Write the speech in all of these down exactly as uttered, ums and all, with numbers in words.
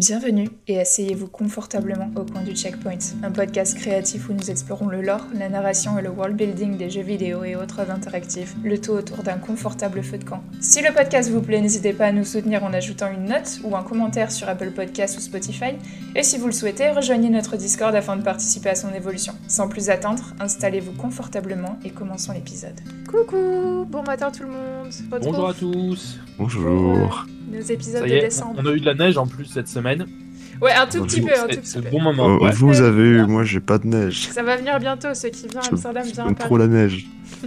Bienvenue et asseyez-vous confortablement au coin du Checkpoint, un podcast créatif où nous explorons le lore, la narration et le world building des jeux vidéo et autres interactifs, le tout autour d'un confortable feu de camp. Si le podcast vous plaît, n'hésitez pas à nous soutenir en ajoutant une note ou un commentaire sur Apple Podcasts ou Spotify, et si vous le souhaitez, rejoignez notre Discord afin de participer à son évolution. Sans plus attendre, installez-vous confortablement et commençons l'épisode. Coucou, bon matin tout le monde. Retrouve Bonjour à tous. Bonjour. nos épisodes Ça y de est, décembre. on a eu de la neige en plus cette semaine. Ouais, un tout Donc, petit peu, un tout C'est petit c'est le peu. bon moment. Oh, ouais. vous avez eu, moi j'ai pas de neige. Ça va venir bientôt, ceux qui viennent à Amsterdam, viennent à J'aime Paris. trop la neige.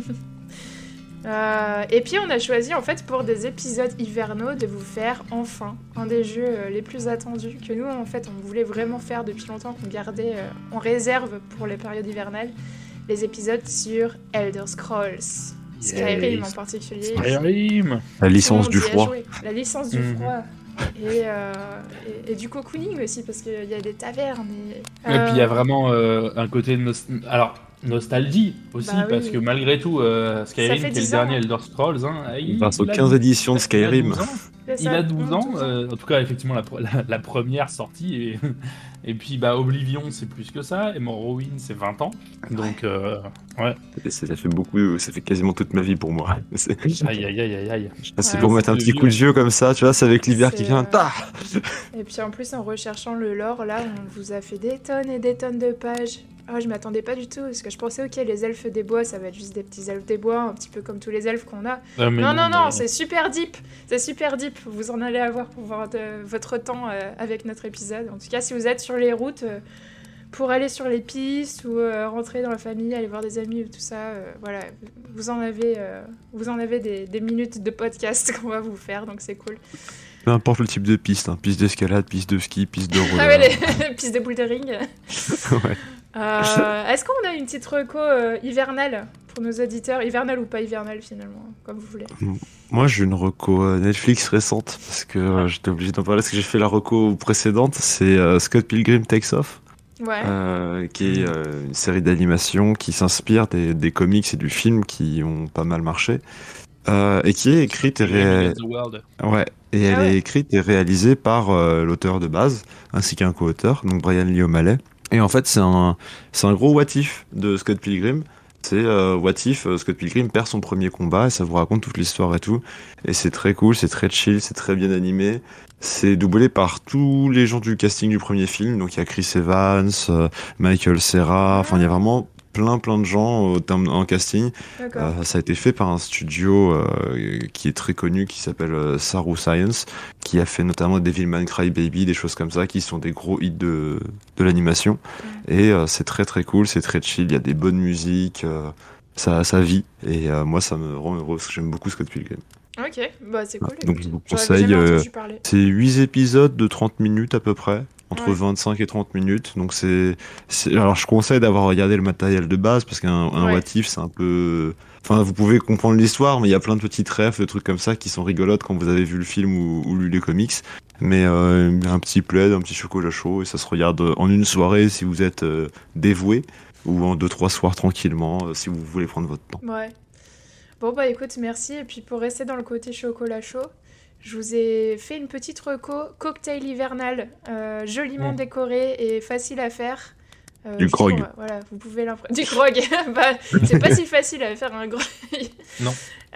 Euh, et puis on a choisi en fait pour des épisodes hivernaux de vous faire enfin un des jeux euh, les plus attendus que nous en fait on voulait vraiment faire depuis longtemps, qu'on gardait euh, en réserve pour les périodes hivernales, les épisodes sur Elder Scrolls. Skyrim en particulier. Skyrim. La licence Tout du le monde y a froid. joué. La licence du Mhm. froid. Et, euh, et, et du cocooning aussi, parce qu'il y a des tavernes. Et, Et puis il y a euh, vraiment euh, un côté de nos... alors nostalgie aussi, Bah oui. parce que malgré tout, euh, Skyrim, Ça qui fait est le dix dernier ans. Elder Scrolls, hein, il, Grâce aux il a quinze douze éditions de il a Skyrim. douze ans. c'est Il ça, a douze ans, douze euh, en tout cas effectivement la, pre- la, la première sortie, et, et puis bah, Oblivion c'est plus que ça, et Morrowind c'est vingt ans, donc euh, ouais, Ça ça fait beaucoup, ça fait quasiment toute ma vie pour moi. C'est aïe aïe aïe aïe aïe. Ah, c'est Ouais, pour c'est mettre un de petit vieux. coup de vieux comme ça, tu vois, c'est avec l'hiver qui C'est, vient. euh, Ta Et puis en plus, en recherchant le lore, là, on vous a fait des tonnes et des tonnes de pages. Ah, je m'attendais pas du tout, parce que je pensais, ok, les elfes des bois, ça va être juste des petits elfes des bois, un petit peu comme tous les elfes qu'on a. Ah, mais non, non, non, mais- c'est super deep. C'est super deep. Vous en allez avoir pour voir de- votre temps euh, avec notre épisode. En tout cas, si vous êtes sur les routes euh, pour aller sur les pistes ou euh, rentrer dans la famille, aller voir des amis ou tout ça, euh, voilà, vous en avez, euh, vous en avez des, des minutes de podcast qu'on va vous faire, donc c'est cool. Peu importe le type de piste, hein, piste d'escalade, piste de ski, piste de roller. Ah ouais, les pistes de bouldering. Ouais. Euh, Est-ce qu'on a une petite reco euh, hivernale pour nos auditeurs, hivernale ou pas hivernale finalement, comme vous voulez. Moi j'ai une reco euh, Netflix récente, parce que euh, j'étais obligé d'en parler, parce que j'ai fait la reco précédente, c'est euh, Scott Pilgrim Takes Off. Ouais. Euh, qui est euh, une série d'animation qui s'inspire des, des comics et du film qui ont pas mal marché, euh, et qui est écrite et, ré... The World. ouais, et elle Ah ouais. est écrite et réalisée par euh, l'auteur de base ainsi qu'un co-auteur, donc Brian Lee O'Malley. Et en fait c'est un, c'est un gros what if de Scott Pilgrim. C'est euh, what if euh, Scott Pilgrim perd son premier combat et ça vous raconte toute l'histoire et tout. Et c'est très cool, c'est très chill, c'est très bien animé. C'est doublé par tous les gens du casting du premier film. Donc il y a Chris Evans, euh, Michael Cera, enfin il y a vraiment plein plein de gens au terme- en casting. D'accord. Euh, ça a été fait par un studio euh, qui est très connu, qui s'appelle euh, Saru Science, qui a fait notamment Devilman Crybaby, des choses comme ça, qui sont des gros hits de, de l'animation. Et euh, c'est très très cool, c'est très chill, il y a des bonnes musiques, euh, ça, ça vit. Et euh, moi ça me rend heureux parce que j'aime beaucoup Scott Pilgrim. Ok, bah c'est cool. Donc, écoute. je vous J'en avais conseille, jamais euh, entendu parler. C'est huit épisodes de trente minutes à peu près, entre Ouais. vingt-cinq et trente minutes. Donc c'est, c'est... Alors je conseille d'avoir regardé le matériel de base parce qu'un un Ouais. what if c'est un peu... Enfin vous pouvez comprendre l'histoire mais il y a plein de petites refs, de trucs comme ça qui sont rigolotes quand vous avez vu le film ou, ou lu les comics. Mais euh, un petit plaid, un petit chocolat chaud et ça se regarde en une soirée si vous êtes euh, dévoué ou en deux trois soirs tranquillement euh, si vous voulez prendre votre temps. Ouais. Bon bah écoute, merci. Et puis pour rester dans le côté chocolat chaud, je vous ai fait une petite reco cocktail hivernal, euh, joliment Mm. décoré et facile à faire. Euh, Du juste grog. pour, euh, voilà, vous pouvez l'impré- Du grog. Bah, c'est pas si facile à faire un grog. Non.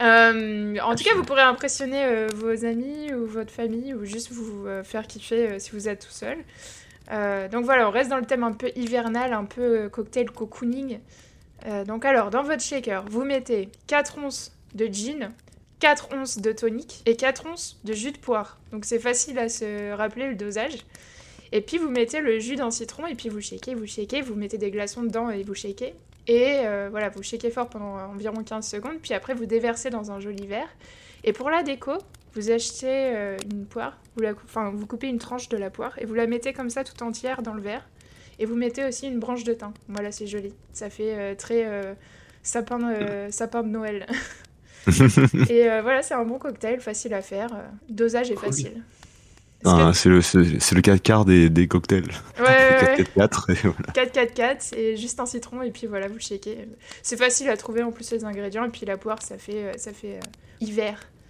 Euh, en tout cas, vous pourrez impressionner euh, vos amis ou votre famille ou juste vous euh, faire kiffer euh, si vous êtes tout seul. Euh, donc voilà, on reste dans le thème un peu hivernal, un peu euh, cocktail cocooning. Euh, donc alors, dans votre shaker, vous mettez quatre onces de gin, quatre onces de tonic et quatre onces de jus de poire. Donc c'est facile à se rappeler le dosage. Et puis vous mettez le jus d'un citron et puis vous shakez, vous shakez, vous mettez des glaçons dedans et vous shakez. Et euh, voilà, vous shakez fort pendant environ quinze secondes, puis après vous déversez dans un joli verre. Et pour la déco, vous achetez euh, une poire, vous, la, enfin, vous coupez une tranche de la poire et vous la mettez comme ça tout entière dans le verre. Et vous mettez aussi une branche de thym. Voilà, c'est joli. Ça fait euh, très euh, sapin, euh, sapin de Noël. Et euh, voilà, c'est un bon cocktail, facile à faire. euh, Dosage est Cool. facile. Est-ce Ah, que- c'est le, c'est, c'est le quatre quarts des, des cocktails. Ouais, ouais, ouais. quatre quatre et voilà. quatre quatre quatre et juste un citron et puis voilà, vous shakez. C'est facile à trouver en plus les ingrédients et puis la poire, ça fait, euh, ça fait euh, hiver.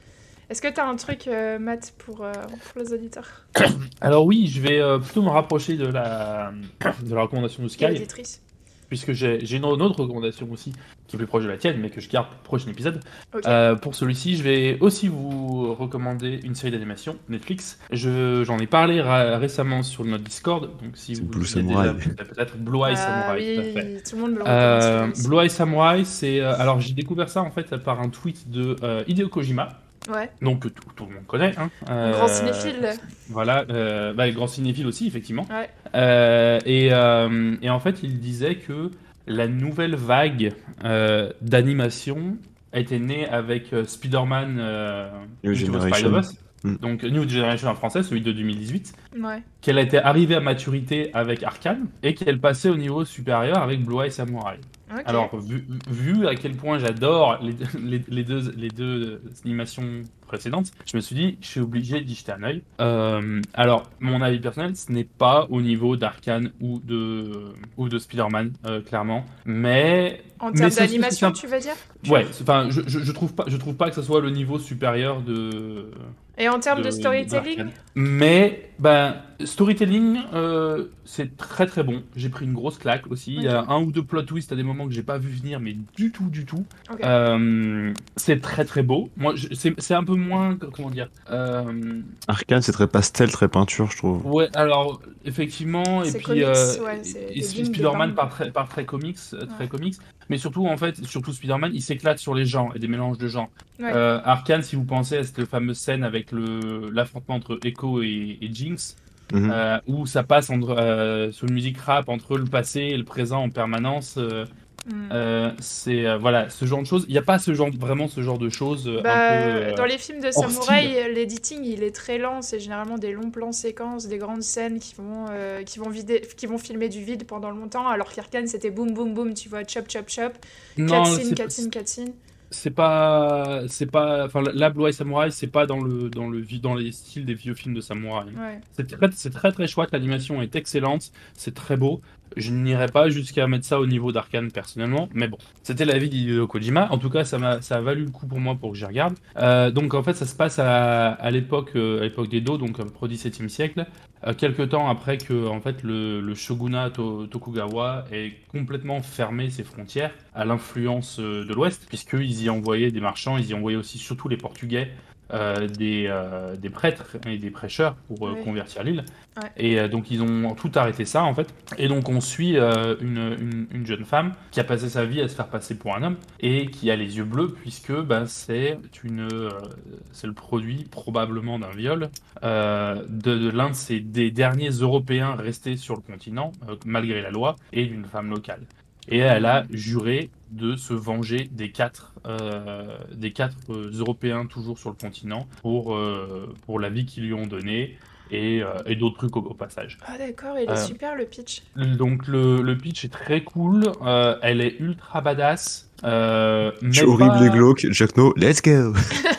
Est-ce que tu as un truc, euh, Matt, pour, euh, pour les auditeurs Alors oui, je vais euh, plutôt me rapprocher de la, de la recommandation de et Sky, auditrices? puisque j'ai j'ai une autre recommandation aussi, qui est plus proche de la tienne, mais que je garde pour le prochain épisode. Ok. Euh, pour celui-ci, je vais aussi vous recommander une série d'animation Netflix. Je, j'en ai parlé ra- récemment sur notre Discord, donc si C'est vous Blue y êtes Samurai. déjà, peut-être Blue Eye Ah Samurai, tout à fait. oui, tout le monde me le Euh, recommande. celui-là aussi. Blue Eye Samurai, c'est euh, alors j'ai découvert ça en fait par un tweet de euh, Hideo Kojima, Ouais, donc que tout, tout le monde connaît. Hein. un grand Euh, cinéphile. Voilà, euh, bah, grand cinéphile aussi effectivement. Ouais. Euh, et, euh, et en fait, il disait que la nouvelle vague euh, d'animation était née avec euh, Spider-Man euh, New Into the Generation. Spider-Verse, Mm. donc New Generation en français, celui de deux mille dix-huit, Ouais. qu'elle était arrivée à maturité avec Arcane et qu'elle passait au niveau supérieur avec Blue Eye Samurai. Ok. Alors, vu, vu à quel point j'adore les, les, les deux, les deux animations précédentes, je me suis dit, je suis obligé d'y jeter un œil. Euh, alors, mon avis personnel, ce n'est pas au niveau d'Arcane ou de, ou de Spider-Man, euh, clairement. Mais. En mais termes c'est- c'est d'animation, un- tu veux dire? Ouais, c'est- enfin, je, je, je trouve pas, je trouve pas que ce soit le niveau supérieur de. Et en termes de, de- storytelling? d'Arcane. Mais, ben, storytelling, euh, c'est très très bon. J'ai pris une grosse claque aussi. Il y a Ok. un ou deux plot twists à des moments que j'ai pas vu venir, mais du tout, du tout. Ok. Euh, c'est très très beau. Moi, je- c'est c'est un peu moins, comment dire. euh, Arcane, c'est très pastel, très peinture, je trouve. Ouais, alors effectivement, et C'est puis comics, euh, ouais, et- c'est et des Sp- bing, des Spider-Man bang. par très, par très comics, euh, très Ouais. comics, mais surtout en fait, surtout Spider-Man, il s'éclate sur les genres et des mélanges de genres. Ouais. Euh, Arcane, si vous pensez à cette fameuse scène avec le l'affrontement entre Echo et, et Jinx, Mhm. euh, où ça passe entre, euh, sur une musique rap entre le passé et le présent en permanence. euh, Hmm. euh, c'est euh, voilà ce genre de choses. Il n'y a pas ce genre vraiment ce genre de choses euh, Bah, un peu. euh, dans les films de hors samouraï, l'editing il est très lent. C'est généralement des longs plans séquences, des grandes scènes qui vont, euh, qui vont, vider, qui vont filmer du vide pendant longtemps. Alors qu'Arcane c'était boum boum boum, tu vois, chop chop chop, non, cutscene, c'est- cutscene, cutscene. c'est pas c'est pas enfin la Blue Eye Samurai, c'est pas dans le dans le vi- dans les styles des vieux films de samouraï. Ouais. C'est très c'est très très chouette, l'animation est excellente, c'est très beau. Je n'irai pas jusqu'à mettre ça au niveau d'Arcane personnellement, mais bon, c'était l'avis d'Hideo Kojima. En tout cas, ça m'a ça a valu le coup pour moi pour que j'y regarde. Euh, donc en fait, ça se passe à, à l'époque euh, à l'époque d'Edo, donc à peu près au dix-septième siècle, euh, quelques temps après que en fait le, le shogunat To- Tokugawa ait complètement fermé ses frontières à l'influence euh, de l'Ouest, puisqu'ils y envoyaient des marchands, ils y envoyaient aussi surtout les Portugais. euh, des, euh, des prêtres et des prêcheurs pour euh, Ouais. convertir l'île. Ouais. Et euh, donc ils ont tout arrêté ça en fait. Et donc on suit euh, une, une, une jeune femme qui a passé sa vie à se faire passer pour un homme et qui a les yeux bleus puisque bah, c'est une euh, c'est le produit probablement d'un viol euh, de, de l'un de ces des derniers Européens restés sur le continent euh, malgré la loi et d'une femme locale. Et elle a juré de se venger des quatre, euh, des quatre euh, Européens toujours sur le continent pour, euh, pour la vie qu'ils lui ont donnée et, euh, et d'autres trucs au, au passage. Ah d'accord, il est Euh, super le pitch. Donc le, le pitch est très cool, euh, elle est ultra badass. Euh, Je suis mais horrible pas- et glauque. Jack No, let's go.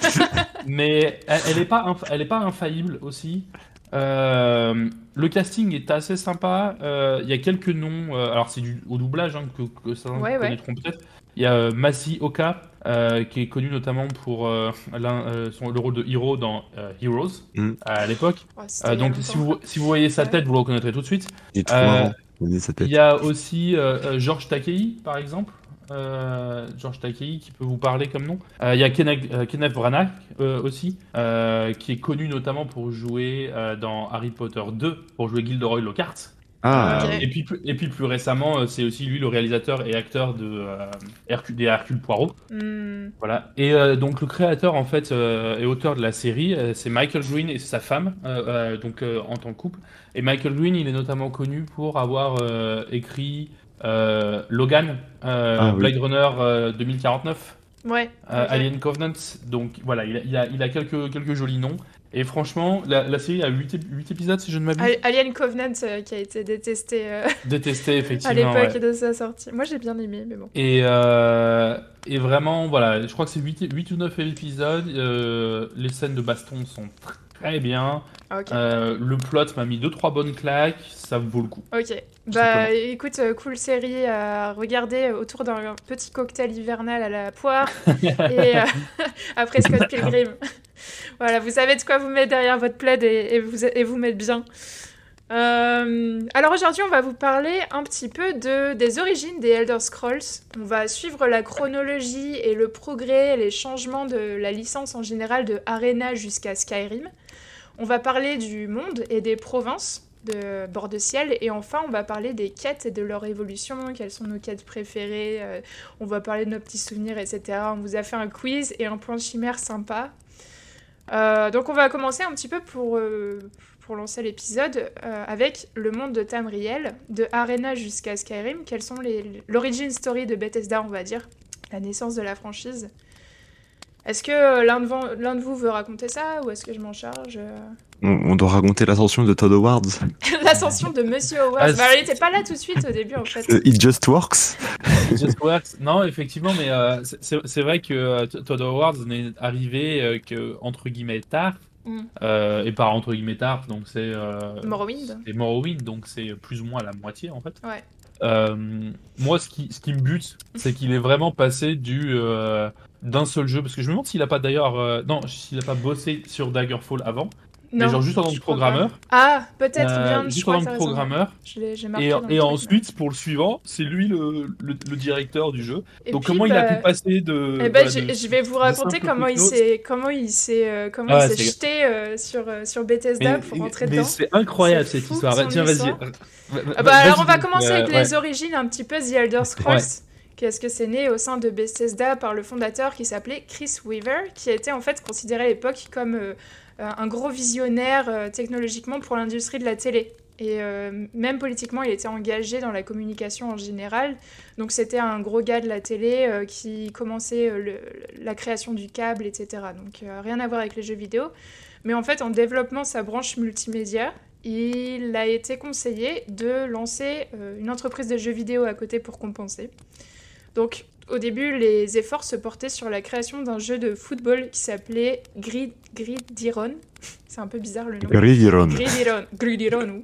mais elle, elle est pas inf- elle est pas infaillible aussi. Euh, le casting est assez sympa. Euh, Il y a quelques noms. euh, alors c'est du au doublage hein, que, que certains Ouais, ouais. connaîtront peut-être. Il y a euh, Masi Oka euh, qui est connu notamment pour euh, l'un- euh, son- le rôle de Hiro dans euh, Heroes Mm. à l'époque. Oh, c'était Euh, il y a donc longtemps. si vous si vous voyez sa Ouais. tête, vous le reconnaîtrez tout de suite. Il est trop Euh, marrant. Regardez sa tête. Il y a aussi euh, euh, George Takei, par exemple. Euh, George Takei qui peut vous parler comme nom. Euh, Il y a Kenneth, euh, Kenneth Branagh euh, aussi, euh, qui est connu notamment pour jouer euh, dans Harry Potter deux, pour jouer Gilderoy Lockhart. Ah, Ok. Euh, et, puis, plus- et puis plus récemment, euh, c'est aussi lui le réalisateur et acteur de euh, Hercule, des Hercule Poirot. Hmm. Voilà. Et euh, donc le créateur en fait euh, et auteur de la série, euh, c'est Michael Green et sa femme, euh, euh, donc euh, en tant que couple. Et Michael Green, il est notamment connu pour avoir euh, écrit euh, Logan, euh, Ah, oui. Blade Runner euh, deux mille quarante-neuf, Ouais. euh, ok. Alien Covenant. Donc voilà, il a, il a, il a quelques, quelques jolis noms. Et franchement, la, la série a huit épisodes si je ne m'abuse. Al- Alien Covenant euh, qui a été détesté euh, Détesté à effectivement. l'époque ouais. de sa sortie. Moi j'ai bien aimé, mais bon. Et, euh, et vraiment, voilà, je crois que c'est huit, huit ou neuf épisodes. Euh, les scènes de baston sont très bien. Ah, ok. Euh, le plot m'a mis deux trois bonnes claques. Ça vaut le coup. Ok. Bah écoute, euh, cool série à regarder autour d'un petit cocktail hivernal à la poire et euh, après Scott Pilgrim. Voilà, vous savez de quoi vous mettre derrière votre plaid et, et, vous, et vous mettre bien. Euh, alors aujourd'hui, on va vous parler un petit peu de, des origines des Elder Scrolls. On va suivre la chronologie et le progrès, les changements de la licence en général de Arena jusqu'à Skyrim. On va parler du monde et des provinces de Bord de Ciel, et enfin on va parler des quêtes et de leur évolution, quelles sont nos quêtes préférées, euh, on va parler de nos petits souvenirs, et cetera. On vous a fait un quiz et un point chimère sympa. Euh, donc on va commencer un petit peu pour, euh, pour lancer l'épisode euh, avec le monde de Tamriel, de Arena jusqu'à Skyrim. Quelles sont les, l'origin story de Bethesda, on va dire, la naissance de la franchise. Est-ce que l'un de, l'un de vous veut raconter ça, ou est-ce que je m'en charge? On, on doit raconter l'ascension de Todd Howard. L'ascension de Monsieur Howard. Ah, bah, il était pas là tout de suite au début, en fait. Euh, It just works. It just works. Non, effectivement, mais euh, c'est, c'est vrai que euh, Todd Howard n'est arrivé euh, que, entre guillemets, tard. Mm. Euh, et par entre guillemets tard, donc c'est... Euh, Morrowind. C'est Morrowind, donc c'est plus ou moins la moitié, en fait. Ouais. Euh, moi, ce qui, ce qui me bute, c'est qu'il est vraiment passé du... Euh, d'un seul jeu, parce que je me demande s'il a pas d'ailleurs... Euh, non, s'il a pas bossé sur Daggerfall avant. Non, mais genre juste en tant que programmeur. Ah, peut-être Euh, bien. juste je en crois tant que que t'as programmeur. Je l'ai, j'ai marqué Et, dans le et truc, ensuite, mais... pour le suivant, c'est lui le, le, le directeur du jeu. Et Donc puis, comment bah... il a pu passer de... Eh ben, voilà, de je vais vous raconter comment il, s'est, comment il s'est, euh, comment ah, il s'est c'est... jeté euh, sur, euh, sur Bethesda mais, pour rentrer mais dedans. c'est incroyable c'est cette histoire. Tiens, vas-y. Ah bah, alors, on va commencer euh, avec ouais. les origines, un petit peu The Elder Scrolls. Ouais. Qu'est-ce que c'est né au sein de Bethesda par le fondateur qui s'appelait Chris Weaver, qui a été en fait considéré à l'époque comme euh, un gros visionnaire euh, technologiquement pour l'industrie de la télé. Et euh, même politiquement, il était engagé dans la communication en général. Donc c'était un gros gars de la télé euh, qui commençait euh, le, la création du câble, et cetera. Donc euh, rien à voir avec les jeux vidéo. Mais en fait, en développant sa branche multimédia, il a été conseillé de lancer euh, une entreprise de jeux vidéo à côté pour compenser. Donc au début, les efforts se portaient sur la création d'un jeu de football qui s'appelait Grid... Gridiron. C'est un peu bizarre le nom. Gridiron. Gridiron. Gridiron.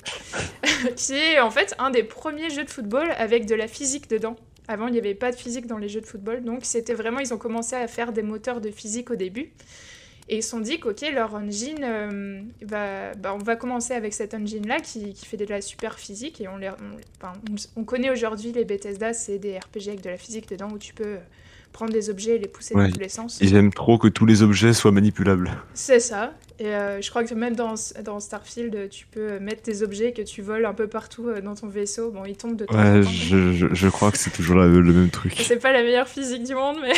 Qui est en fait un des premiers jeux de football avec de la physique dedans. Avant, il n'y avait pas de physique dans les jeux de football. Donc c'était vraiment... Ils ont commencé à faire des moteurs de physique au début. Et ils se sont dit qu'ok, leur engine, euh, va, bah, on va commencer avec cet engine-là qui, qui fait de la super physique. Et on, les, on, enfin, on, on connaît aujourd'hui les Bethesda, c'est des R P G avec de la physique dedans où tu peux prendre des objets et les pousser Ouais, dans tous les sens. ils aiment trop que tous les objets soient manipulables. C'est ça. Et euh, je crois que même dans, dans Starfield, tu peux mettre des objets que tu voles un peu partout dans ton vaisseau. Bon, ils tombent de temps en Ouais, temps. je, je, je crois que c'est toujours la, le même truc. C'est pas la meilleure physique du monde, mais...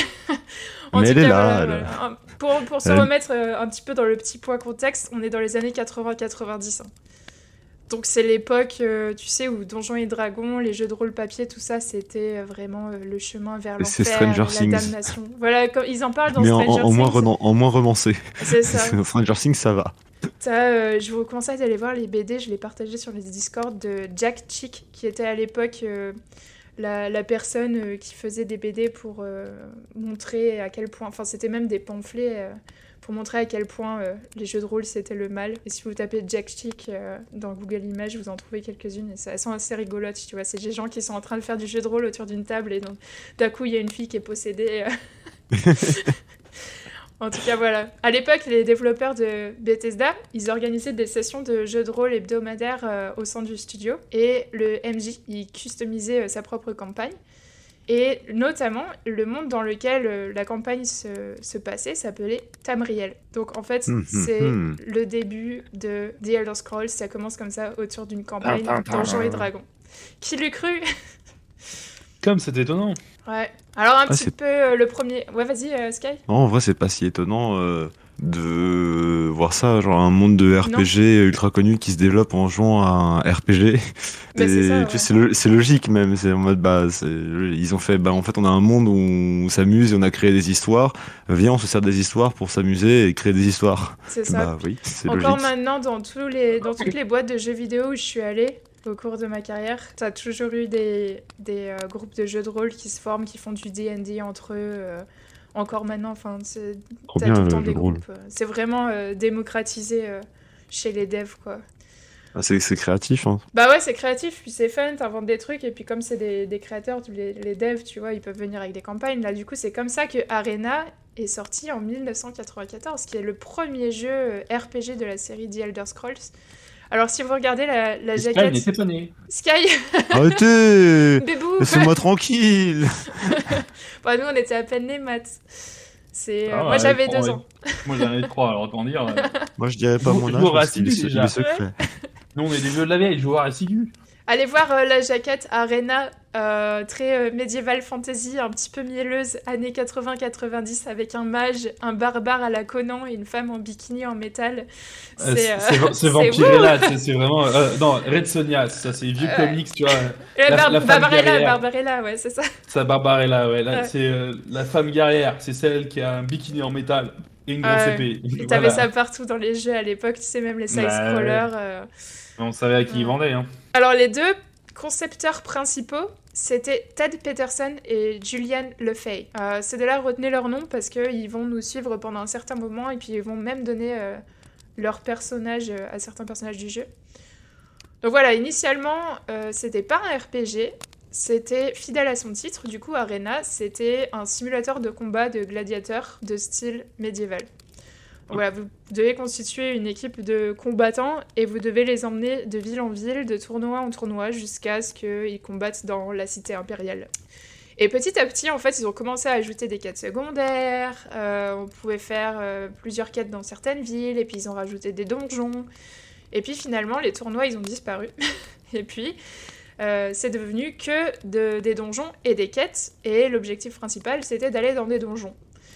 en mais tout elle est cas, là. voilà, Elle... voilà. Pour, pour se elle... remettre euh, un petit peu dans le petit point contexte, on est dans les années quatre-vingts quatre-vingt-dix. Hein. Donc c'est l'époque, euh, tu sais, où Donjons et Dragons, les jeux de rôle papier, tout ça, c'était vraiment euh, le chemin vers l'enfer, c'est Stranger la Things. damnation. Voilà, comme, ils en parlent dans mais Stranger en, en, Things. moins renan- en moins romancé. C'est ça. Stranger Things, ça va. Euh, je vous conseille d'aller voir les B D, je les partageais sur les Discord de Jack Chick, qui était à l'époque euh, la, la personne euh, qui faisait des B D pour euh, montrer à quel point... Enfin, c'était même des pamphlets... Euh, pour montrer à quel point euh, les jeux de rôle c'était le mal. Et si vous tapez Jack Chick euh, dans Google Images, vous en trouvez quelques-unes et ça, elles sont assez rigolotes, tu vois. C'est des gens qui sont en train de faire du jeu de rôle autour d'une table et donc d'un coup il y a une fille qui est possédée. Euh... En tout cas, voilà. À l'époque, les développeurs de Bethesda, ils organisaient des sessions de jeux de rôle hebdomadaires euh, au sein du studio et le M J, il customisait euh, sa propre campagne. Et notamment, le monde dans lequel euh, la campagne se, se passait s'appelait Tamriel. Donc en fait, Mmh, c'est mmh. le début de The Elder Scrolls. Ça commence comme ça, autour d'une campagne Donjons et Dragons. Qui l'eût cru? Comme c'est étonnant. Ouais. Alors un Ah, petit c'est- peu euh, le premier... Ouais, vas-y, euh, Sky. Non, en vrai, c'est pas si étonnant euh, de voir ça, genre un monde de R P G ultra connu qui se développe en jouant à un R P G. Bah, Et c'est ça, tu ouais. sais, c'est lo- c'est logique même, c'est en mode bah c'est- ils ont fait bah en fait on a un monde où on s'amuse et on a créé des histoires. Viens, on se sert des histoires pour s'amuser et créer des histoires. C'est ça. Bah oui, c'est Encore logique. maintenant, dans, tous les, dans toutes les boîtes de jeux vidéo où je suis allée au cours de ma carrière, t'as toujours eu des, des euh, groupes de jeux de rôle qui se forment, qui font du D and D entre eux. euh, encore maintenant, enfin, c'est- Trop t'as bien tout le le temps jeu des de rôle. groupes. euh, C'est vraiment euh, démocratisé euh, chez les devs, quoi. Ah, c'est, c'est créatif, hein. Bah ouais, c'est créatif, puis c'est fun, t'inventes des trucs, et puis comme c'est des, des créateurs, les, les devs, tu vois, ils peuvent venir avec des campagnes. Là, du coup, c'est comme ça que Arena est sorti en dix-neuf cent quatre-vingt-quatorze, qui est le premier jeu R P G de la série The Elder Scrolls. Alors, si vous regardez la, la Sky jaquette... n'était pas né. Sky Arrêtez. Bébou. Laissez-moi tranquille. Bah, nous, on était à peine nés, Matt. C'est... Ah, euh, moi, ouais, j'avais trois, deux ouais. ans. Moi, j'en ai trois, alors autant dire. euh, Moi, je dirais pas mon âge Joueur parce qu'il est, assidu, se- il est déjà. secret. Nous, on est des jeux de la vieille, joueurs assidus. Allez voir euh, la jaquette Arena, euh, très euh, médiéval fantasy, un petit peu mielleuse, années quatre-vingts quatre-vingt-dix, avec un mage, un barbare à la Conan et une femme en bikini en métal. Euh, C'est, euh, C'est c'est c'est Vampirella, c'est c'est vraiment. euh, non, Red Sonja, ça c'est vieux Ouais. comics, tu vois. La, La- Bar- la femme Barbarella, guerrière. Barbarella, ouais, c'est ça. Ça Barbarella, ouais. Là, Ouais. c'est euh, la femme guerrière, c'est celle qui a un bikini en métal et une grosse Ouais. épée. Et t'avais Voilà. ça partout dans les jeux à l'époque, tu sais, même les Bah, side-scrollers. euh. On savait à qui Ouais. ils vendaient, hein. Alors, les deux concepteurs principaux, c'était Ted Peterson et Julian Lefay. Euh, ces deux-là, retenez leur nom parce qu'ils vont nous suivre pendant un certain moment et puis ils vont même donner euh, leur personnage euh, à certains personnages du jeu. Donc voilà, initialement, euh, c'était pas un R P G, c'était fidèle à son titre. Du coup, Arena, c'était un simulateur de combat de gladiateurs de style médiéval. Donc voilà, vous devez constituer une équipe de combattants et vous devez les emmener de ville en ville, de tournoi en tournoi, jusqu'à ce qu'ils combattent dans la cité impériale. Et petit à petit, en fait, ils ont commencé à ajouter des quêtes secondaires, euh, on pouvait faire euh, plusieurs quêtes dans certaines villes, et puis ils ont rajouté des donjons. Et puis finalement, les tournois, ils ont disparu. Et puis, euh, c'est devenu que de, des donjons et des quêtes, et l'objectif principal, c'était d'aller dans des donjons.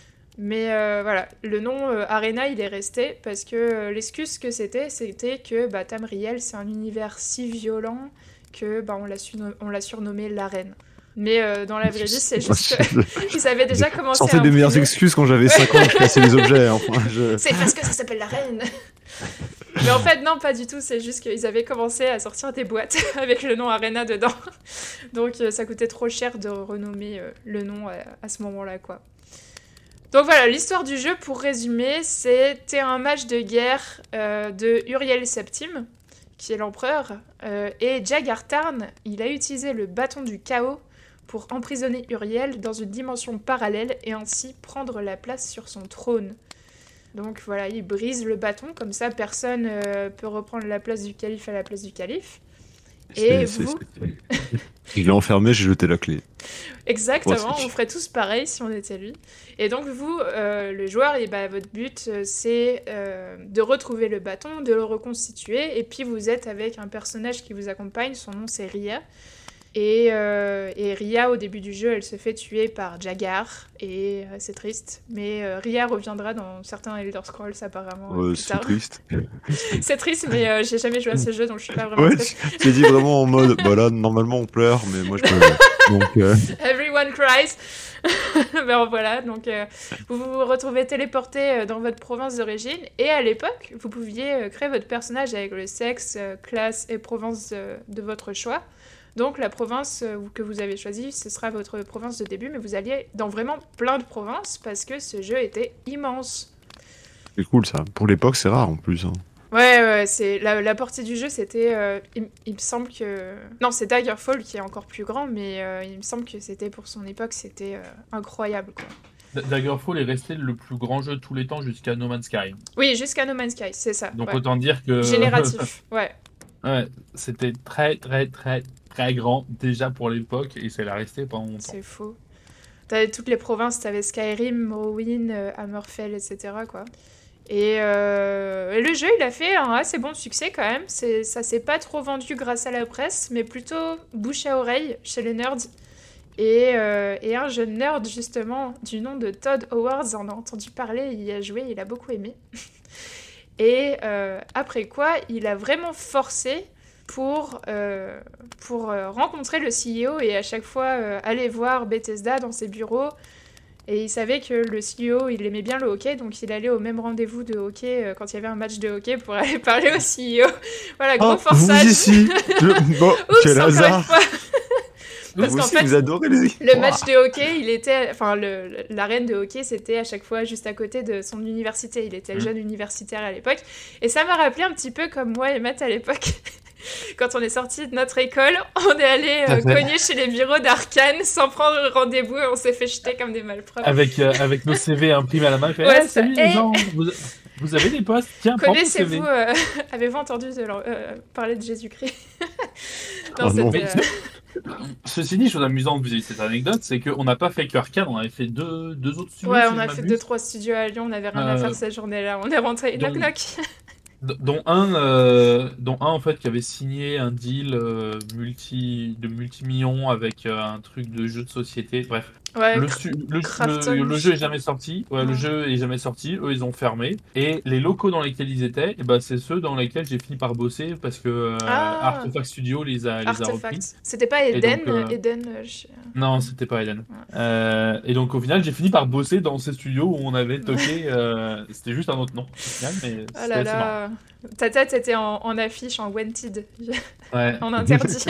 Mais euh, voilà, le nom euh, Arena, il est resté parce que euh, l'excuse que c'était, c'était que bah, Tamriel, c'est un univers si violent que bah, on, l'a su- on l'a surnommé l'arène. Mais euh, dans la vraie vie, c'est juste qu'ils avaient déjà commencé Sortez à des meilleures imprimer. excuses quand j'avais cinq ans et je cassais les objets. Enfin, je... C'est parce que ça s'appelle l'arène. Mais en fait, non, pas du tout. C'est juste qu'ils avaient commencé à sortir des boîtes avec le nom Arena dedans. Donc euh, ça coûtait trop cher de renommer euh, le nom à, à ce moment-là, quoi. Donc voilà, l'histoire du jeu, pour résumer, c'était un match de guerre euh, de Uriel Septime, qui est l'empereur, euh, et Jagar Tarn, il a utilisé le bâton du chaos pour emprisonner Uriel dans une dimension parallèle et ainsi prendre la place sur son trône. Donc voilà, il brise le bâton, comme ça personne euh, peut reprendre la place du calife à la place du calife. Et c'est- vous c'est- Il est enfermé, j'ai jeté la clé. Exactement, Ouais, c'est- on ferait tous pareil si on était lui. Et donc vous, euh, le joueur, et bah, votre but, euh, c'est euh, de retrouver le bâton, de le reconstituer, et puis vous êtes avec un personnage qui vous accompagne, son nom c'est Ria. Et, euh, et Ria, au début du jeu, elle se fait tuer par Jagar, et euh, c'est triste. Mais euh, Ria reviendra dans certains Elder Scrolls apparemment euh, Euh, plus c'est tard. triste. C'est triste, mais euh, j'ai jamais joué à ce jeu, donc je suis pas vraiment Ouais, triste. tu- j'ai dit vraiment en mode, bah là, normalement on pleure, mais moi je peux. Donc, euh, Everyone cries. Ben voilà, donc euh, vous vous retrouvez téléporté euh, dans votre province d'origine, et à l'époque, vous pouviez euh, créer votre personnage avec le sexe, euh, classe et province euh, de votre choix. Donc la province euh, que vous avez choisie, ce sera votre province de début, mais vous alliez dans vraiment plein de provinces parce que ce jeu était immense. c'est cool ça. Pour l'époque, c'est rare en plus. Hein. Ouais, ouais, c'est la, la portée du jeu, c'était, euh, il, il me semble que, non, c'est Daggerfall qui est encore plus grand, mais euh, il me semble que c'était pour son époque, c'était euh, incroyable, quoi. D- Daggerfall est resté le plus grand jeu de tous les temps jusqu'à No Man's Sky. Oui, jusqu'à No Man's Sky, c'est ça. Donc ouais. autant dire que. Génératif, ouais. Ouais, c'était très, très, très, très grand déjà pour l'époque et ça l'a resté pendant longtemps. C'est faux. T'avais toutes les provinces, t'avais Skyrim, Morrowind, euh, Hammerfell, et cetera, quoi. Et, euh, et le jeu, il a fait un assez bon succès quand même. C'est, ça s'est pas trop vendu grâce à la presse, mais plutôt bouche à oreille chez les nerds. Et, euh, et un jeune nerd, justement, du nom de Todd Howard, en a entendu parler, il y a joué, il a beaucoup aimé. Et euh, après quoi, il a vraiment forcé pour, euh, pour euh, rencontrer le C E O et à chaque fois euh, aller voir Bethesda dans ses bureaux. Et il savait que le C E O, il aimait bien le hockey, donc il allait au même rendez-vous de hockey euh, quand il y avait un match de hockey pour aller parler au C E O. Voilà, gros Oh, forçage. vous ici je... Bon, Oups, quel encore une hasard. fois. Parce vous qu'en aussi, fait, vous adorez les équipes. le match de hockey, il était, enfin, le, l'arène de hockey, c'était à chaque fois juste à côté de son université. Il était Mhm. jeune universitaire à l'époque. Et ça m'a rappelé un petit peu comme moi et Matt à l'époque. Quand on est sorti de notre école, on est allé Tout à euh, fait. cogner chez les bureaux d'Arkane sans prendre rendez-vous et on s'est fait jeter comme des malpropres. Avec, euh, avec nos C V imprimés à la main, il fait Ouais, Eh, c'est ça. salut Eh. les gens, vous, vous avez des postes, tiens, prends ton C V. Connaissez-vous, euh, avez-vous entendu de leur- euh, parler de Jésus-Christ? Non, Oh non. c'était, Mais euh, Ceci dit, chose amusante vis-à-vis de cette anecdote, c'est qu'on n'a pas fait que Arcane, on avait fait deux, deux autres studios. Ouais, si on je a fait m'abuse. deux trois studios à Lyon, on avait rien à Euh, faire cette journée-là. On est rentré knock donc- knock. D- Dont un, euh, dont un en fait qui avait signé un deal euh, multi de multi-millions avec euh, un truc de jeu de société. Bref, Ouais, le, cr- su- le, Krafton, le- le je jeu sais est jamais sorti. Ouais, Ouais. le jeu est jamais sorti. Eux, ils ont fermé. Et les locaux dans lesquels ils étaient, et ben c'est ceux dans lesquels j'ai fini par bosser parce que euh, Ah. Artefact Studio les a, les a repris. Artefact. C'était pas Et Eden, donc, euh, Eden, euh, je- Non, c'était pas Eden. Ouais. Euh, et donc au final, j'ai fini par bosser dans ces studios où on avait toqué. euh, c'était juste un autre nom au final, mais Oh c'était là assez marrant. là. Ta tête était en, en affiche, en wanted, Ouais. en interdit.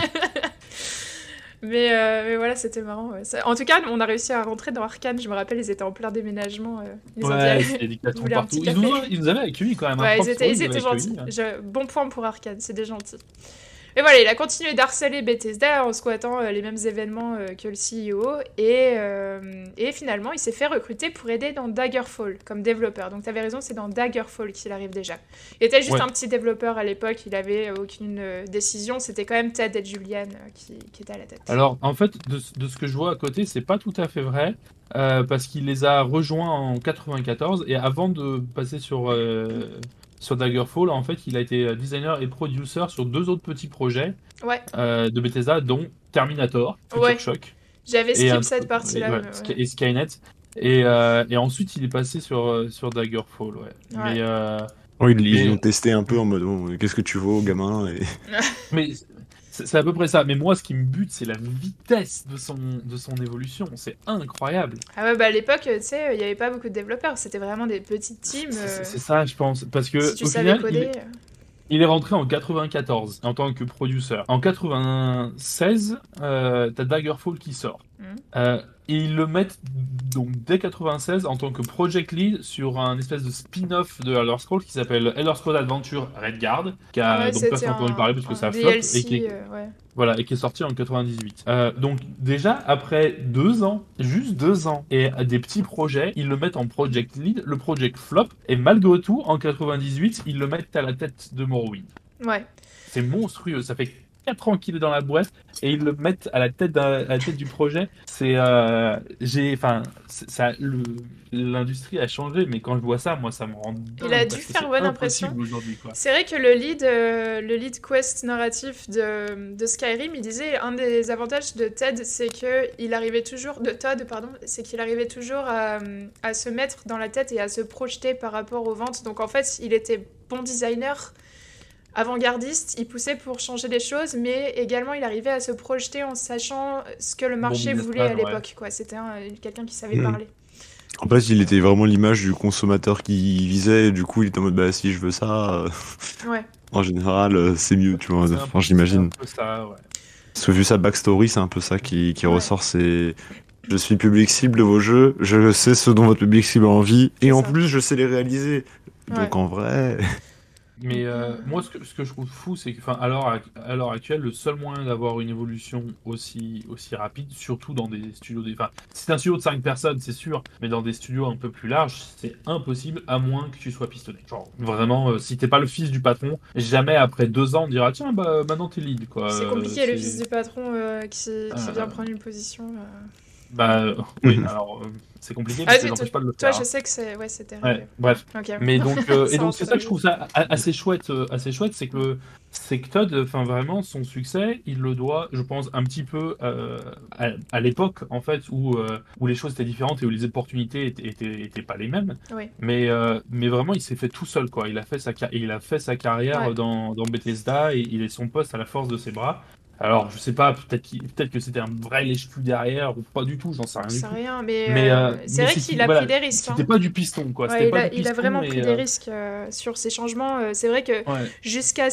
mais, euh, mais voilà, c'était marrant. Ouais. Ça- En tout cas, on a réussi à rentrer dans Arcane. Je me rappelle, ils étaient en plein déménagement. euh, Ils ont dit, Ouais, allez, c'était des cartons vous voulez un partout. petit Ils nous, café ont- ils nous avaient accueillis quand même. hein. Ouais, ils Franchement, étaient, ils nous étaient avaient gentils. accueillis. Je- Bon point pour Arcane, c'est des gentils. Et voilà, il a continué d'harceler Bethesda en squattant euh, les mêmes événements euh, que le C E O. Et, euh, et finalement, il s'est fait recruter pour aider dans Daggerfall comme développeur. Donc, tu avais raison, c'est dans Daggerfall qu'il arrive déjà. Il était juste Ouais. un petit développeur à l'époque, il avait euh, aucune euh, décision. C'était quand même Ted et Julian euh, qui, qui étaient à la tête. Alors, en fait, de, de ce que je vois à côté, c'est pas tout à fait vrai. euh, parce qu'il les a rejoints en quatre-vingt-quatorze. Et avant de passer sur, euh, sur Daggerfall, en fait, il a été designer et producer sur deux autres petits projets Ouais, euh, de Bethesda, dont Terminator, Future Ouais. Shock. j'avais Et, skip un- cette partie-là. et, ouais, mais Sky- ouais. et Skynet. Et, euh, et ensuite, il est passé sur, euh, sur Daggerfall. Ouais. Ouais. Mais, euh, Oh, ils ils Et- l'ont testé un peu en mode bon, qu'est-ce que tu vaux, gamin et... mais c'est c'est à peu près ça. Mais moi, ce qui me bute, c'est la vitesse de son, de son évolution. C'est incroyable. Ah ouais, bah à l'époque, tu sais, il n'y avait pas beaucoup de développeurs. C'était vraiment des petites teams. C'est euh, c'est ça, je pense. Parce que si tu au savais final, il, coder. est- il est rentré en quatre-vingt-quatorze en tant que producer. En quatre-vingt-seize, euh, t'as Daggerfall qui sort. Mhm. Euh, et ils le mettent donc dès quatre-vingt-seize en tant que project lead sur un espèce de spin-off de Elder Scrolls qui s'appelle Elder Scrolls Adventure Redguard, qui a Ouais, donc c'était personne n'a entendu un- parler parce que un ça flop D L et C, qui est, euh, ouais. voilà, et qui est sorti en quatre-vingt-dix-huit. Euh, donc déjà, après deux ans, juste deux ans, et des petits projets, ils le mettent en project lead, le project flop, et malgré tout, en quatre-vingt-dix-huit, ils le mettent à la tête de Morrowind. Ouais. C'est monstrueux, ça fait quatre ans qu'il est dans la boîte, et ils le mettent à la tête, d'un- à la tête du projet. C'est... euh, j'ai... Enfin, c'est- ça... le- L'industrie a changé, mais quand je vois ça, moi, ça me rend dingue. Il a dû parce que faire c'est bonne impossible impression. aujourd'hui, quoi. C'est vrai que le lead, euh, le lead quest narratif de, de Skyrim, il disait un des avantages de Ted, c'est que il arrivait toujours de Todd, pardon, c'est qu'il arrivait toujours à, à se mettre dans la tête et à se projeter par rapport aux ventes. Donc en fait, il était bon designer, avant-gardiste, il poussait pour changer les choses, mais également il arrivait à se projeter en sachant ce que le marché businessman, voulait à ouais. l'époque. Quoi, c'était un- quelqu'un qui savait Mm. parler. En fait, il était vraiment l'image du consommateur qui visait, et du coup, il était en mode bah si je veux ça, euh, Ouais. en général, euh, c'est mieux, tu vois. C'est un Enfin, peu- j'imagine. c'est un peu ça, ouais. Parce que vu sa backstory, c'est un peu ça qui, qui Ouais. ressort, c'est je suis public cible de vos jeux, je sais ce dont votre public cible a envie, et C'est en ça. plus, je sais les réaliser. Donc Ouais. en vrai, Mais euh, moi, ce que, ce que je trouve fou, c'est que, enfin, à l'heure ac- à l'heure actuelle, le seul moyen d'avoir une évolution aussi, aussi rapide, surtout dans des studios, des, enfin, si c'est un studio de cinq personnes, c'est sûr, mais dans des studios un peu plus larges, c'est impossible, à moins que tu sois pistonné. Genre, vraiment, euh, si t'es pas le fils du patron, jamais après deux ans, on dira, tiens, bah, maintenant t'es lead, quoi. C'est Euh, compliqué, le c'est- fils du patron euh, qui, qui Euh, vient prendre une position. euh. Bah, euh, oui, Mhm. alors, euh, c'est compliqué, Ah, mais ça mais n'empêche toi- pas de le Toi, faire. je sais que c'est ouais, c'est hein. terrible. Ouais, bref. Ok. Mais donc, euh, Ça et donc rentre c'est dans ça le que je trouve ça a- assez chouette, euh, assez chouette, c'est que le, c'est que Todd, enfin vraiment, son succès, il le doit, je pense, un petit peu euh, à, à l'époque en fait où euh, où les choses étaient différentes et où les opportunités étaient, étaient, étaient pas les mêmes. Oui. Mais euh, mais vraiment, il s'est fait tout seul quoi. Il a fait sa ca- il a fait sa carrière Ouais. dans dans Bethesda et il est son poste à la force de ses bras. Alors, je sais pas, peut-être qu'il- peut-être que c'était un vrai lèche-cul derrière ou pas du tout, j'en sais rien Je du sais tout. rien, mais, Mais, euh, euh, c'est mais vrai c'est qu'il qu'il- a voilà, pris des risques. hein. C'était pas du piston quoi. Ouais, C'était il, pas a, du il a piston, vraiment et, pris euh, des risques euh, sur ces changements. Euh, c'est vrai que ouais. jusqu'à Skyrim,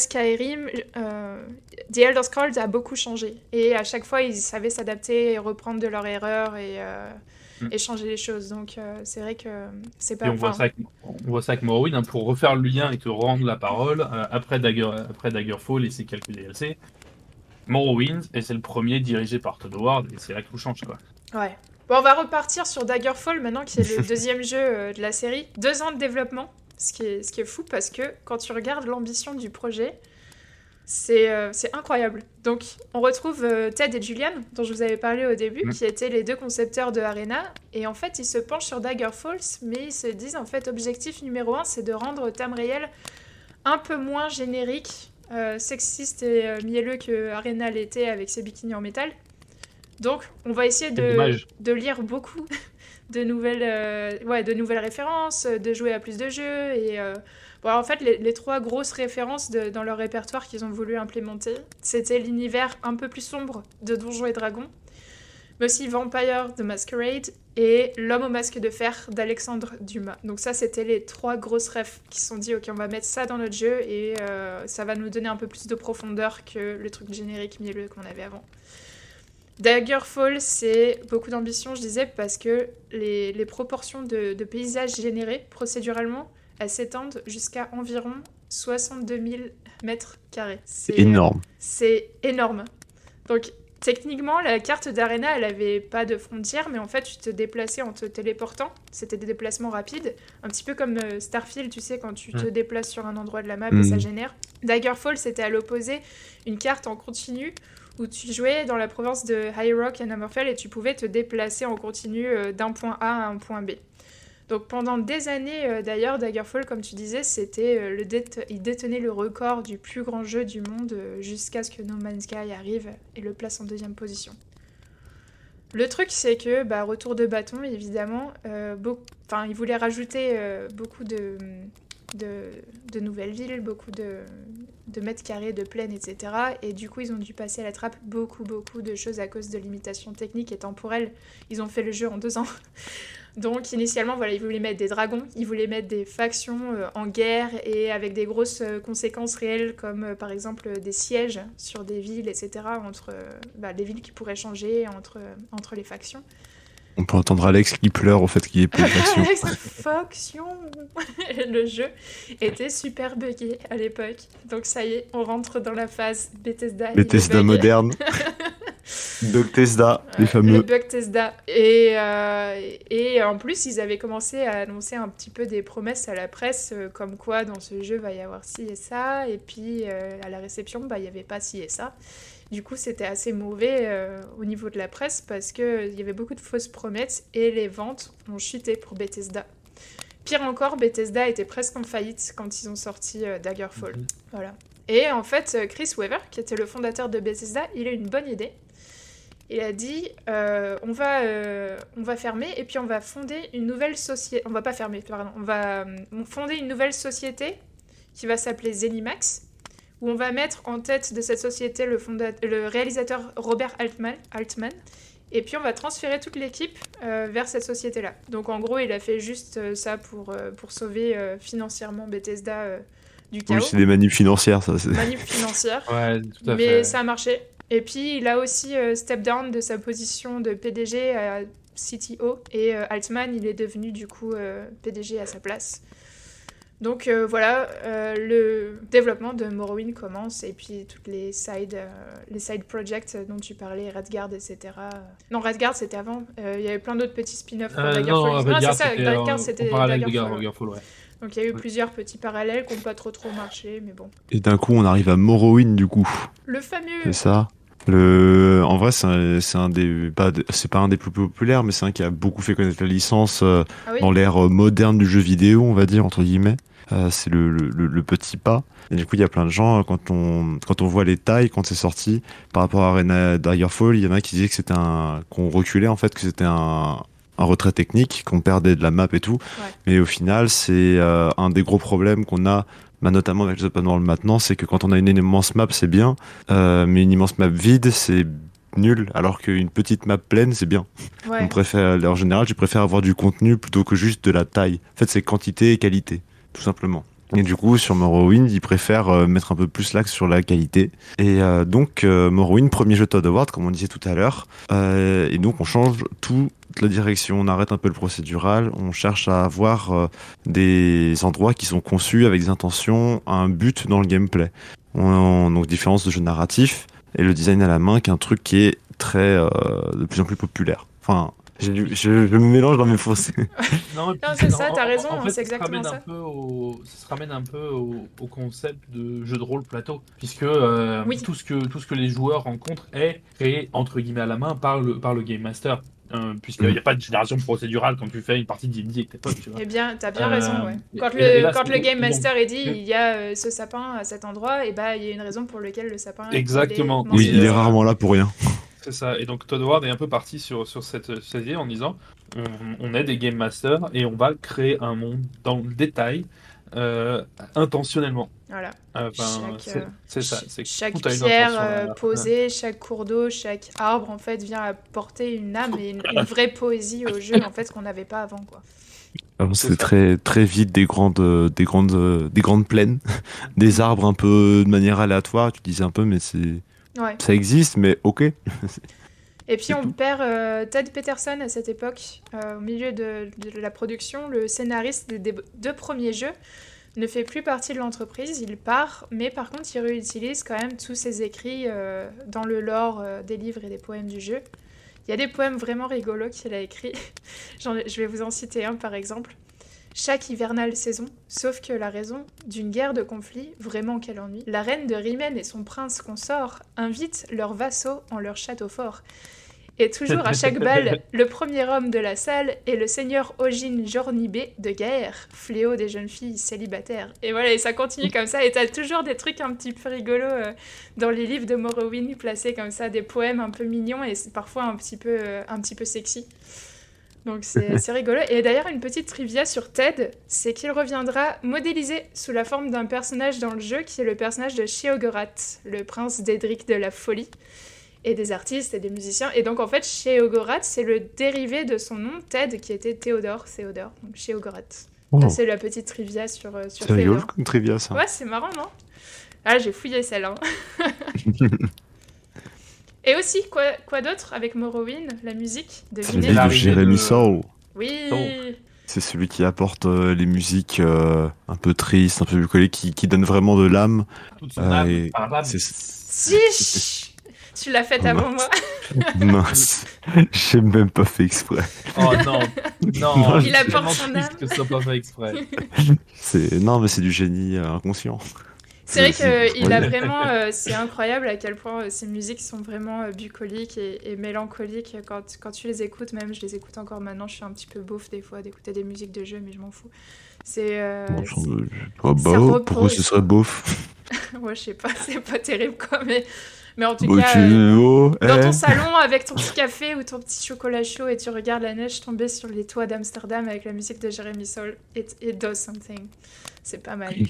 Skyrim, euh, The Elder Scrolls a beaucoup changé. Et à chaque fois, ils savaient s'adapter et reprendre de leurs erreurs et, euh, mm. et changer les choses. Donc euh, c'est vrai que c'est pas... Et on, voit ça avec, on voit ça avec Morrowind, hein, pour refaire le lien et te rendre la parole, euh, après, Dagger, après Daggerfall et ses quelques D L C, Morrowind, et c'est le premier dirigé par Todd Howard, et c'est là que tout change, quoi. Ouais. Bon, on va repartir sur Daggerfall maintenant, qui est le deuxième jeu euh, de la série. Deux ans de développement, ce qui est, ce qui est fou, parce que quand tu regardes l'ambition du projet, c'est, euh, c'est incroyable. Donc, on retrouve euh, Ted et Julian, dont je vous avais parlé au début, mmh. qui étaient les deux concepteurs de Arena, et en fait, ils se penchent sur Daggerfall, mais ils se disent, en fait, objectif numéro un, c'est de rendre Tamriel un peu moins générique, euh, sexiste et euh, mielleux que Arena l'était avec ses bikinis en métal. Donc, on va essayer de, de lire beaucoup de nouvelles, euh, ouais, de nouvelles références, de jouer à plus de jeux. Et, euh, bon, en fait, les, les trois grosses références de, dans leur répertoire qu'ils ont voulu implémenter, c'était l'univers un peu plus sombre de Donjons et Dragons, mais aussi Vampire the Masquerade et L'Homme au masque de fer d'Alexandre Dumas. Donc ça, c'était les trois grosses refs qui se sont dit « Ok, on va mettre ça dans notre jeu et euh, ça va nous donner un peu plus de profondeur que le truc générique mielleux qu'on avait avant ». Daggerfall, c'est beaucoup d'ambition, je disais, parce que les, les proportions de, de paysages générés procéduralement, elles s'étendent jusqu'à environ soixante-deux mille mètres carrés. C'est, c'est énorme. C'est énorme. Donc, techniquement, la carte d'Arena, elle avait pas de frontières, mais en fait, tu te déplaçais en te téléportant. C'était des déplacements rapides, un petit peu comme Starfield, tu sais, quand tu te déplaces sur un endroit de la map mmh. et ça génère. Daggerfall, c'était à l'opposé, une carte en continu, où tu jouais dans la province de High Rock et Hammerfell et tu pouvais te déplacer en continu d'un point A à un point B. Donc pendant des années, euh, d'ailleurs, Daggerfall, comme tu disais, c'était euh, le dé- il détenait le record du plus grand jeu du monde euh, jusqu'à ce que No Man's Sky arrive et le place en deuxième position. Le truc, c'est que, bah, retour de bâton, évidemment, euh, beau- il voulait rajouter euh, beaucoup de... De, de nouvelles villes, beaucoup de, de mètres carrés, de plaines, et cetera. Et du coup, ils ont dû passer à la trappe beaucoup, beaucoup de choses à cause de limitations techniques et temporelles. Ils ont fait le jeu en deux ans. Donc, initialement, voilà, ils voulaient mettre des dragons, ils voulaient mettre des factions euh, en guerre et avec des grosses euh, conséquences réelles, comme euh, par exemple des sièges sur des villes, et cetera. Entre euh, bah, des villes qui pourraient changer entre, euh, entre les factions. On peut entendre Alex qui pleure au fait qu'il y ait plus de faction. Alex, faction. Le jeu était super buggé à l'époque. Donc ça y est, on rentre dans la phase Bethesda. Bethesda moderne. Bugtesda, les fameux. Le Bugtesda. Et, euh, et en plus, ils avaient commencé à annoncer un petit peu des promesses à la presse, euh, comme quoi dans ce jeu, va y avoir ci et ça. Et puis, euh, à la réception, bah, il n'y avait pas ci et ça. Du coup, c'était assez mauvais euh, au niveau de la presse parce qu'il euh, y avait beaucoup de fausses promesses et les ventes ont chuté pour Bethesda. Pire encore, Bethesda était presque en faillite quand ils ont sorti euh, Daggerfall. Mmh. Voilà. Et en fait, Chris Weaver, qui était le fondateur de Bethesda, il a eu une bonne idée. Il a dit euh, on, va, euh, on va fermer et puis on va fonder une nouvelle société. On va pas fermer, pardon. On va euh, fonder une nouvelle société qui va s'appeler Zenimax, où on va mettre en tête de cette société le, fonda- le réalisateur Robert Altman, Altman, et puis on va transférer toute l'équipe euh, vers cette société-là. Donc en gros, il a fait juste euh, ça pour, euh, pour sauver euh, financièrement Bethesda euh, du chaos. Oui, c'est des manips financières, ça. C'est... Manips financières, ouais, tout à mais fait. ça a marché. Et puis il a aussi euh, step down de sa position de P D G à C T O, et euh, Altman, il est devenu du coup euh, P D G à sa place. Donc euh, voilà, euh, le développement de Morrowind commence et puis toutes les side, euh, les side projects dont tu parlais, Redguard, et cetera. Non, Redguard c'était avant. Il euh, y avait plein d'autres petits spin-offs pour euh, Daggerfall. Non, Redguard, non, c'est ça, c'était, Redguard euh, c'était parallèle Daggerfall. de Daggerfall, ouais. Donc il y a eu ouais. plusieurs petits parallèles qui n'ont pas trop trop marché, mais bon. Et d'un coup, on arrive à Morrowind du coup. Le fameux. C'est ça. Le... En vrai, c'est un, c'est un des, pas, c'est pas un des plus populaires, mais c'est un qui a beaucoup fait connaître la licence euh, ah oui. dans l'ère moderne du jeu vidéo, on va dire entre guillemets. Euh, c'est le, le, le petit pas. Et du coup, il y a plein de gens, quand on, quand on voit les tailles, quand c'est sorti, par rapport à Arena Daggerfall, il y en a qui disaient que c'était un, qu'on reculait en fait, que c'était un, un retrait technique, qu'on perdait de la map et tout. Ouais. Mais au final, c'est euh, un des gros problèmes qu'on a, bah, notamment avec les open world maintenant, c'est que quand on a une immense map, c'est bien, euh, mais une immense map vide, c'est nul, alors qu'une petite map pleine, c'est bien. Ouais. On préfère, en général, je préfère avoir du contenu plutôt que juste de la taille. En fait, c'est quantité et qualité. Tout simplement. Et du coup, sur Morrowind, ils préfèrent euh, mettre un peu plus l'axe sur la qualité. Et euh, donc, euh, Morrowind, premier jeu Todd Howard, comme on disait tout à l'heure. Euh, et donc, on change toute la direction. On arrête un peu le procédural. On cherche à avoir euh, des endroits qui sont conçus avec des intentions, un but dans le gameplay. On, on, donc, différence de jeu narratif et le design à la main, qui est un truc qui est très, euh, de plus en plus populaire. Enfin... J'ai dû- je, je me mélange dans mes fossés. Non, et puis, Non, c'est ça, en- t'as en- raison, en hein, fait, c'est ça se exactement ramène ça. un peu au, ça se ramène un peu au, au concept de jeu de rôle plateau, puisque euh, Oui. tout ce que tout ce que les joueurs rencontrent est créé entre guillemets à la main par le par le game master, euh, puisqu'il n'y a pas de génération procédurale quand tu fais une partie de D and D avec tes potes, tu vois. Eh bien, t'as bien Euh, raison, ouais. Quand et- le, et là, quand c'est- le Game ils ont- Master est dit, ils- il y a euh, ce sapin à cet endroit, et bah il y a une raison pour laquelle le sapin Exactement. il est Oui, Et, il est euh, rarement là pour rien. C'est ça. Et donc Todd Howard est un peu parti sur, sur cette, cette idée en disant on, on est des game masters et on va créer un monde dans le détail euh, intentionnellement. Voilà. Euh, Enfin, Chaque, c'est euh, c'est ça. Ch- C'est que chaque tout a une pierre intention euh, derrière. posée, chaque cours d'eau, chaque arbre en fait vient apporter une âme et une, une vraie poésie au jeu en fait qu'on n'avait pas avant quoi. Alors, C'est c'est ça. très très vite des grandes euh, des grandes euh, des grandes plaines, des arbres un peu de manière aléatoire. Tu disais un peu, mais c'est Ouais. ça existe, mais ok. Et puis C'est on tout. perd euh, Ted Peterson à cette époque, euh, au milieu de, de la production, le scénariste des, des deux premiers jeux ne fait plus partie de l'entreprise, il part, mais par contre il réutilise quand même tous ses écrits euh, dans le lore euh, des livres et des poèmes du jeu. Il y a des poèmes vraiment rigolos qu'il a écrits, J'en ai- je vais vous en citer un par exemple. Chaque hivernale saison, sauf que la raison d'une guerre de conflit, vraiment quel ennui, la reine de Rimen et son prince consort invitent leurs vassaux en leur château fort. Et toujours à chaque balle, le premier homme de la salle est le seigneur Ogin Jornibé de guerre, fléau des jeunes filles célibataires. Et voilà, et ça continue comme ça, et t'as toujours des trucs un petit peu rigolos euh, dans les livres de Morrowind placés comme ça, des poèmes un peu mignons et c'est parfois un petit peu, euh, un petit peu sexy. Donc c'est c'est rigolo. Et d'ailleurs, une petite trivia sur Ted, c'est qu'il reviendra modélisé sous la forme d'un personnage dans le jeu qui est le personnage de Sheogorath, le prince d'Edric de la Folie, et des artistes et des musiciens. Et donc en fait, Sheogorath, c'est le dérivé de son nom, Ted, qui était Théodore, Théodore, donc Sheogorath. Oh, Ça, c'est la petite trivia sur, euh, sur c'est rigolo Flavor. comme trivia ça. Ouais, c'est marrant, non? Ah, j'ai fouillé celle-là. hein. Et aussi, quoi, quoi d'autre avec Morrowind, la musique de C'est Vinay. la Vinay. vie de l'arrivée Jérémy de- Soule. Oui, Oh. C'est celui qui apporte euh, les musiques euh, un peu tristes, un peu bucoliques, qui, qui donne vraiment de l'âme. Toute son Euh, âme, et par l'âme. c'est- si chut, tu l'as faite Oh, avant moi. Mince, j'ai même pas fait exprès. Oh non, non, Non, Il c'est apporte tellement son triste âme. que ça soit pas fait exprès. C'est non, mais c'est du génie euh, inconscient. C'est vrai C'est- qu'il a vraiment... euh, c'est incroyable à quel point euh, ces musiques sont vraiment euh, bucoliques et, et mélancoliques. Quand, quand tu les écoutes, même, je les écoute encore maintenant, je suis un petit peu beauf des fois d'écouter des musiques de jeu, mais je m'en fous. C'est... euh, Bon, c'est- je- oh, bah, ça oh, pourquoi repose. ce serait beauf? Ouais, je sais pas, c'est pas terrible quoi, mais, mais en tout Bah, cas... tu- euh, oh, Dans eh. ton salon avec ton petit café ou ton petit chocolat chaud et tu regardes la neige tomber sur les toits d'Amsterdam avec la musique de Jérémy Soule, it, it does something. C'est pas mal.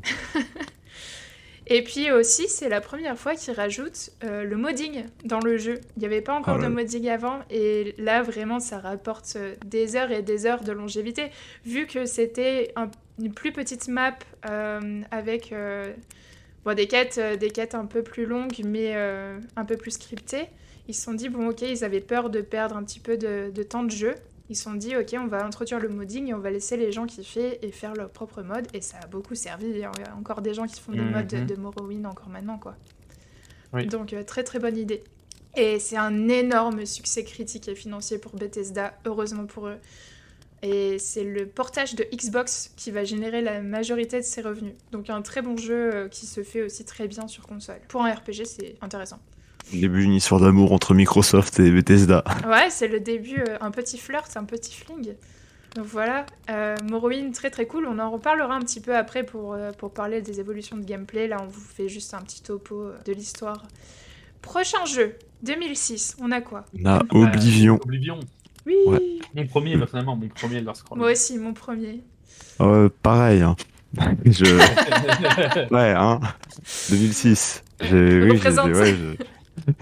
Et puis aussi, c'est la première fois qu'ils rajoutent euh, le modding dans le jeu. Il n'y avait pas encore Oh là de là. modding avant et là vraiment ça rapporte euh, des heures et des heures de longévité. Vu que c'était un- une plus petite map euh, avec euh, bon, des, quêtes, euh, des quêtes un peu plus longues mais euh, un peu plus scriptées, ils se sont dit bon ok, ils avaient peur de perdre un petit peu de, de temps de jeu. Ils se sont dit ok, on va introduire le modding et on va laisser les gens kiffer et faire leur propre mode et ça a beaucoup servi. Il y a encore des gens qui font des Mhm. modes de, de Morrowind encore maintenant quoi. Oui. Donc euh, très très bonne idée. Et c'est un énorme succès critique et financier pour Bethesda, heureusement pour eux. Et c'est le portage de Xbox qui va générer la majorité de ses revenus. Donc un très bon jeu euh, qui se fait aussi très bien sur console. Pour un R P G, c'est intéressant. Le début d'une histoire d'amour entre Microsoft et Bethesda. Ouais, c'est le début, euh, un petit flirt, un petit fling. Donc voilà, euh, Morrowind, très très cool. On en reparlera un petit peu après pour, euh, pour parler des évolutions de gameplay. Là, on vous fait juste un petit topo euh, de l'histoire. Prochain jeu, deux mille six, on a quoi? On a Oblivion. Oblivion. Oui, Ouais. Mon premier, personnellement, mon premier Elder Scrolls. moi aussi, mon premier. Euh, pareil, hein. Je... Ouais, hein. deux mille six. J'ai... Oui, j'ai... Représente. Ouais, je...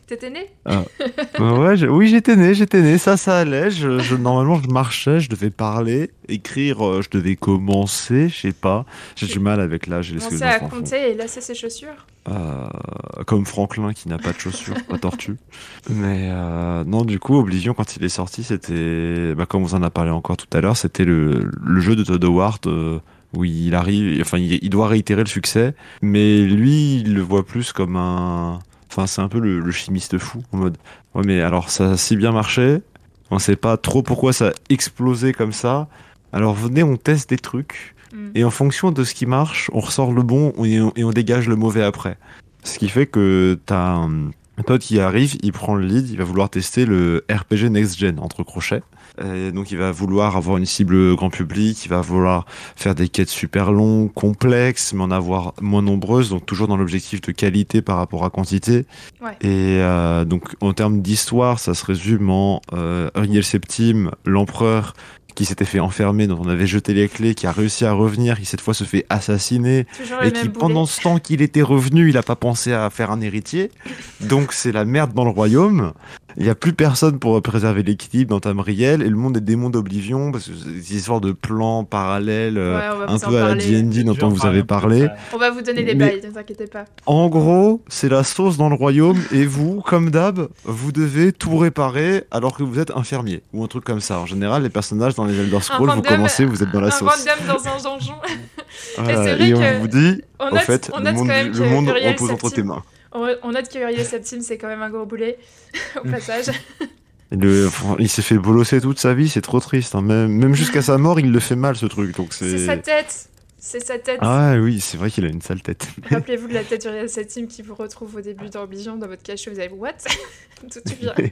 T'étais né? Ah. Euh, ouais, je- oui, j'étais né, j'étais né, ça, ça allait. Je, je- normalement, je marchais, je devais parler, écrire, euh, je devais commencer, je sais pas. J'ai du mal avec l'âge et les ce que Commencer les à enfants font. compter et lasser ses chaussures. Euh, comme Franklin qui n'a pas de chaussures, pas tortue. Mais euh, non, du coup, Oblivion, quand il est sorti, c'était, bah, comme on en a parlé encore tout à l'heure, c'était le, le jeu de Todd Howard euh, où il arrive, enfin, il, il doit réitérer le succès, mais lui, il le voit plus comme un, enfin, c'est un peu le, le chimiste fou en mode, ouais, mais alors ça a si bien marché, on sait pas trop pourquoi ça a explosé comme ça. Alors venez, on teste des trucs. Mm. Et en fonction de ce qui marche, on ressort le bon et on, et on dégage le mauvais après. Ce qui fait que t'as un, un pote qui arrive, il prend le lead, il va vouloir tester le R P G Next Gen, entre crochets. Et donc il va vouloir avoir une cible grand public, il va vouloir faire des quêtes super longues, complexes, mais en avoir moins nombreuses, donc toujours dans l'objectif de qualité par rapport à quantité. Ouais. Et euh, donc en termes d'histoire, ça se résume en euh, Uriel Septime, l'empereur, qui s'était fait enfermer, dont on avait jeté les clés, qui a réussi à revenir, qui cette fois se fait assassiner, Toujours et les qui mêmes pendant boulets. ce temps qu'il était revenu, il a pas pensé à faire un héritier. Donc c'est la merde dans le royaume. Il y a plus personne pour préserver l'équilibre dans Tamriel, et le monde est des mondes d'Oblivion, parce que c'est des histoires de plans parallèles, euh, Ouais, on va un vous en peu à la parler. D and D dont Je vais on en vous parler avez un peu parlé. après. On va vous donner les Mais- bails, ne vous inquiétez pas. En gros, c'est la sauce dans le royaume, et vous, comme d'hab, vous devez tout réparer alors que vous êtes infirmier, ou un truc comme ça. En général, les personnages dans les Elder Scrolls, vous random- commencez, vous êtes dans la Un sauce. random dans un donjon. Voilà, c'est vrai et que on vous dit, on au note- fait, on le note monde, quand même le que monde Uriel repose entre tes Septime- mains. On, on note que Uriel Septime, c'est quand même un gros boulet, au passage. Et le- il s'est fait bolosser toute sa vie, c'est trop triste. hein. Même, même jusqu'à sa mort, il le fait mal ce truc. Donc c'est. C'est sa tête. C'est sa tête. Ah oui, c'est vrai qu'il a une sale tête. Rappelez-vous de la tête d'Uriel Septime qui vous retrouve au début d'Ambition dans votre cachot. Vous avez what? Tout de suite.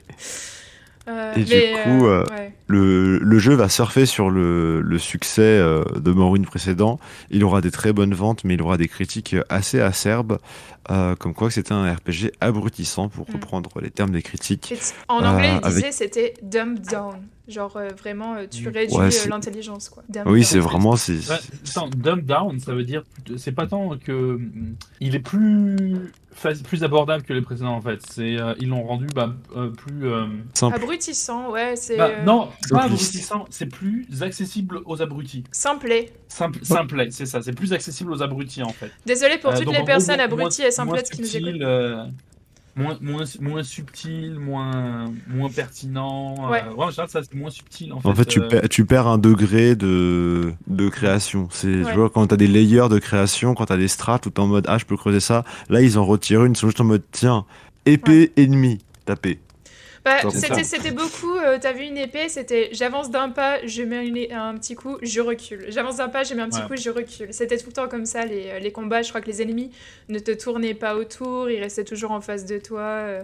Euh, Et du mais, coup, euh, euh, ouais. Le, le jeu va surfer sur le, le succès euh, de Morrowind précédent. Il aura des très bonnes ventes, mais il aura des critiques assez acerbes, euh, comme quoi que c'était un R P G abrutissant, pour Mm. reprendre les termes des critiques. Et en anglais, Euh, il disait c'était dumb down. Genre euh, vraiment, euh, tu Ouais, réduis euh, c'est- l'intelligence, quoi. Dumb Oui, down. c'est vraiment. c'est Ouais, attends, dumb down, ça veut dire, c'est pas tant que mm, il est plus fa- plus abordable que les précédents en fait. C'est euh, ils l'ont rendu bah, euh, plus euh, simple. Abrutissant, ouais, c'est bah, euh, non, c'est pas Simpliste. abrutissant, c'est plus accessible aux abrutis. simplet. Simple, simplet, c'est ça, c'est plus accessible aux abrutis en fait. Désolé pour Euh, toutes donc, les en gros, personnes moins- abruties moins- et simplettes moins qui nous subtil, écoutent. euh, moins, moins, moins subtil, moins, moins pertinent. Ouais. Euh, ouais, en général, ça c'est moins subtil en fait. En fait, tu, euh, perds, tu perds un degré de, de création. C'est, Ouais. tu vois, quand t'as des layers de création, quand t'as des strats, tout en mode, ah, je peux creuser ça. Là, ils en retirent une, ils sont juste en mode, tiens, épée, ennemi, tapé. Bah, Comme c'était, ça. c'était beaucoup, euh, t'as vu une épée, c'était j'avance d'un pas, je mets une- un petit coup, je recule. J'avance d'un pas, je mets un petit Ouais. coup, je recule. C'était tout le temps comme ça, les, les combats. Je crois que les ennemis ne te tournaient pas autour, ils restaient toujours en face de toi. euh.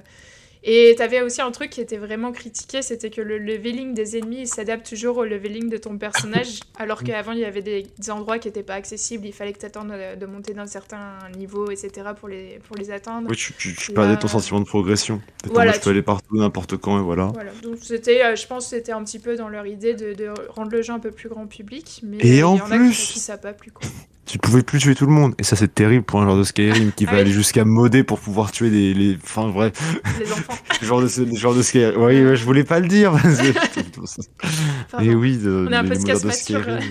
Et t'avais aussi un truc qui était vraiment critiqué, c'était que le leveling des ennemis il s'adapte toujours au leveling de ton personnage, alors qu'avant il y avait des, des endroits qui n'étaient pas accessibles, il fallait que t'attendes de, de monter d'un certain niveau, et cetera pour les, pour les atteindre. Oui, tu, tu, tu Là- perdais ton sentiment de progression. T'étais en Voilà, mode, je tu- peux aller partout, n'importe quand, et voilà. Voilà, donc c'était, euh, je pense que c'était un petit peu dans leur idée de, de rendre le jeu un peu plus grand public, mais Et euh, en il y en a plus- qui, qui ça pas plus quoi. Tu pouvais plus tuer tout le monde. Et ça, c'est terrible pour un joueur de Skyrim qui Ah va oui. aller jusqu'à modder pour pouvoir tuer les, les... Enfin, bref, Les enfants. les joueurs de, les joueurs de Skyrim. Oui, ouais, je voulais pas le dire. parce que- Pardon. Et oui, de, On est un les peu modeurs de casse-mature. Skyrim.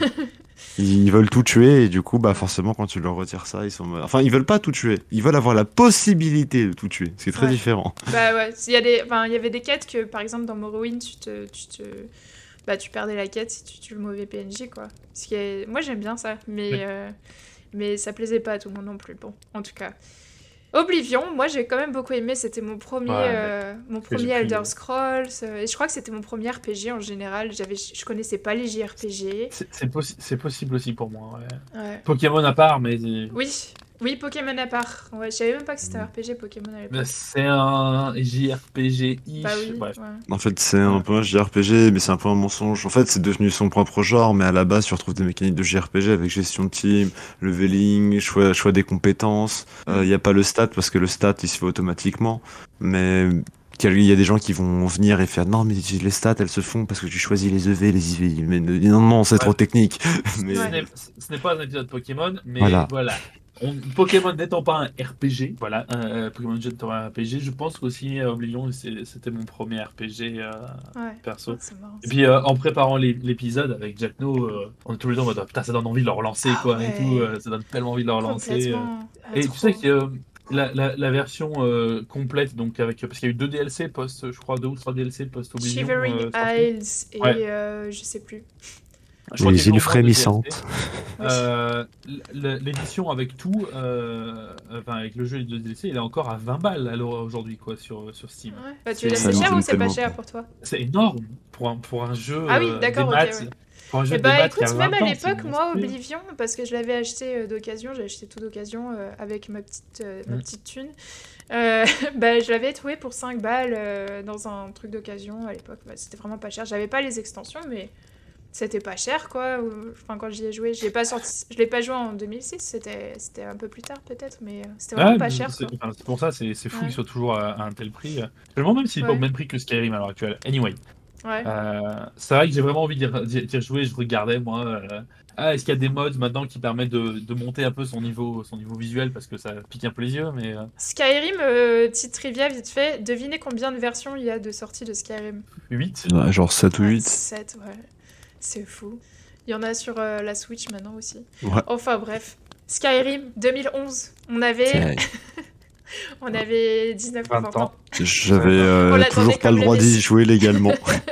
Ils veulent tout tuer et du coup, bah forcément, quand tu leur retires ça, ils sont. Enfin, ils veulent pas tout tuer. Ils veulent avoir la possibilité de tout tuer. C'est très Ouais. différent. Bah ouais, il y a des, enfin, il y avait des quêtes que, par exemple, dans Morrowind, tu te, tu te, bah, tu perdais la quête si tu tues le mauvais P N J, quoi. Ce qui est... Moi, j'aime bien ça, mais, Oui. euh, mais ça plaisait pas à tout le monde non plus. Bon, en tout cas. Oblivion, moi j'ai quand même beaucoup aimé, c'était mon premier, Ouais, euh, mon que j'ai premier pris, Elder ouais. Scrolls, euh, et je crois que c'était mon premier R P G en général, j'avais, je connaissais pas les J R P G. C'est c'est possi- c'est possible aussi pour moi. Ouais. Ouais. Pokémon à part, mais Oui, oui, Pokémon à part. Ouais, je savais même pas que c'était un R P G Pokémon à l'époque. mais c'est un J R P G-ish. Bah oui, Bref. ouais. En fait, c'est un peu un J R P G, mais c'est un peu un mensonge. En fait, c'est devenu son propre genre, mais à la base, tu retrouves des mécaniques de J R P G avec gestion de team, leveling, choix, choix des compétences. Il n'y a pas le stat parce que le stat, il se fait automatiquement. Mais qu'il y a des gens qui vont venir et faire non mais les stats elles se font parce que tu choisis les E V, les I V, mais non non c'est ouais. trop technique. Mais... Ce n'est, ce n'est pas un épisode Pokémon, mais voilà. voilà. On, Pokémon n'étant pas un R P G, voilà, euh, Pokémon Legends n'étant pas un R P G, je pense qu'aussi euh, Oblivion c'est, c'était mon premier R P G euh, ouais, perso. C'est marrant, et puis euh, en préparant les, l'épisode avec Jack No, euh, on est tous les deux en mode putain ça donne envie de le relancer ah, quoi ouais. et tout, euh, ça donne tellement envie de le relancer. Euh. Ah, et trop. tu sais que euh, la, la, la version euh, complète, donc avec parce qu'il y a eu deux D L C post, je crois deux ou trois D L C post Oblivion. Shivering euh, Isles et ouais. euh, je sais plus. Les îles frémissantes. Euh, l'édition avec tout, euh, enfin avec le jeu et le D L C, il est encore à vingt balles alors aujourd'hui quoi sur sur Steam. Ouais. Bah, tu l'as cher ou c'est pas cher pour toi? C'est énorme pour un pour un jeu. Ah oui, d'accord, des ok. maths, Ouais. Pour un jeu Et des bah maths écoute, même à ans, l'époque, moi, Oblivion, parce que je l'avais acheté euh, d'occasion, j'ai acheté tout d'occasion euh, avec ma petite, euh, ma petite thune. Euh, bah, je l'avais trouvé pour cinq balles euh, dans un truc d'occasion à l'époque. Bah, c'était vraiment pas cher. J'avais pas les extensions, mais c'était pas cher quoi. Enfin, quand j'y ai joué, je l'ai pas sorti, je l'ai pas joué en deux mille six, c'était, c'était un peu plus tard peut-être, mais c'était vraiment ouais, pas cher. C'est, quoi. c'est pour ça, c'est, c'est fou ouais. qu'il soit toujours à, à un tel prix. Je me demande même s'il est ouais. pas au même prix que Skyrim à l'heure actuelle. Anyway. Ouais. Euh, c'est vrai que j'ai vraiment envie d'y, d'y jouer. Je regardais moi. Euh, ah, est-ce qu'il y a des mods maintenant qui permettent de, de monter un peu son niveau, son niveau visuel parce que ça pique un peu les yeux, mais. Euh... Skyrim, euh, petite trivia vite fait. Devinez combien de versions il y a de sortie de Skyrim? huit ouais, genre sept ou huit. sept, ouais. C'est fou. Il y en a sur euh, la Switch maintenant aussi. Ouais. Enfin bref. Skyrim deux mille onze. On avait. On avait dix-neuf ou vingt ans. J'avais euh, toujours pas le droit d'y jouer légalement.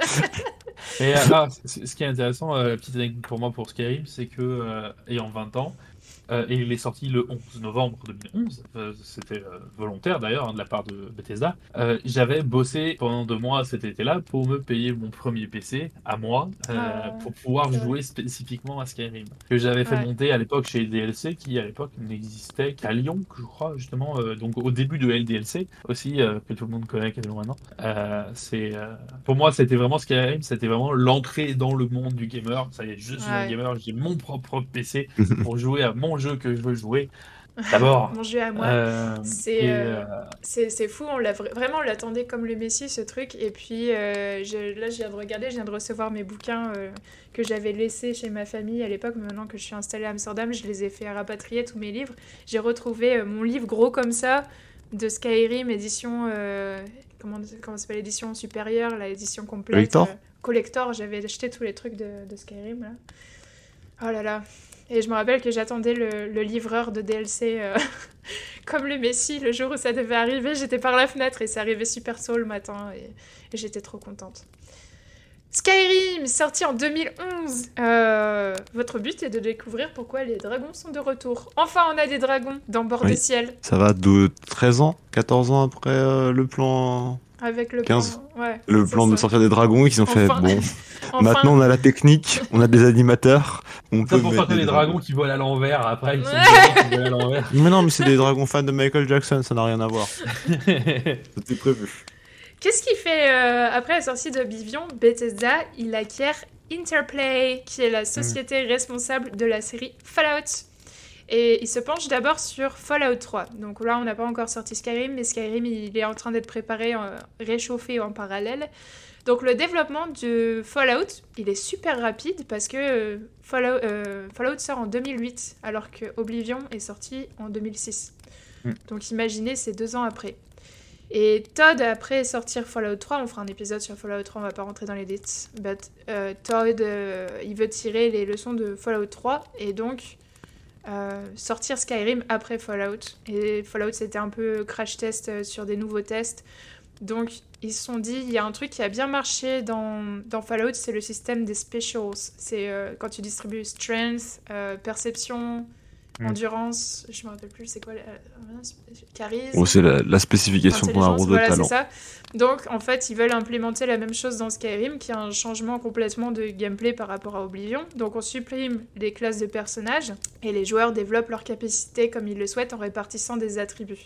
Et ah, ce qui est intéressant, euh, la petite anecdote pour moi pour Skyrim, c'est que euh, ayant vingt ans, euh, et il est sorti le onze novembre deux mille onze, euh, c'était euh, volontaire d'ailleurs hein, de la part de Bethesda, euh, j'avais bossé pendant deux mois cet été-là pour me payer mon premier P C à moi, euh, ah, pour pouvoir ouais. jouer spécifiquement à Skyrim. Que j'avais fait ouais. monter à l'époque chez D L C, qui à l'époque n'existait qu'à Lyon, je crois, justement, euh, donc au début de L D L C aussi, euh, que tout le monde connaît quasiment maintenant. Euh, c'est, euh, pour moi, c'était vraiment Skyrim, c'était vraiment l'entrée dans le monde du gamer. Ça y est, je suis ouais. un gamer, j'ai mon propre P C pour jouer à mon jeu que je veux jouer. D'abord. Mon jeu à moi. Euh, c'est, euh, c'est, c'est fou, on l'a vra- vraiment on l'attendait comme le Messie ce truc. Et puis euh, je, là, je viens de regarder, je viens de recevoir mes bouquins euh, que j'avais laissés chez ma famille à l'époque. Maintenant que je suis installée à Amsterdam, je les ai fait rapatrier tous mes livres. J'ai retrouvé euh, mon livre gros comme ça de Skyrim, édition. Euh, comment, comment ça s'appelle, édition supérieure, la édition complète. Collector. Euh, collector, j'avais acheté tous les trucs de, de Skyrim là. Oh là là. Et je me rappelle que j'attendais le, le livreur de D L C euh, comme le Messie le jour où ça devait arriver. J'étais par la fenêtre et ça arrivait super tôt le matin et, et j'étais trop contente. Skyrim, sorti en deux mille onze. Euh, votre but est de découvrir pourquoi les dragons sont de retour. Enfin, on a des dragons dans Bord oui. de Ciel. Ça va de treize ans, quatorze ans après euh, le plan... Avec le quinze. plan, ouais, le plan de sortir des dragons, ils ont enfin. fait bon. Enfin. Maintenant on a la technique, on a des animateurs. On ça peut pour sortir les dragons qui volent à l'envers. Après ils sont ouais. qui volent à l'envers. Mais non, mais c'est des dragons fans de Michael Jackson, ça n'a rien à voir. C'était prévu. Qu'est-ce qui fait euh, après la sortie d'Oblivion, Bethesda, il acquiert Interplay, qui est la société mmh. responsable de la série Fallout. Et il se penche d'abord sur Fallout trois. Donc là, on n'a pas encore sorti Skyrim, mais Skyrim, il est en train d'être préparé, euh, réchauffé en parallèle. Donc le développement de Fallout, il est super rapide parce que euh, Fallout, euh, Fallout sort en deux mille huit, alors que Oblivion est sorti en deux mille six. Mm. Donc imaginez, c'est deux ans après. Et Todd, après sortir Fallout trois, on fera un épisode sur Fallout trois, on va pas rentrer dans les dates, but euh, Todd, euh, il veut tirer les leçons de Fallout trois, et donc... Euh, sortir Skyrim après Fallout. Et Fallout, c'était un peu crash test sur des nouveaux tests. Donc, ils se sont dit, il y a un truc qui a bien marché dans, dans Fallout, c'est le système des specials. C'est euh, quand tu distribues strength, euh, perception, mmh. endurance, je me rappelle plus, c'est quoi, euh, charisme. Oh, c'est la, la spécification pour un rôle de voilà, talent. C'est ça. Donc, en fait, ils veulent implémenter la même chose dans Skyrim, qui a un changement complètement de gameplay par rapport à Oblivion. Donc, on supprime les classes de personnages, et les joueurs développent leurs capacités comme ils le souhaitent en répartissant des attributs.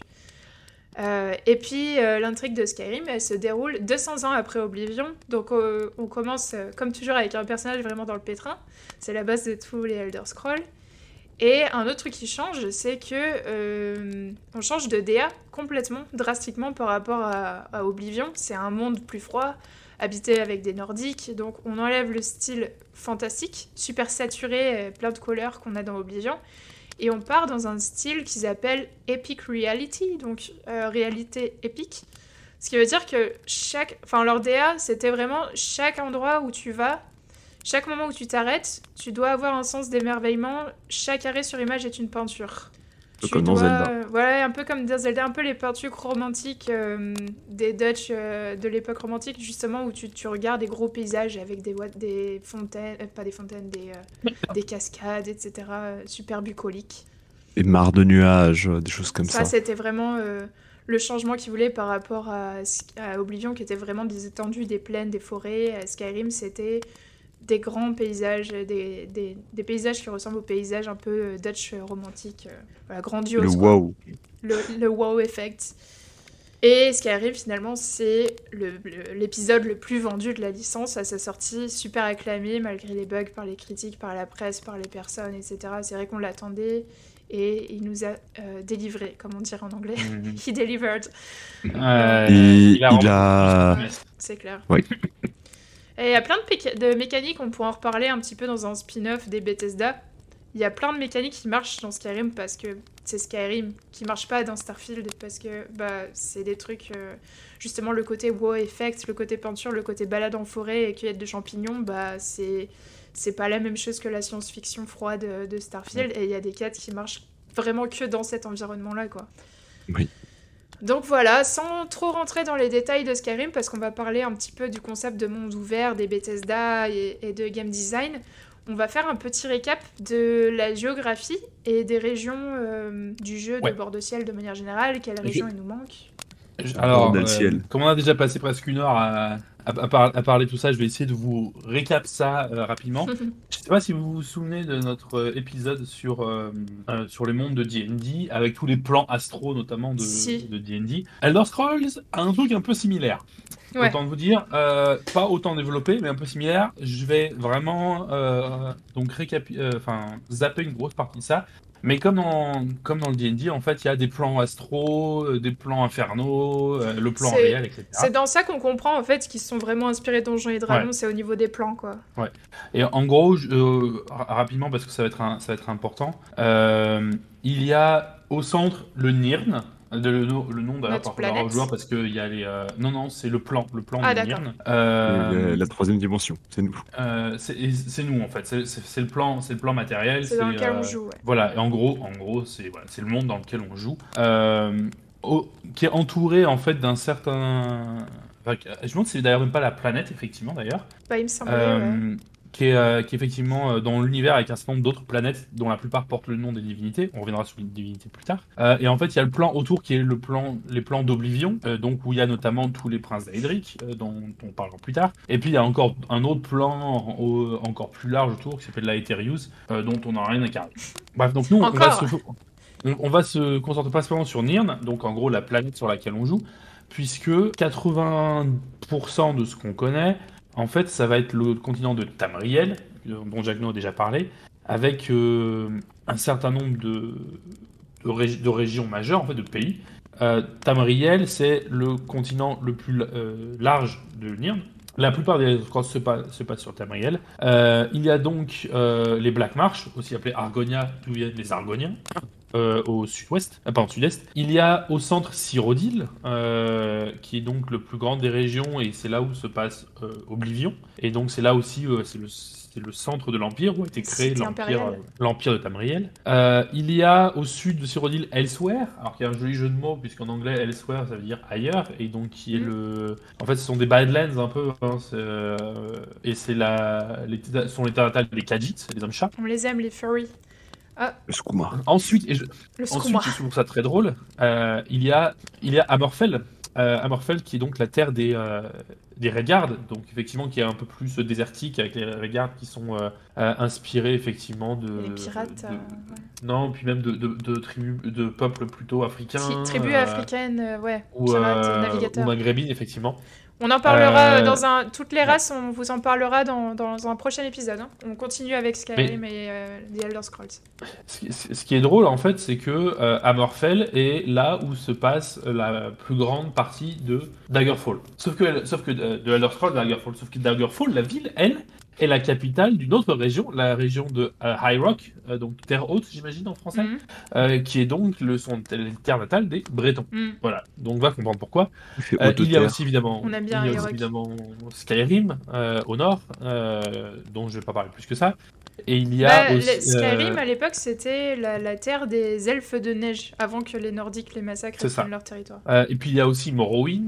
Euh, et puis, euh, l'intrigue de Skyrim, elle se déroule deux cents ans après Oblivion. Donc, euh, on commence, euh, comme toujours, avec un personnage vraiment dans le pétrin. C'est la base de tous les Elder Scrolls. Et un autre truc qui change, c'est que euh, on change de D A complètement, drastiquement par rapport à, à Oblivion. C'est un monde plus froid, habité avec des Nordiques, donc on enlève le style fantastique, super saturé, plein de couleurs qu'on a dans Oblivion, et on part dans un style qu'ils appellent Epic Reality, donc euh, réalité épique. Ce qui veut dire que chaque... Enfin, leur D A, c'était vraiment chaque endroit où tu vas, chaque moment où tu t'arrêtes, tu dois avoir un sens d'émerveillement. Chaque arrêt sur image est une peinture. Un peu Tu comme dans dois... Zelda. euh, Voilà, un peu comme dans Zelda, un peu les peintures romantiques euh, des Dutch euh, de l'époque romantique, justement, où tu, tu regardes des gros paysages avec des, wa- des fontaines, euh, pas des fontaines, des, euh, des cascades, et cetera, euh, super bucoliques. Et mares de nuages, euh, des choses comme Ça, ça. c'était vraiment euh, le changement qu'ils voulaient par rapport à, Sk- à Oblivion, qui était vraiment des étendues, des plaines, des forêts. À Skyrim, c'était des grands paysages, des, des, des paysages qui ressemblent aux paysages un peu euh, Dutch euh, romantiques, euh, voilà, grandioses. Le quoi. wow. Le, le wow effect. Et Skyrim, finalement, c'est le- le- l'épisode le plus vendu de la licence à sa sortie, super acclamé, malgré les bugs par les critiques, par la presse, par les personnes, et cetera. C'est vrai qu'on l'attendait, et il nous a euh, délivré, comme on dirait en anglais. Mhm. He delivered, Euh, Et a il a- remporté c'est clair. Oui. Et il y a plein de, péca- de mécaniques, on pourra en reparler un petit peu dans un spin-off des Bethesda. Il y a plein de mécaniques qui marchent dans Skyrim parce que c'est Skyrim, qui marchent pas dans Starfield parce que bah, c'est des trucs, euh, justement le côté wow effect, le côté peinture, le côté balade en forêt et cueillette de champignons, bah c'est, c'est pas la même chose que la science-fiction froide de, de Starfield, et il y a des quêtes qui marchent vraiment que dans cet environnement-là, quoi. Oui. Donc voilà, sans trop rentrer dans les détails de Skyrim, parce qu'on va parler un petit peu du concept de monde ouvert, des Bethesda et, et de game design, on va faire un petit récap de la géographie et des régions euh, du jeu Ouais. de bord de ciel de manière générale. Quelles régions il nous manque? Je- Alors, Bordel euh, ciel. comme on a déjà passé presque une heure à, à, à par- à parler de tout ça, je vais essayer de vous récap ça euh, rapidement. Je sais pas si vous vous souvenez de notre euh, épisode sur, euh, euh, sur les mondes de D and D, avec tous les plans astro notamment de, Si. de D and D. Elder Scrolls a un truc un peu similaire. Ouais. Autant vous dire, euh, pas autant développé, mais un peu similaire. Je vais vraiment euh, donc récapi- euh, enfin, zapper une grosse partie de ça. Mais comme dans, comme dans le D and D, en fait, il y a des plans astro, euh, des plans infernaux, euh, le plan C'est- réel, et cetera. C'est dans ça qu'on comprend en fait qu'ils se sont vraiment inspirés de Donjons et Dragons, Ouais. c'est au niveau des plans, quoi. Et en gros, je- euh, ra- rapidement, parce que ça va être, un- ça va être important, euh, il y a au centre le Nirn, de- le, nom- le nom d'ailleurs Notre par rapport planète. aux joueurs, parce qu'il y a les... euh, non, non, c'est le plan, le plan Ah, du d'accord. Nirn. Et Euh, la, la troisième dimension, c'est nous. euh, c'est et c'est nous, en fait. C'est c'est- c'est le plan, c'est le plan matériel. C'est dans lequel euh, on joue, ouais. Voilà, et en gros, en gros, c'est voilà, c'est le monde dans lequel on joue, euh, au- qui est entouré en fait d'un certain. Enfin, je me demande si c'est d'ailleurs même pas la planète, effectivement d'ailleurs, Bah, il me semblait, ouais. euh, qui, est, euh, qui est effectivement euh, dans l'univers avec un certain nombre d'autres planètes dont la plupart portent le nom des divinités. On reviendra sur les divinités plus tard. Euh, et en fait, il y a le plan autour qui est le plan, les plans d'Oblivion, euh, donc où il y a notamment tous les princes d'Aedric, euh, dont on parlera plus tard. Et puis il y a encore un autre plan en- au- encore plus large autour qui s'appelle l'Aetherius, euh, dont on n'a rien à carrer. Bref, donc nous, on va, Encore se, on, on va se concentrer principalement sur Nirn, donc en gros la planète sur laquelle on joue, puisque quatre-vingts pour cent de ce qu'on connaît, en fait, ça va être le continent de Tamriel, euh, dont Jacques a déjà parlé, avec euh, un certain nombre de, de, régi- de régions majeures, en fait, de pays. Euh, Tamriel, c'est le continent le plus euh, large de Nirn. La plupart des cross se, pa- se passent sur Tamriel. Euh, il y a donc euh, les Black Marsh, aussi appelés Argonia, d'où viennent les Argoniens. Euh, au sud-ouest, ah, pardon, sud-est. Il y a au centre Cyrodiil, euh, qui est donc le plus grand des régions, et c'est là où se passe euh, Oblivion. Et donc c'est là aussi, euh, c'est le, c'est le centre de l'Empire, où a été créé Cité l'Empire, impériale. euh, l'Empire de Tamriel. Euh, il y a au sud de Cyrodiil Elsewhere, alors qu'il y a un joli jeu de mots, puisqu'en anglais Elsewhere ça veut dire ailleurs, et donc qui est Mm. le... En fait ce sont des Badlands un peu, hein, c'est, euh, et c'est la... les... ce sont les terres natales des Khajiits, les hommes chats. On les aime, les furries. Le skouma. Ensuite, et je, Le Ensuite, skouma. je trouve ça très drôle. euh, il y a, il y a Hammerfell, euh, Hammerfell qui est donc la terre des euh, des Redguard, donc effectivement qui est un peu plus désertique avec les Redguard qui sont euh, euh, inspirés effectivement de Les pirates. de- euh, ouais. non, puis même de, de, de tribus, de peuples plutôt africains, Tri- Tribus euh, africaines, euh, ouais. ou, Pirates, euh, ou navigateurs. maghrébines effectivement. On en parlera Euh, dans un... Toutes les ouais. races, on vous en parlera dans, dans un prochain épisode. Hein. On continue avec Skyrim et euh, The Elder Scrolls. Ce qui, ce qui est drôle en fait, c'est que euh, Hammerfell est là où se passe la plus grande partie de Daggerfall. Sauf que, sauf que euh, de Elder Scrolls, Daggerfall. Sauf que Daggerfall, la ville, elle, est la capitale d'une autre région, la région de euh, High Rock, euh, donc Terre Haute, j'imagine en français, Mhm. euh, qui est donc le son terre natale des Bretons. Mhm. Voilà, donc on va comprendre pourquoi. Il fait Euh, haute il y a terre. aussi évidemment, On aime bien il y a High aussi Rock. évidemment Skyrim euh, au nord, euh, dont je vais pas parler plus que ça. Et il y a Bah, aussi le- Skyrim, euh, à l'époque, c'était la, la terre des elfes de neige, avant que les Nordiques les massacrent et C'est ça. prennent leur territoire. euh, et puis il y a aussi Morrowind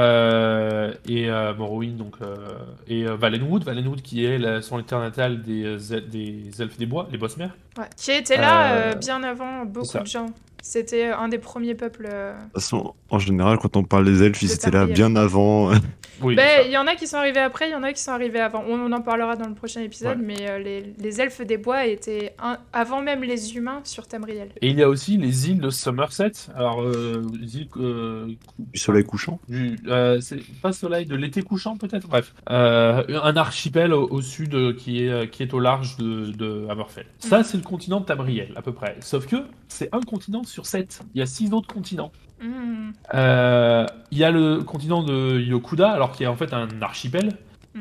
euh, et euh, Morrowind donc euh, et euh, Valenwood, Valenwood qui est la, son terre natale des, euh, el- des elfes des bois, les Bosmer. Ouais. Qui était là Euh, euh, bien avant beaucoup ça. de gens. C'était un des premiers peuples. euh, De toute façon, en général, quand on parle des elfes, ils De étaient là Tamriel. bien avant. Oui, Ben, ça. il y en a qui sont arrivés après, il y en a qui sont arrivés avant. On, on en parlera dans le prochain épisode, Ouais. mais euh, les, les elfes des bois étaient un- avant même les humains sur Tamriel. Et il y a aussi les îles de Somerset. Alors euh, les îles euh, Du soleil couchant. du euh, c'est pas soleil de l'été couchant peut-être. Bref, euh, un archipel au, au sud euh, qui est euh, qui est au large de, de Hammerfell. Ça c'est le continent de Tamriel à peu près. Sauf que c'est un continent sur sept. Il y a six autres continents. Hmm. Euh, Il y a le continent de Yokuda, alors qui est en fait un archipel, Mm.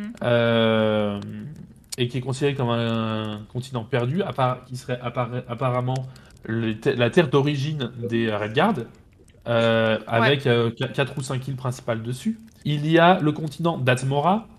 euh, et qui est considéré comme un continent perdu, à part- qui serait appara- apparemment le te- la terre d'origine des Redguard, euh, avec euh, qu- quatre ou cinq îles principales dessus. Il y a le continent d'Atmora,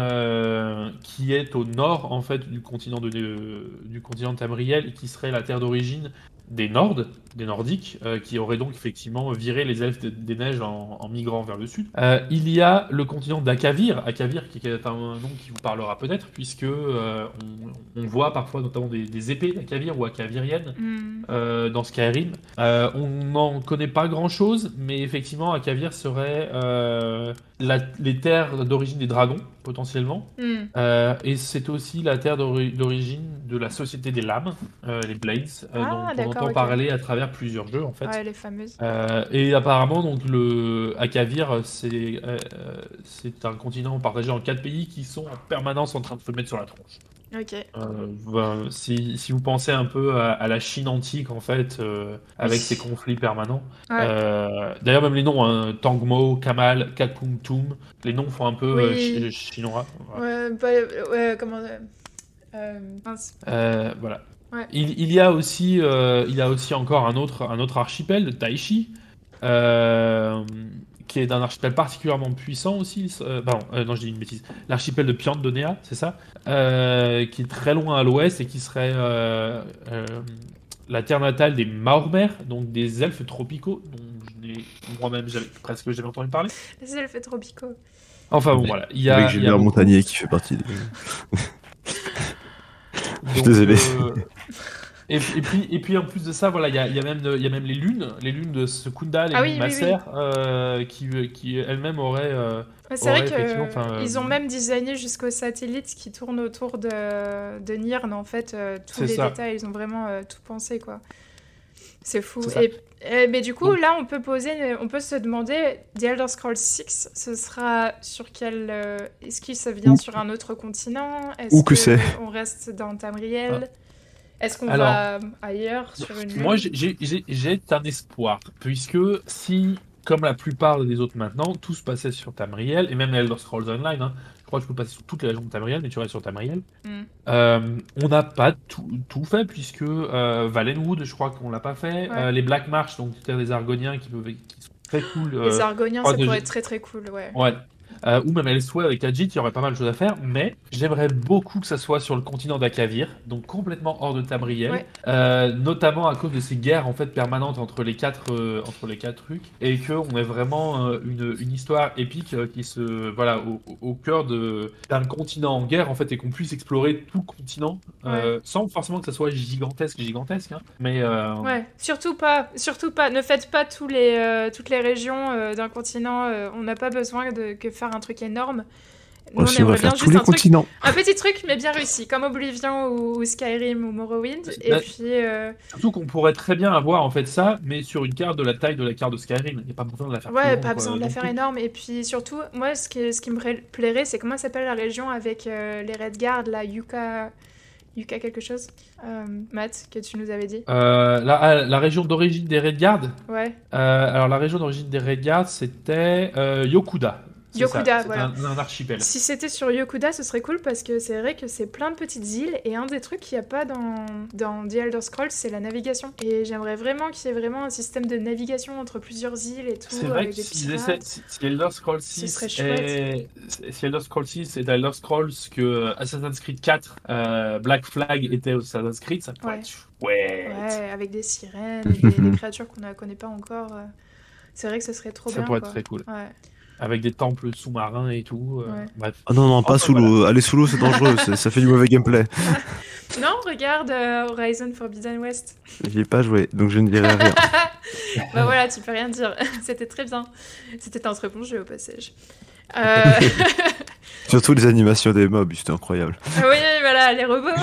euh, qui est au nord en fait du continent de, de- du continent de Tamriel, et qui serait la terre d'origine des Nords, des Nordiques, euh, qui auraient donc effectivement viré les elfes de- des neiges en, en migrant vers le sud. Euh, il y a le continent d'Akavir, Akavir qui est un nom qui vous parlera peut-être, puisque euh, on, on voit parfois notamment des, des épées d'Akavir ou akaviriennes Hmm. euh, dans Skyrim. Euh, on n'en connaît pas grand-chose, mais effectivement Akavir serait euh, la- les terres d'origine des dragons, potentiellement. Hmm. Euh, et c'est aussi la terre d'ori- d'origine de la Société des Lames, euh, les Blades, euh, Ah, dont on d'accord, entend ok. parler à travers plusieurs jeux en fait. Ouais, les fameuses. Euh, et apparemment, donc le Akavir, c'est euh, c'est un continent partagé en quatre pays qui sont en permanence en train de se mettre sur la tronche. Ok. Euh, ben, si, si vous pensez un peu à, à la Chine antique en fait, euh, avec ses conflits permanents. Ouais. Euh, D'ailleurs, même les noms, hein, Tangmo, Kamal, Kakungtum, les noms font un peu euh, Oui. chi- chinois. Voilà. Ouais, bah, ouais, comment. euh, euh, mince. Euh, voilà. Ouais. Il, il y a aussi, euh, il y a aussi encore un autre, un autre archipel de Taishi, euh, qui est un archipel particulièrement puissant aussi. Euh, pardon, euh, non, je dis une bêtise. L'archipel de Piandonea, c'est ça, euh, qui est très loin à l'ouest et qui serait euh, euh, la terre natale des Maormer, donc des elfes tropicaux, dont je n'ai moi-même jamais- presque jamais entendu parler. Les elfes tropicaux. Enfin bon, Avec- voilà. Il y a, Avec il y a Gilbert beaucoup- Montagnier qui fait partie. Des... Donc, Désolé. euh, et, et puis, et puis en plus de ça, voilà, il y a, il y a même, il y a même les lunes, les lunes de Sekunda, les Ah lunes oui, oui, Masser, euh, qui, qui elles-mêmes auraient. euh, Ouais, c'est vrai Ouais, effectivement, enfin, euh, qu'ils ont même designé jusqu'aux satellites qui tournent autour de, de Nirn, en fait, euh, tous C'est les ça. détails, ils ont vraiment euh, tout pensé, quoi. C'est fou. C'est ça. Et, et- mais du coup, Donc- là, on peut poser, on peut se demander, The Elder Scrolls six, ce sera sur quel... euh, est-ce que ça vient Où- sur un autre continent? Est-ce Où que c'est on reste dans Tamriel? Est-ce qu'on Alors- va ailleurs, sur une Moi, lune? j'ai- j'ai j'ai- j'ai un espoir, puisque si, comme la plupart des autres maintenant, tout se passait sur Tamriel, et même Elder Scrolls Online, hein, je crois que tu peux passer sur toutes les régions de Tamriel, mais tu restes sur Tamriel. Hmm. Euh, on n'a pas tout, tout fait, puisque euh, Valenwood, je crois qu'on l'a pas fait. Ouais. Euh, les Black Marsh, donc terre des Argoniens, qui, peuvent, qui sont très cool. Les euh, Argoniens, crois ça que pourrait j'ai- être très très cool, ouais. Ouais. Euh, ou même Elsewhere avec Ajit, il y aurait pas mal de choses à faire, mais j'aimerais beaucoup que ça soit sur le continent d'Akavir, donc complètement hors de Tamriel, Ouais. euh, notamment à cause de ces guerres en fait permanentes entre les quatre euh, entre les quatre trucs, et que on ait vraiment euh, une, une histoire épique euh, qui se voilà au, au- au cœur de d'un continent en guerre en fait, et qu'on puisse explorer tout le continent euh, sans forcément que ça soit gigantesque gigantesque, hein, mais euh, Ouais, surtout pas, surtout pas. Ne faites pas tous les, euh, toutes les régions euh, d'un continent. euh, on n'a pas besoin de que faire un truc énorme. Nous, Aussi, on on va aimerait bien faire tous juste les un truc, continents. un petit truc, mais bien réussi, comme Oblivion ou, ou Skyrim ou Morrowind. Et Là, puis, euh, surtout qu'on pourrait très bien avoir en fait ça, mais sur une carte de la taille de la carte de Skyrim. Il n'y a pas besoin de la faire plus ouais, grande, pas quoi. besoin de la Donc, faire tout- énorme. Et puis surtout, moi, ce qui, ce qui me pla- plairait, c'est comment s'appelle la région avec euh, les Redguard, la Yuka, Yuka quelque chose. Euh, Matt, que tu nous avais dit. Euh, la, ah, la région d'origine des Redguard. Ouais. Euh, alors la région d'origine des Redguard, c'était euh, Yokuda. C'est Yokuda, ça, c'est voilà. un, un archipel. Si c'était sur Yokuda, ce serait cool parce que c'est vrai que c'est plein de petites îles et un des trucs qu'il n'y a pas dans, dans The Elder Scrolls, c'est la navigation. Et j'aimerais vraiment qu'il y ait vraiment un système de navigation entre plusieurs îles et tout, C'est vrai avec que des s'ils essaient, pirates. si, si Elder Scrolls Ce six serait est, si Elder Scrolls six est Elder Scrolls que Assassin's Creed quatre, euh, Black Flag était au Assassin's Creed, ça pourrait Ouais. être chouette. Ouais, avec des sirènes et des, des créatures qu'on ne connaît pas encore. euh, C'est vrai que ce serait trop Ça bien. pourrait être quoi. très cool. Ouais. Avec des temples sous-marins et tout. euh, Ouais. Bref. Ah non, non, pas Enfin, sous voilà. l'eau. Aller sous l'eau, c'est dangereux. c'est- Ça fait du mauvais gameplay. Non, regarde euh, Horizon Forbidden West. J'y ai pas joué, donc je ne dirai rien. Bah voilà, tu peux rien dire. C'était très bien. C'était un très bon jeu au passage. Euh... Surtout les animations des mobs, c'était incroyable. oui, voilà, les robots.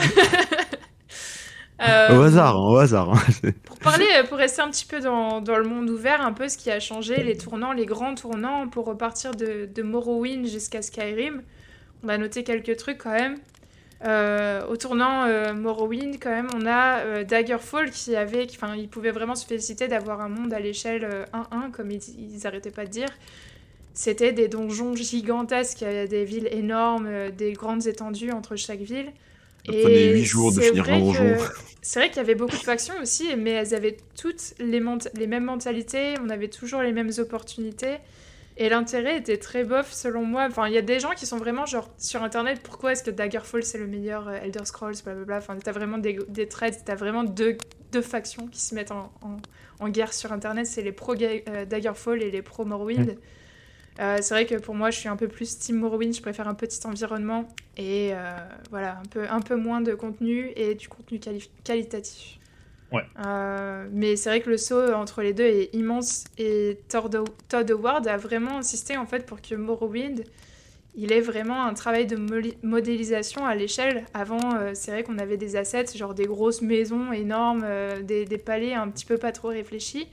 Euh, Au hasard, hein, au hasard. hein. Pour parler, pour rester un petit peu dans, dans le monde ouvert, un peu ce qui a changé, les tournants, les grands tournants, pour repartir de, de Morrowind jusqu'à Skyrim, on a noté quelques trucs quand même. Euh, au tournant euh, Morrowind, quand même, on a euh, Daggerfall qui avait, enfin, ils pouvaient vraiment se féliciter d'avoir un monde à l'échelle euh, un un, comme ils, ils arrêtaient pas de dire. C'était des donjons gigantesques, euh, des villes énormes, euh, des grandes étendues entre chaque ville. Ça prenait huit jours de c'est finir vrai un donjon. que- C'est vrai qu'il y avait beaucoup de factions aussi, mais elles avaient toutes les, ment- les mêmes mentalités, on avait toujours les mêmes opportunités. Et l'intérêt était très bof selon moi. Enfin, il y a des gens qui sont vraiment genre sur internet, pourquoi est-ce que Daggerfall c'est le meilleur euh, Elder Scrolls, blablabla. Enfin, t'as vraiment des, des threads, t'as vraiment deux, deux factions qui se mettent en, en, en guerre sur internet. C'est les pro Ga- euh, Daggerfall et les pro Morrowind. Euh, c'est vrai que pour moi, je suis un peu plus Team Morrowind, je préfère un petit environnement et euh, voilà, un peu, un peu moins de contenu et du contenu quali- qualitatif. Ouais. Euh, mais c'est vrai que le saut entre les deux est immense et Todd, Todd Howard a vraiment insisté en fait pour que Morrowind il ait vraiment un travail de moli- modélisation à l'échelle. Avant, euh, c'est vrai qu'on avait des assets, genre des grosses maisons énormes, euh, des, des palais un petit peu pas trop réfléchis.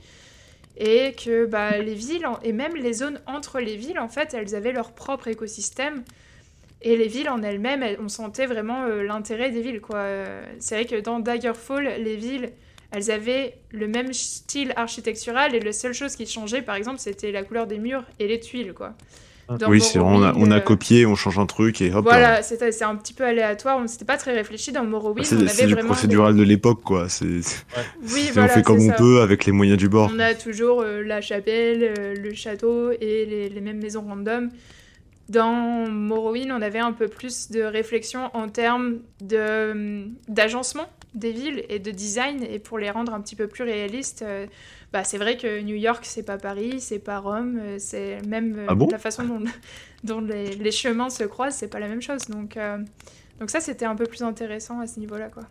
Et que bah, les villes, en- et même les zones entre les villes, en fait, elles avaient leur propre écosystème. Et les villes en elles-mêmes, elles- on sentait vraiment euh, l'intérêt des villes, quoi. Euh, C'est vrai que dans Daggerfall, les villes, elles avaient le même style architectural, et la seule chose qui changeait, par exemple, c'était la couleur des murs et les tuiles, quoi. Dans Oui, c'est vraiment, on a, Morrowind, on a euh, copié, on change un truc et hop. là. Voilà, c'était- c'est un petit peu aléatoire, on- c'était pas très réfléchi. Dans Morrowind, C'est on c'est avait du vraiment... procédural de l'époque, quoi. C'est c'est- Oui, c'est- voilà, on fait comme c'est on ça. peut avec les moyens du bord. On a toujours euh, la chapelle, euh, le château et les, les mêmes maisons random. Dans Morrowind, on avait un peu plus de réflexion en termes de, hum, d'agencement des villes et de design. Et pour les rendre un petit peu plus réalistes, euh, bah, c'est vrai que New York, c'est pas Paris, c'est pas Rome. euh, C'est même euh, Ah bon la façon dont, dont les, les chemins se croisent, c'est pas la même chose. Donc, euh, donc ça, c'était un peu plus intéressant à ce niveau-là, quoi.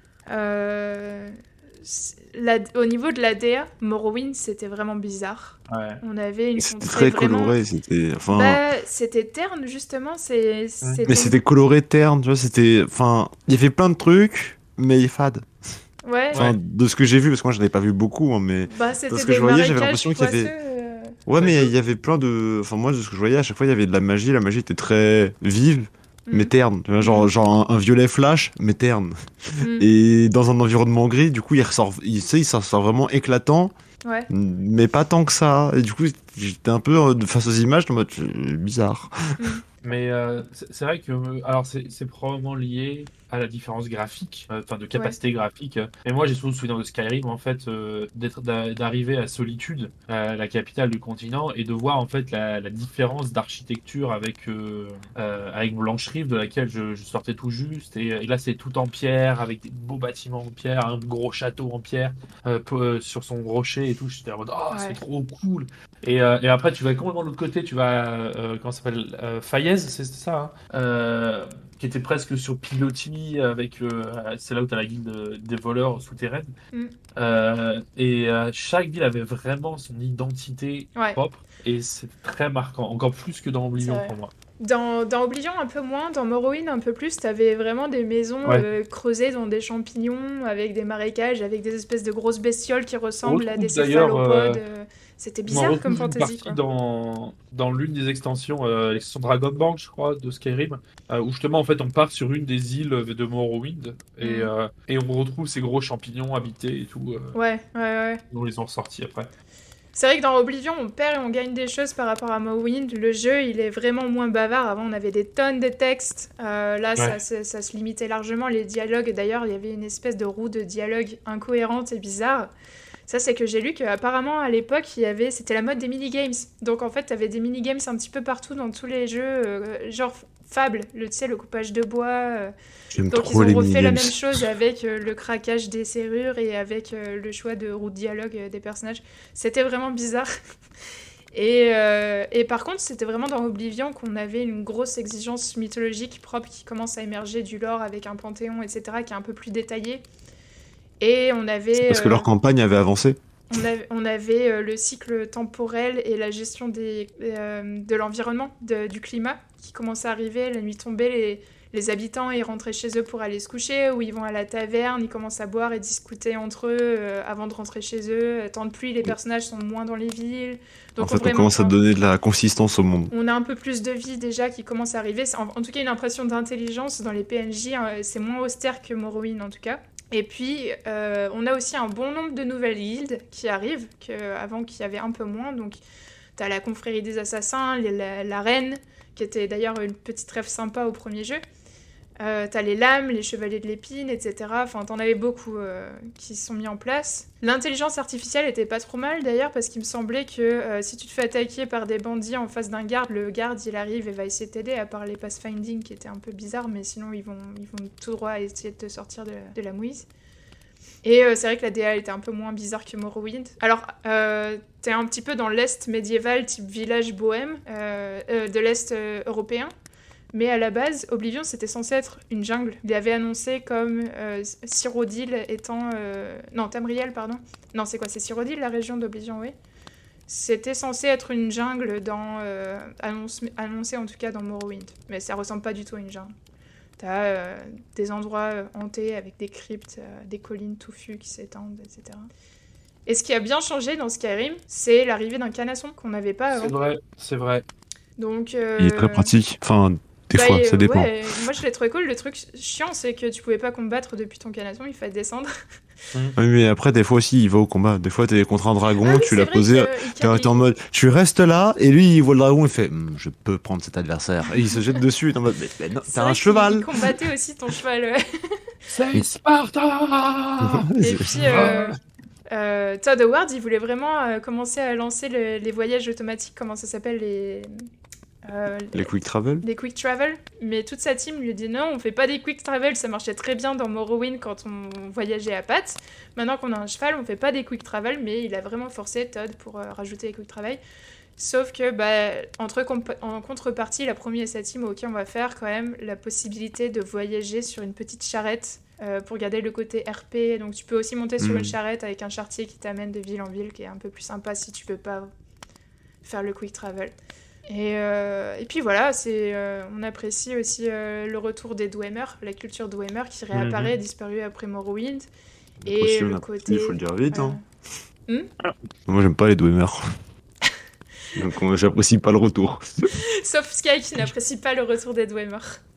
Euh, c'est- la- au niveau de l'A D A, Morrowind, c'était vraiment bizarre. Ouais. On avait une C'était contrée très vraiment... coloré, c'était. Enfin. Bah, c'était terne, justement. C'est, c'était... Mais c'était coloré terne, tu vois, c'était. Enfin, il y avait plein de trucs, mais fade. Ouais, Enfin, de ce que j'ai vu, parce que moi j'en ai pas vu beaucoup, hein, mais. bah, c'était Parce que des je voyais, j'avais marécages l'impression qu'il y avait- poisseux, euh, Ouais, mais il y avait plein de. Enfin, moi, de ce que je voyais, à chaque fois, il y avait de la magie. La magie était très vive, mais mm, terne. Tu vois, genre, genre un, un violet flash, mais terne. mm, Et dans un environnement gris, du coup, il ressort, il, tu sais, il ressort vraiment éclatant, ouais. mais pas tant que ça. Et du coup, j'étais un peu euh, face aux images, en mode euh, bizarre. Mais euh, c'est c'est vrai que euh, alors c'est c'est probablement lié à la différence graphique, euh, enfin de capacité graphique. Et moi j'ai souvent le souvenir de Skyrim en fait, euh, d'être d'a- d'arriver à Solitude, euh, la capitale du continent, et de voir en fait la, la différence d'architecture avec euh, euh, avec Blancherive de laquelle je, je sortais tout juste. Et, et là c'est tout en pierre avec des beaux bâtiments en pierre, un gros château en pierre euh, p- euh, sur son rocher et tout. J'étais en mode oh Ouais. c'est trop cool. Et, euh, et après, tu vas complètement de l'autre côté, tu vas, euh, comment ça s'appelle, euh, Faiez, c'est c'est ça, hein, euh, qui était presque sur pilotis, avec, euh, c'est là où tu as la guilde des voleurs souterraines. Mm. Euh, et euh, chaque ville avait vraiment son identité Ouais. propre, et c'est très marquant, encore plus que dans C'est Oblivion vrai. pour moi. Dans, dans Oblivion, un peu moins. Dans Morrowind, un peu plus. T'avais vraiment des maisons Ouais. euh, creusées dans des champignons, avec des marécages, avec des espèces de grosses bestioles qui ressemblent à retrouve des d'ailleurs, céphalopodes. euh, euh, C'était On en bizarre comme retrouve une fantasy, partie quoi. dans, dans l'une des extensions, euh, l'extension Dragonborn, je crois, de Skyrim, euh, où justement, en fait, on part sur une des îles de Morrowind et, Mm. euh, et on retrouve ces gros champignons habités et tout. Euh, Ouais, ouais, ouais. on les ont ressortis après. C'est vrai que dans Oblivion, on perd et on gagne des choses par rapport à Morrowind. Le jeu, il est vraiment moins bavard. Avant, on avait des tonnes de textes. Euh, là, ça, Ouais. ça, ça se limitait largement. Les dialogues, d'ailleurs, il y avait une espèce de roue de dialogue incohérente et bizarre. Ça, c'est que j'ai lu qu'apparemment, à l'époque, il y avait... c'était la mode des minigames. Donc, en fait, t'avais des minigames un petit peu partout dans tous les jeux, euh, genre Fable, le, tu sais, le coupage de bois. euh. J'aime Donc, trop ils les ont refait la minigames. même chose avec euh, le craquage des serrures et avec euh, le choix de roue de dialogue euh, des personnages. C'était vraiment bizarre. Et, euh, et par contre, c'était vraiment dans Oblivion qu'on avait une grosse exigence mythologique propre qui commence à émerger du lore avec un panthéon, et cetera, qui est un peu plus détaillé. Et on avait... Parce que euh, leur campagne avait avancé. on avait, on avait euh, le cycle temporel et la gestion des, euh, de l'environnement, de- du climat qui commençait à arriver. La nuit tombée, les, les habitants ils rentraient chez eux pour aller se coucher, ou ils vont à la taverne, ils commencent à boire et discuter entre eux euh, avant de rentrer chez eux. Temps de pluie, les personnages sont moins dans les villes. Donc En fait, on vraiment, commence à on- donner de la consistance au monde. on a un peu plus de vie déjà qui commence à arriver. C'est- En, en tout cas, une impression d'intelligence dans les P N J. hein, C'est moins austère que Morrowind en tout cas. Et puis, euh, on a aussi un bon nombre de nouvelles guildes qui arrivent, que, avant qu'il y avait un peu moins. Donc, t'as la confrérie des assassins, les- la, la reine, qui était d'ailleurs une petite rêve sympa au premier jeu. Euh, t'as les lames, les chevaliers de l'épine, et cetera. Enfin, t'en avais beaucoup euh, qui se sont mis en place. L'intelligence artificielle était pas trop mal d'ailleurs, parce qu'il me semblait que euh, si tu te fais attaquer par des bandits en face d'un garde, le garde il arrive et va essayer de t'aider, à part les pathfinding qui étaient un peu bizarres, mais sinon ils vont, ils vont tout droit essayer de te sortir de, de la mouise. Et euh, c'est vrai que la D A était un peu moins bizarre que Morrowind. Alors, euh, t'es un petit peu dans l'Est médiéval, type village bohème, euh, euh, de l'Est euh, européen. Mais à la base, Oblivion, c'était censé être une jungle. Il avait annoncé comme euh, Cyrodiil étant... euh, Non, Tamriel, pardon. Non, c'est quoi? C'est Cyrodiil, la région d'Oblivion, oui. C'était censé être une jungle dans... Euh, annonce, annoncé en tout cas dans Morrowind. Mais ça ressemble pas du tout à une jungle. T'as euh, des endroits euh, hantés avec des cryptes, euh, des collines touffues qui s'étendent, et cetera. Et ce qui a bien changé dans Skyrim, c'est l'arrivée d'un canasson qu'on n'avait pas avant. C'est vrai, c'est vrai. Donc, euh, Il est très pratique. Enfin, des bah, fois, et, ça dépend. ouais, moi je l'ai trouvé cool. Le truc chiant, c'est que tu pouvais pas combattre depuis ton canasson, il fallait descendre. Oui, mais après, des fois aussi, il va au combat. Des fois, t'es contre un dragon, Ah oui, tu c'est l'as vrai posé, que il- t'es t'es en mode, tu restes là, et lui, il voit le dragon, il fait, Hum, je peux prendre cet adversaire. Et il se jette dessus, t'es en mode, mais, mais non, c'est t'as vrai un qu'il- cheval. Il combattait aussi ton cheval. ouais. C'est Sparta. Et puis, euh, euh, Todd Howard, il voulait vraiment euh, commencer à lancer le- les voyages automatiques, comment ça s'appelle, les... euh, Les quick travel. des quick travel, mais toute sa team lui dit non, on fait pas des quick travel, ça marchait très bien dans Morrowind quand on voyageait à pattes. Maintenant qu'on a un cheval, on fait pas des quick travel, mais il a vraiment forcé Todd pour euh, rajouter les quick travel. Sauf que, bah, entre comp- en contrepartie, la première et sa team, ok, on va faire quand même la possibilité de voyager sur une petite charrette euh, pour garder le côté R P. Donc tu peux aussi monter sur Mhm. une charrette avec un charretier qui t'amène de ville en ville, qui est un peu plus sympa si tu peux pas faire le quick travel. Et, euh, et puis voilà, c'est, euh, on apprécie aussi euh, le retour des Dwemer, la culture Dwemer qui réapparaît, disparue après Morrowind. Et Aussi, on le a- côté... Il faut le dire vite. Hein. euh, Moi, j'aime pas les Dwemer. Donc, on- j'apprécie pas le retour. Sauf Sky qui n'apprécie pas le retour des Dwemer.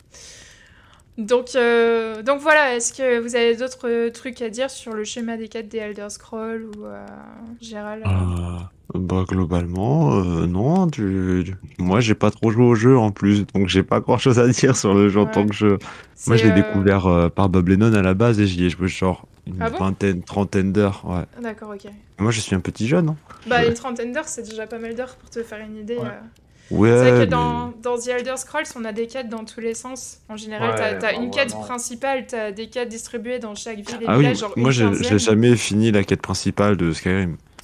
Donc, euh, donc voilà, est-ce que vous avez d'autres euh, trucs à dire sur le schéma des quêtes des Elder Scrolls ou euh, Gérald Euh, bah, globalement, euh, non. Tu... Moi, j'ai pas trop joué au jeu en plus, donc j'ai pas grand chose à dire sur le jeu en Ouais. tant que jeu. Moi, C'est, je l'ai euh, découvert euh, par Bob Lennon à la base et j'y ai joué genre une Ah bon vingtaine, trentaine d'heures. Ouais. D'accord, ok. Moi, je suis un petit jeune. Hein. Bah, Je- une trentaine d'heures, c'est déjà pas mal d'heures pour te faire une idée. Ouais. euh. Ouais, C'est vrai que mais- dans, dans The Elder Scrolls, on a des quêtes dans tous les sens. En général, Ouais, t'as, t'as bah, une quête vraiment. principale, t'as des quêtes distribuées dans chaque ville et Ah oui, village, genre moi, une j'ai quinzaine. j'ai jamais fini la quête principale de Skyrim.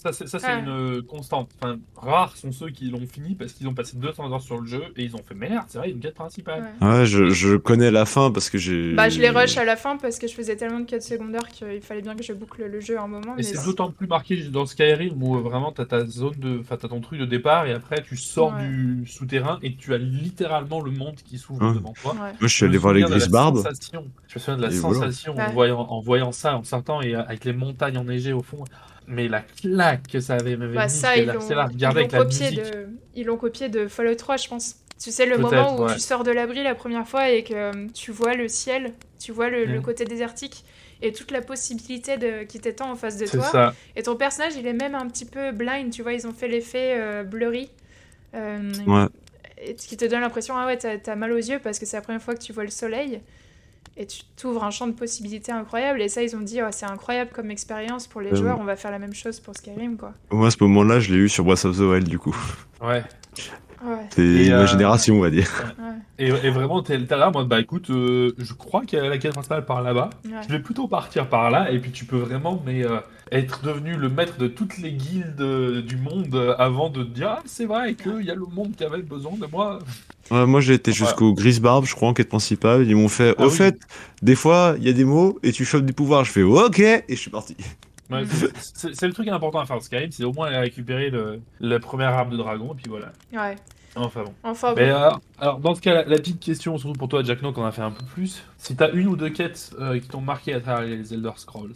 ça, c'est, ça, c'est Ah. une euh, constante. Enfin, rares sont ceux qui l'ont fini parce qu'ils ont passé deux cents heures sur le jeu et ils ont fait merde, c'est vrai, il y a une quête principale. Ouais. Ouais, je, je connais la fin parce que j'ai. Bah, je les rush à la fin parce que je faisais tellement de quêtes secondaires qu'il fallait bien que je boucle le jeu à un moment. Et Mais c'est d'autant plus marqué dans Skyrim où euh, vraiment t'as ta zone de, enfin t'as ton truc de départ et après tu sors Ouais. du souterrain et tu as littéralement le monde qui s'ouvre Ouais. devant toi. Ouais. Moi, je suis Je me allé voir les souviens de la Grisbardes. sensation. Je me souviens de la Et voilà. sensation en Ouais. voyant, en voyant ça, en sortant et euh, avec les montagnes enneigées au fond. Mais la claque que ça avait m'avait Bah, mis, ça, c'est ils la, l'ont c'est la ils regarder l'ont avec la copié, musique. de... ils l'ont copié de Fallout trois, je pense. Tu sais, le Peut-être, moment où ouais. tu sors de l'abri la première fois et que euh, tu vois le ciel, tu vois le, le Mm. côté désertique et toute la possibilité de... qui t'étend en face de C'est toi. ça. Et ton personnage, il est même un petit peu blind, tu vois, ils ont fait l'effet euh, blurry. Euh, Ouais. et ce qui te donne l'impression, ah ouais, t'as, t'as mal aux yeux parce que c'est la première fois que tu vois le soleil. Et tu t'ouvres un champ de possibilités incroyable. Et ça, ils ont dit, oh, c'est incroyable comme expérience pour les Euh, joueurs, on va faire la même chose pour Skyrim, quoi. Moi, à ce moment-là, je l'ai eu sur Breath of the Wild, du coup. Ouais. Ouais, C'est Et, ma euh, génération, on va dire. ouais, Et, et vraiment, t'es, t'es là, moi, bah écoute, euh, je crois qu'il y a la quête principale par là-bas. ouais. Je vais plutôt partir par là, et puis tu peux vraiment mais, euh, être devenu le maître de toutes les guildes euh, du monde euh, avant de te dire, ah, c'est vrai qu'il y a le monde qui avait besoin de moi. Ouais, moi, j'ai été Voilà. jusqu'au Grisbarbe, je crois, en quête principale. Ils m'ont fait, Ah au oui. fait, des fois, il y a des mots et tu chopes du pouvoir. Je fais, ok, et je suis parti. Ouais, Mm. c'est, c'est- c'est le truc important à faire dans Skyrim, c'est au moins aller récupérer le, la première arme de dragon, et puis voilà. Ouais. Enfin bon. Enfin, Mais bon. alors, alors, dans ce cas, la, la petite question, surtout pour toi, Jack No, qu'on a fait un peu plus, si t'as une ou deux quêtes euh, qui t'ont marqué à travers les Elder Scrolls.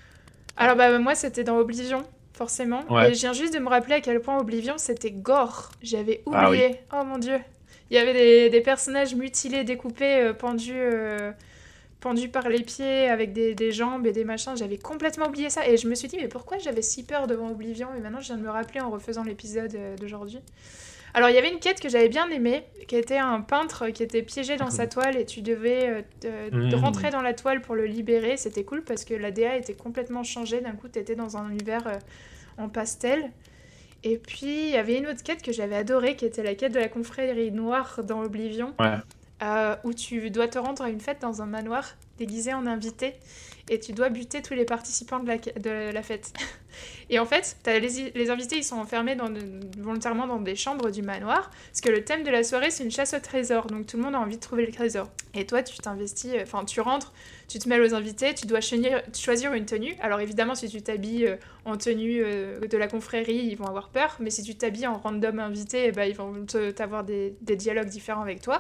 Alors, bah, moi, c'était dans Oblivion, forcément. Ouais. Et je viens juste de me rappeler à quel point Oblivion, c'était gore. J'avais Ah oui. oublié. Oh mon dieu. Il y avait des, des personnages mutilés, découpés, euh, pendus, euh, pendus par les pieds, avec des, des jambes et des machins. J'avais complètement oublié ça. Et je me suis dit, mais pourquoi j'avais si peur devant Oblivion? Et maintenant, je viens de me rappeler en refaisant l'épisode euh, d'aujourd'hui. Alors, il y avait une quête que j'avais bien aimée, qui était un peintre qui était piégé dans sa toile et tu devais euh, te- Mmh. rentrer dans la toile pour le libérer. C'était cool parce que la D A était complètement changée. D'un coup, tu étais dans un univers euh, en pastel. Et puis, il y avait une autre quête que j'avais adorée, qui était la quête de la confrérie noire dans Oblivion, Ouais. euh, où tu dois te rendre à une fête dans un manoir déguisé en invité et tu dois buter tous les participants de la, de la fête. Et en fait, t'as les, les invités, ils sont enfermés dans de, volontairement dans des chambres du manoir, parce que le thème de la soirée, c'est une chasse au trésor, donc tout le monde a envie de trouver le trésor. Et toi, tu t'investis, enfin, tu rentres, tu te mêles aux invités, tu dois chenir, choisir une tenue. Alors évidemment, si tu t'habilles euh, en tenue euh, de la confrérie, ils vont avoir peur, mais si tu t'habilles en random invité, eh ben, ils vont te- t'avoir des, des dialogues différents avec toi.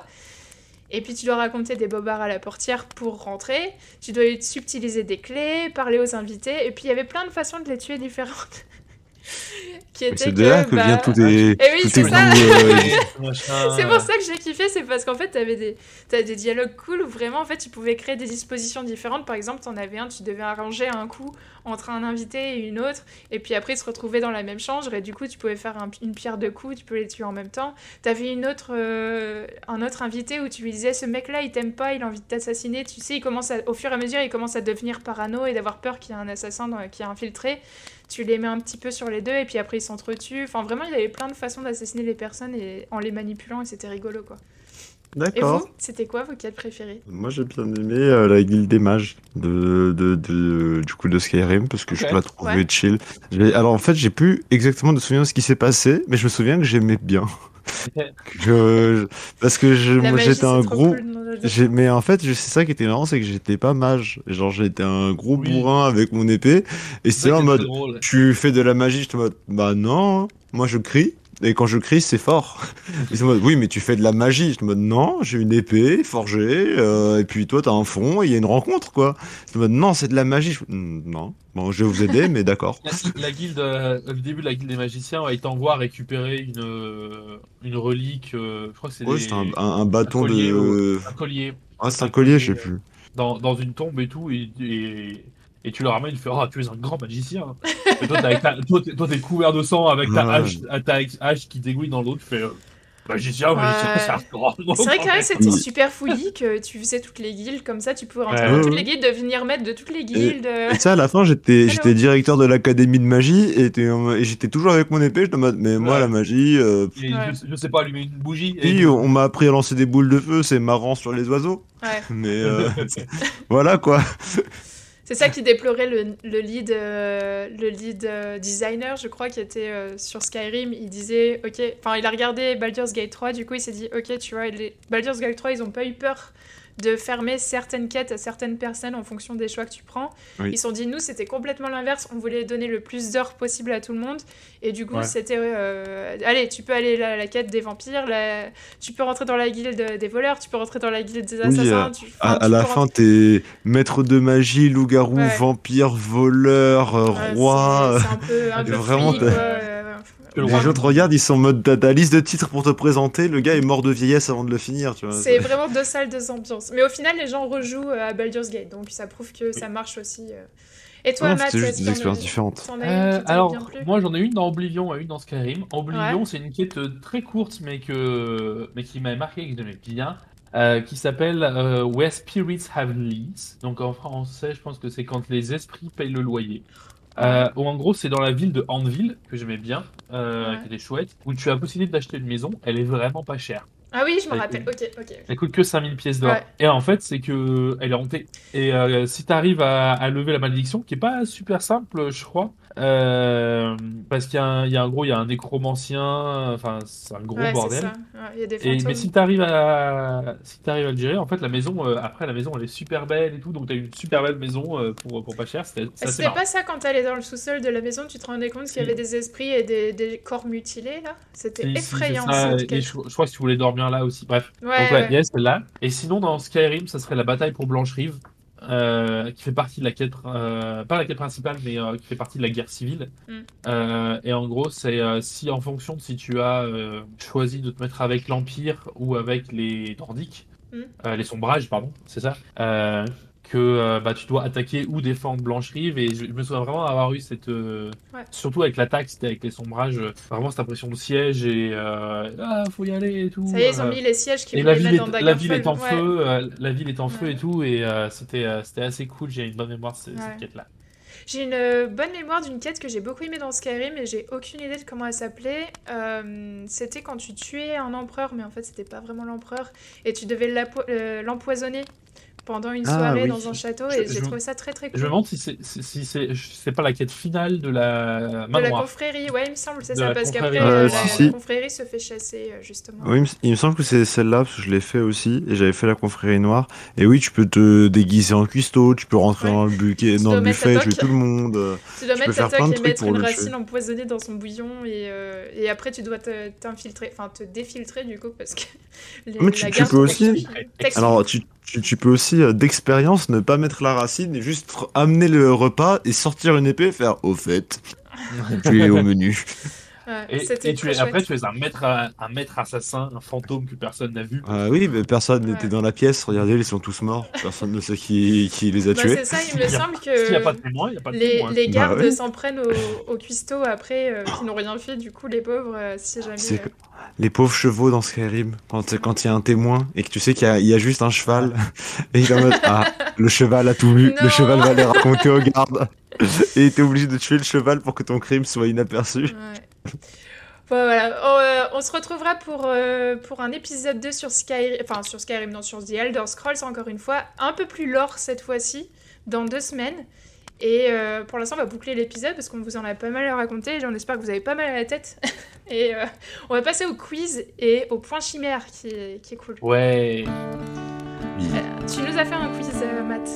Et puis tu dois raconter des bobards à la portière pour rentrer, tu dois subtiliser des clés, parler aux invités, et puis il y avait plein de façons de les tuer différentes. Qui Mais étaient c'est de là que bah, vient tout tes. Eh oui, tous c'est tes ça. goûts, euh, C'est pour ça que j'ai kiffé, c'est parce qu'en fait, t'avais des, t'avais des dialogues cool où vraiment, en fait, tu pouvais créer des dispositions différentes. Par exemple, t'en avais un, tu devais arranger un coup entre un invité et une autre, et puis après, ils se retrouvaient dans la même chambre, et du coup, tu pouvais faire un- une pierre de coups, tu peux les tuer en même temps. T'avais une autre, euh, un autre invité où tu lui disais, ce mec-là, il t'aime pas, il a envie de t'assassiner. Tu sais, il commence à, au fur et à mesure, il commence à devenir parano et d'avoir peur qu'il y ait un assassin dans- qui a infiltré. Tu les mets un petit peu sur les deux, et puis après, ils s'entretuent. Enfin, vraiment, il y avait plein de façons d'assassiner les personnes et, en les manipulant, et c'était rigolo, quoi. Et D'accord. vous, c'était quoi vos quêtes préférées? Moi, j'ai bien aimé euh, la guilde des mages de, de, de- du coup de Skyrim parce que je Ok. la trouvais Ouais. chill. J'ai- Alors en fait, j'ai plus exactement de souvenir de ce qui s'est passé, mais je me souviens que j'aimais bien. Que- parce que je, La moi, magie, j'étais un c'est trop gros. cool dans le jeu. j'ai- Mais en fait, je- c'est ça qui était marrant, c'est que j'étais pas mage. Genre, j'étais un gros Oui. bourrin avec mon épée, et C'est c'est là en très mode, drôle. tu fais de la magie, je te mode, bah non, hein. Moi je crie. Et quand je crie, c'est fort. Ils sont en mode, oui, mais tu fais de la magie. Je suis en mode, non, j'ai une épée forgée, euh, et puis toi, t'as un fond, et il y a une rencontre, quoi. Je suis en mode, non, c'est de la magie. Je fais, Hmm, non, bon, je vais vous aider, mais d'accord. La, la guilde, euh, le début de la guilde des magiciens, ouais, il t'envoie récupérer une, euh, une relique, euh, je crois que c'est Ouais, des- c'est un, un- un bâton un collier, de. un collier Ah, c'est un collier, je sais euh, plus. dans, dans une tombe et tout, et, et, et tu le ramènes, tu fais ah, tu es un grand magicien. Et toi, t'es avec ta- toi, t'es toi, t'es couvert de sang avec ta Ouais. hache, ta hache qui dégouine dans l'eau, tu fais euh, magicien, magicien, Ouais. c'est un grand. C'est vrai que quand même, c'était Oui. super fouillis que tu faisais toutes les guildes comme ça, tu pouvais rentrer Ouais. dans Ouais, toutes ouais. les guildes, devenir maître de toutes les guildes. euh. Et ça, à la fin, j'étais, Hello. j'étais directeur de l'académie de magie, et, t'es en mode- et j'étais toujours avec mon épée. Je te mode, mais moi, Ouais. la magie, euh, Et Ouais. je, je sais pas, allumer une bougie. Et si, on m'a appris à lancer des boules de feu, c'est marrant sur les oiseaux. Ouais. Mais euh, voilà, quoi. C'est ça qui déplorait le, le lead, euh, le lead euh, designer, je crois, qui était euh, sur Skyrim. Il disait, ok, enfin, il a regardé Baldur's Gate trois, du coup, il s'est dit, ok, tu vois, les... Baldur's Gate trois, ils ont pas eu peur de fermer certaines quêtes à certaines personnes en fonction des choix que tu prends. Oui. Ils se sont dit, nous, c'était complètement l'inverse. On voulait donner le plus d'heures possible à tout le monde. Et du coup, ouais. c'était... Euh, allez, tu peux aller à la, la quête des vampires, la... tu peux rentrer dans la guilde des voleurs, tu peux rentrer dans la guilde des assassins. Oui, tu... à, enfin, à tu la rentrer... fin, t'es maître de magie, loup-garou, ouais. vampire, voleur, ouais, roi... C'est, c'est un peu, un peu vraiment, free, quoi. Euh, Les gens te regardent, ils sont en mode t'as ta liste de titres pour te présenter, le gars est mort de vieillesse avant de le finir, tu vois. C'est vraiment deux salles, deux ambiances. Mais au final, les gens rejouent à Baldur's Gate, donc ça prouve que ça marche aussi. Et toi, non, Matt, c'est juste des expériences différentes. Euh, alors, moi j'en ai une dans Oblivion et une dans Skyrim. Oblivion, ouais. c'est une quête très courte, mais que mais qui m'a marqué et que j'aimais bien. Euh, qui s'appelle euh, Where Spirits Have Lease. Donc en français, je pense que c'est quand les esprits payent le loyer. Euh, où en gros, c'est dans la ville de Anvil, que j'aimais bien, euh, ouais. qui était chouette, où tu as la possibilité d'acheter une maison, elle est vraiment pas chère. Ah oui, je me rappelle, ok, ok. Elle coûte que cinq mille pièces d'or. Ouais. Et en fait, c'est que elle est hantée. Et euh, si tu arrives à, à lever la malédiction, qui est pas super simple, je crois, euh, parce qu'il y a, un, il y a un gros, il y a un nécromancien, enfin, c'est un gros ouais, bordel. C'est ça. Ouais, il y a des fantômes. Et, mais si tu arrives à, si t'arrives à le gérer, en fait, la maison, euh, après, la maison, elle est super belle et tout, donc tu as une super belle maison euh, pour, pour pas cher. C'était, c'est C'était pas ça quand t'allais dans le sous-sol de la maison, tu te rendais compte qu'il y avait des esprits et des, des corps mutilés, là? C'était si, effrayant. Si, ça, et je, je crois que tu voulais dormir là aussi. Bref. Ouais, donc là, ouais. il y a celle-là. Et sinon, dans Skyrim, ça serait la bataille pour Blanche-Rive, euh, qui fait partie de la quête, euh, pas la quête principale, mais euh, qui fait partie de la guerre civile. Mm. Euh, et en gros, c'est euh, si en fonction de si tu as euh, choisi de te mettre avec l'Empire ou avec les Nordiques, mm. euh, les Sombrages, pardon, c'est ça. Euh, que euh, bah, tu dois attaquer ou défendre Blanche-Rive, et je, je me souviens vraiment avoir eu cette euh, ouais. surtout avec l'attaque, c'était avec les Sombrages, euh, vraiment cette impression de siège et euh, ah faut y aller et tout. Ça y est, ils ont mis les sièges qui et voulaient la ville mettre est, dans la ville est en ouais. feu, euh, la ville est en feu ouais. et tout, et euh, c'était euh, c'était assez cool. J'ai une bonne mémoire de cette, ouais. cette quête là. J'ai une euh, bonne mémoire d'une quête que j'ai beaucoup aimée dans Skyrim, mais j'ai aucune idée de comment elle s'appelait. Euh, c'était quand tu tuais un empereur, mais en fait c'était pas vraiment l'empereur, et tu devais euh, l'empoisonner pendant une soirée ah, oui. dans un château, et je, j'ai je trouvé ça très très cool. Je me demande si c'est, si, si c'est, c'est pas la quête finale de la manoir. De la confrérie, ouais, il me semble, c'est de ça, parce qu'après, euh, la, si, la si. confrérie se fait chasser, justement. Oui, il me semble que c'est celle-là, parce que je l'ai fait aussi, et j'avais fait la confrérie noire. Et oui, tu peux te déguiser en cuistot, tu peux rentrer ouais. dans le, buquet, dans le buffet, tuer tout le monde. Tu dois tu mettre ta toque et mettre une racine tuer. empoisonnée dans son bouillon, et, euh, et après tu dois te, t'infiltrer, enfin te défiltrer, du coup, parce que... Les, Mais tu, tu peux aussi... Alors, tu... Tu, tu peux aussi, euh, d'expérience, ne pas mettre la racine et juste amener le repas et sortir une épée et faire au fait. Tu es au menu. Ouais, et et tu es, après, tu es un maître, un maître assassin, un fantôme que personne n'a vu. Ah oui, mais personne n'était ouais. dans la pièce. Regardez, ils sont tous morts. Personne ne sait qui, qui les a bah, tués. C'est ça, il me semble que il y a pas de témoin, il y a pas de les, témoin. les gardes bah, ouais. s'en prennent au, au cuistot après, euh, qui n'ont rien fait. Du coup, les pauvres, euh, si jamais... C'est que... Les pauvres chevaux dans Skyrim, quand il quand y a un témoin et que tu sais qu'il y a, il y a juste un cheval, et il est en mode ah, le cheval a tout vu, non. Le cheval va les raconter aux gardes. Et t'es obligé de tuer le cheval pour que ton crime soit inaperçu. Ouais. Bon, voilà. Oh, euh, on se retrouvera pour, euh, pour un épisode deux sur Skyrim, enfin sur Skyrim, non, sur The Elder Scrolls, encore une fois, un peu plus lore cette fois-ci, dans deux semaines. Et euh, pour l'instant, on va boucler l'épisode parce qu'on vous en a pas mal à raconter. Et on espère que vous avez pas mal à la tête. Et euh, on va passer au quiz et au point chimère qui est, qui est cool. Ouais. Euh, tu nous as fait un quiz, euh, Matt.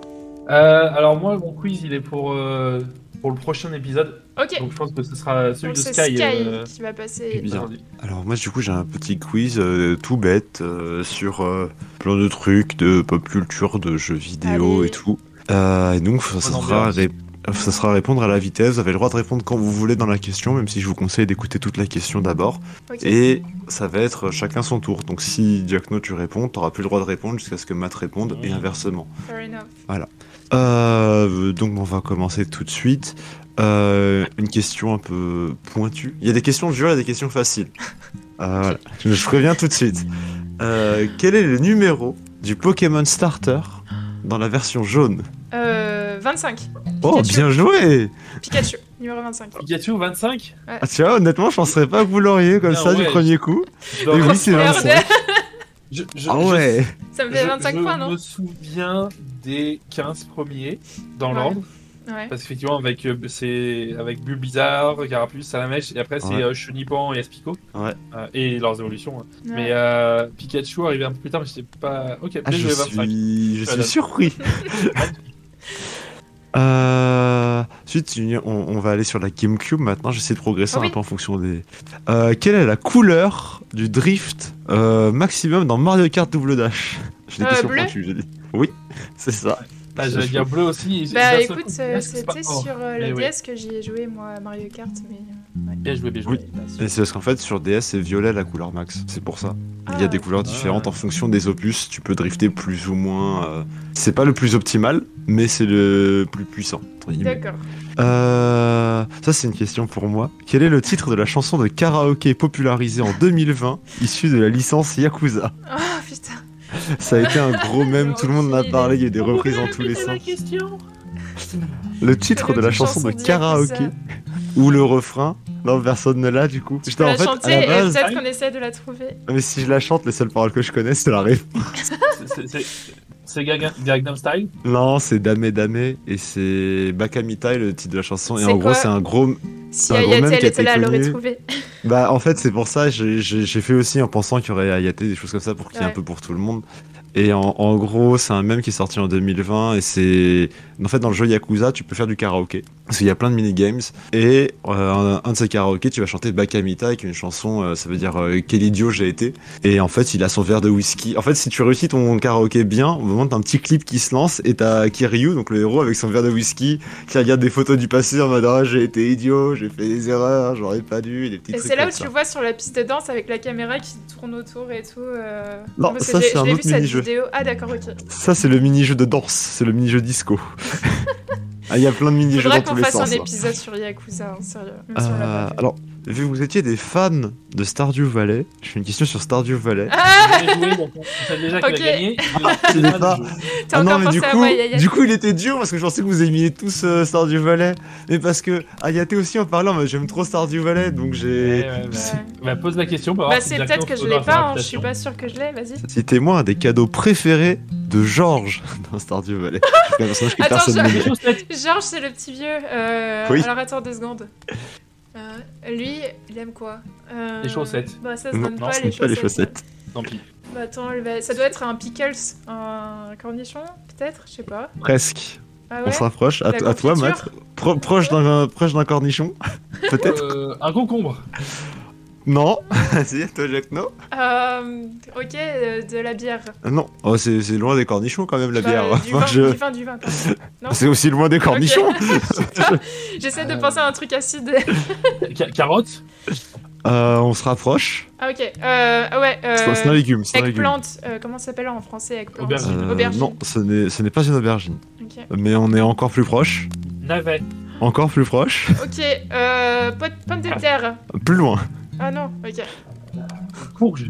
Euh, alors moi, mon quiz, il est pour, euh, pour le prochain épisode. Ok. Donc je pense que ce sera celui Donc, de c'est Sky. Sky euh... qui va passer. Bien. Alors moi, du coup, j'ai un petit quiz euh, tout bête euh, sur euh, plein de trucs de pop culture, de jeux vidéo Allez. Et tout. Euh, et donc, ça sera, ré... ça sera répondre à la vitesse. Vous avez le droit de répondre quand vous voulez dans la question, même si je vous conseille d'écouter toute la question d'abord. Okay. Et ça va être chacun son tour. Donc, si Giacomo tu réponds, t'auras plus le droit de répondre jusqu'à ce que Matt réponde mmh. et inversement. Fair enough. Voilà. Euh, donc, on va commencer tout de suite. Euh, une question un peu pointue. Il y a des questions dures et des questions faciles. Euh, voilà. Je, je préviens tout de suite. Euh, quel est le numéro du Pokémon Starter dans la version jaune? Euh, vingt-cinq. Oh, Pikachu. Bien joué. Pikachu, numéro vingt-cinq. Pikachu, vingt-cinq ouais. Ah, tu vois, honnêtement, je penserais pas que vous l'auriez comme bien, ça ouais. du premier coup. Et oui, c'est vingt-cinq. Je, je, ah ouais. Je, ça me fait vingt-cinq je, points, non? Je me souviens des quinze premiers dans Ouais. l'ordre. Ouais. Parce qu'effectivement, avec, euh, c'est avec Bulbizarre, Carapuce, Salamèche, et après c'est Ouais. euh, Chenipan et Aspico. Ouais. Euh, et leurs évolutions. hein. Ouais. Mais euh, Pikachu arrivé un peu plus tard, mais j'étais pas. Ok, Ah, bien je joué, vingt-cinq. suis, je Voilà. suis surpris. euh... Ensuite, on, on va aller sur la GameCube maintenant. J'essaie de progresser Ah oui. un peu en fonction des. Euh, quelle est la couleur du drift euh, maximum dans Mario Kart Double Dash? J'ai des Euh, questions bleu pointues, j'ai dit. Oui, c'est ça. Ah, j'allais dire bleu aussi. Bah D'un seul écoute, coup, euh, c'est pas- c'était oh, sur euh, mais le oui. D S que j'y ai joué moi à Mario Kart, mais. euh, ouais. Bien joué, bien joué. Oui. Pas sûr. Et c'est parce qu'en fait, sur D S, c'est violet la couleur max. C'est pour ça. Il y a Ah. des couleurs différentes Ah. en fonction des opus. Tu peux drifter plus ou moins. euh, C'est pas le plus optimal, mais c'est le plus puissant. entre guillemets. D'accord. Euh, ça, c'est une question pour moi. Quel est le titre de la chanson de karaoké popularisée en deux mille vingt, issue de la licence Yakuza? Oh putain. Ça a été un gros mème, tout le monde en a Aucune parlé, il y a idée. des reprises dans tous les C'est la sens. question. Le titre de la Quelle chanson de chanson de karaoké Yakuza ou le refrain? Non, personne ne l'a du coup. Tu Putain, peux en la fait, chanter à la et base, peut-être qu'on essaie de la trouver. mais si je la chante, les seules paroles que je connais, c'est la ref. C'est- c'est- C'est Gaga- Gangnam Style. Non, c'est Dame Dame et c'est Bakamitai le titre de la chanson. Et C'est en quoi gros, c'est un gros. Si un gros Ayate mème elle qui a était été là, elle aurait connu. trouvé. Bah, en fait, c'est pour ça, j'ai j'ai- j'ai fait aussi en pensant qu'il y aurait Ayate, des choses comme ça pour qu'il y ait un Ouais. peu pour tout le monde. Et en, en gros, c'est un mème qui est sorti en deux mille vingt et c'est. En fait, dans le jeu Yakuza, tu peux faire du karaoké. Parce qu'il y a plein de mini-games. Et euh, un, un de ces karaokés, tu vas chanter Bakamita avec une chanson, euh, ça veut dire euh, quel idiot j'ai été. Et en fait, il a son verre de whisky. En fait, si tu réussis ton karaoké bien, au moment t'as un petit clip qui se lance et t'as Kiryu, donc le héros avec son verre de whisky, qui regarde des photos du passé en mode ah, j'ai été idiot, j'ai fait des erreurs, j'aurais pas dû, des petits Et trucs c'est là où comme tu ça. le vois sur la piste de danse avec la caméra qui tourne autour et tout. euh, Non, parce que ça, j'ai- c'est je un l'ai vu autre cette mini-jeu. vidéo. Ah d'accord, ok. Ça, c'est le mini-jeu de danse, c'est le mini-jeu disco. Ah, il y a plein de mini-jeux Faudra dans qu'on tous les fasse sens. un hein. épisode sur Yakuza, hein, sérieux. Même si on l'a Euh, pas fait. alors, vu que vous étiez des fans de Stardew Valley, je fais une question sur Stardew Valley. Ah, J'ai joué, donc on sait déjà qu'il Ok. a gagné. Ce n'est pas- t'as Ah non, encore mais pensé du à coup, moi, Yaya. du coup, il était dur parce que je pensais que vous aimiez tous euh, Stardew Valley. Mais parce que Ayate aussi en parlant, mais j'aime trop Stardew Valley, donc j'ai. Ouais, ouais, bah, Ouais. bah, pose la question. Bah c'est peut-être que je l'ai pas, hein, je suis pas sûre que je l'ai, vas-y. Citez-moi un des cadeaux préférés de Georges dans Stardew Valley. C'est un personnage que Attends, personne je- n'aime. Les chaussettes. Georges, c'est le petit vieux. Euh, Oui. Alors attends deux secondes. Euh, lui, il aime quoi Euh, Les chaussettes. Bah ça se Non, donne non, pas, Ce les n'est pas les chaussettes. chaussettes. Tant pis. Bah attends, le- bah, ça doit être un pickles, un cornichon, peut-être, je sais pas. Presque. Ah On ouais. se rapproche. À, La à toi, confiture Matt. Pro- proche d'un proche d'un cornichon. Peut-être. Euh, un concombre. Non. Si, à toi, Jack, non. Euh, ok, euh, de la bière. Euh, Non. Oh, c'est c'est loin des cornichons quand même la Bah, bière. Du Enfin, vin, je- du vin, du vin. pardon. Non. C'est aussi loin des cornichons. Putain, j'essaie de penser à un truc acide. Ca- Carotte. Euh, on se rapproche. Ah ok, euh, ah ouais. Euh, C'est c'est un légume. C'est un légume. Eggplant, euh, comment ça s'appelle en français eggplant Aubergine. Euh, Aubergine. Non, ce n'est ce n'est pas une aubergine. Ok, Mais on est encore plus proche. Navet. Encore plus proche. ok, euh, pot- pomme de terre. Plus loin. Ah non, ok. Courge.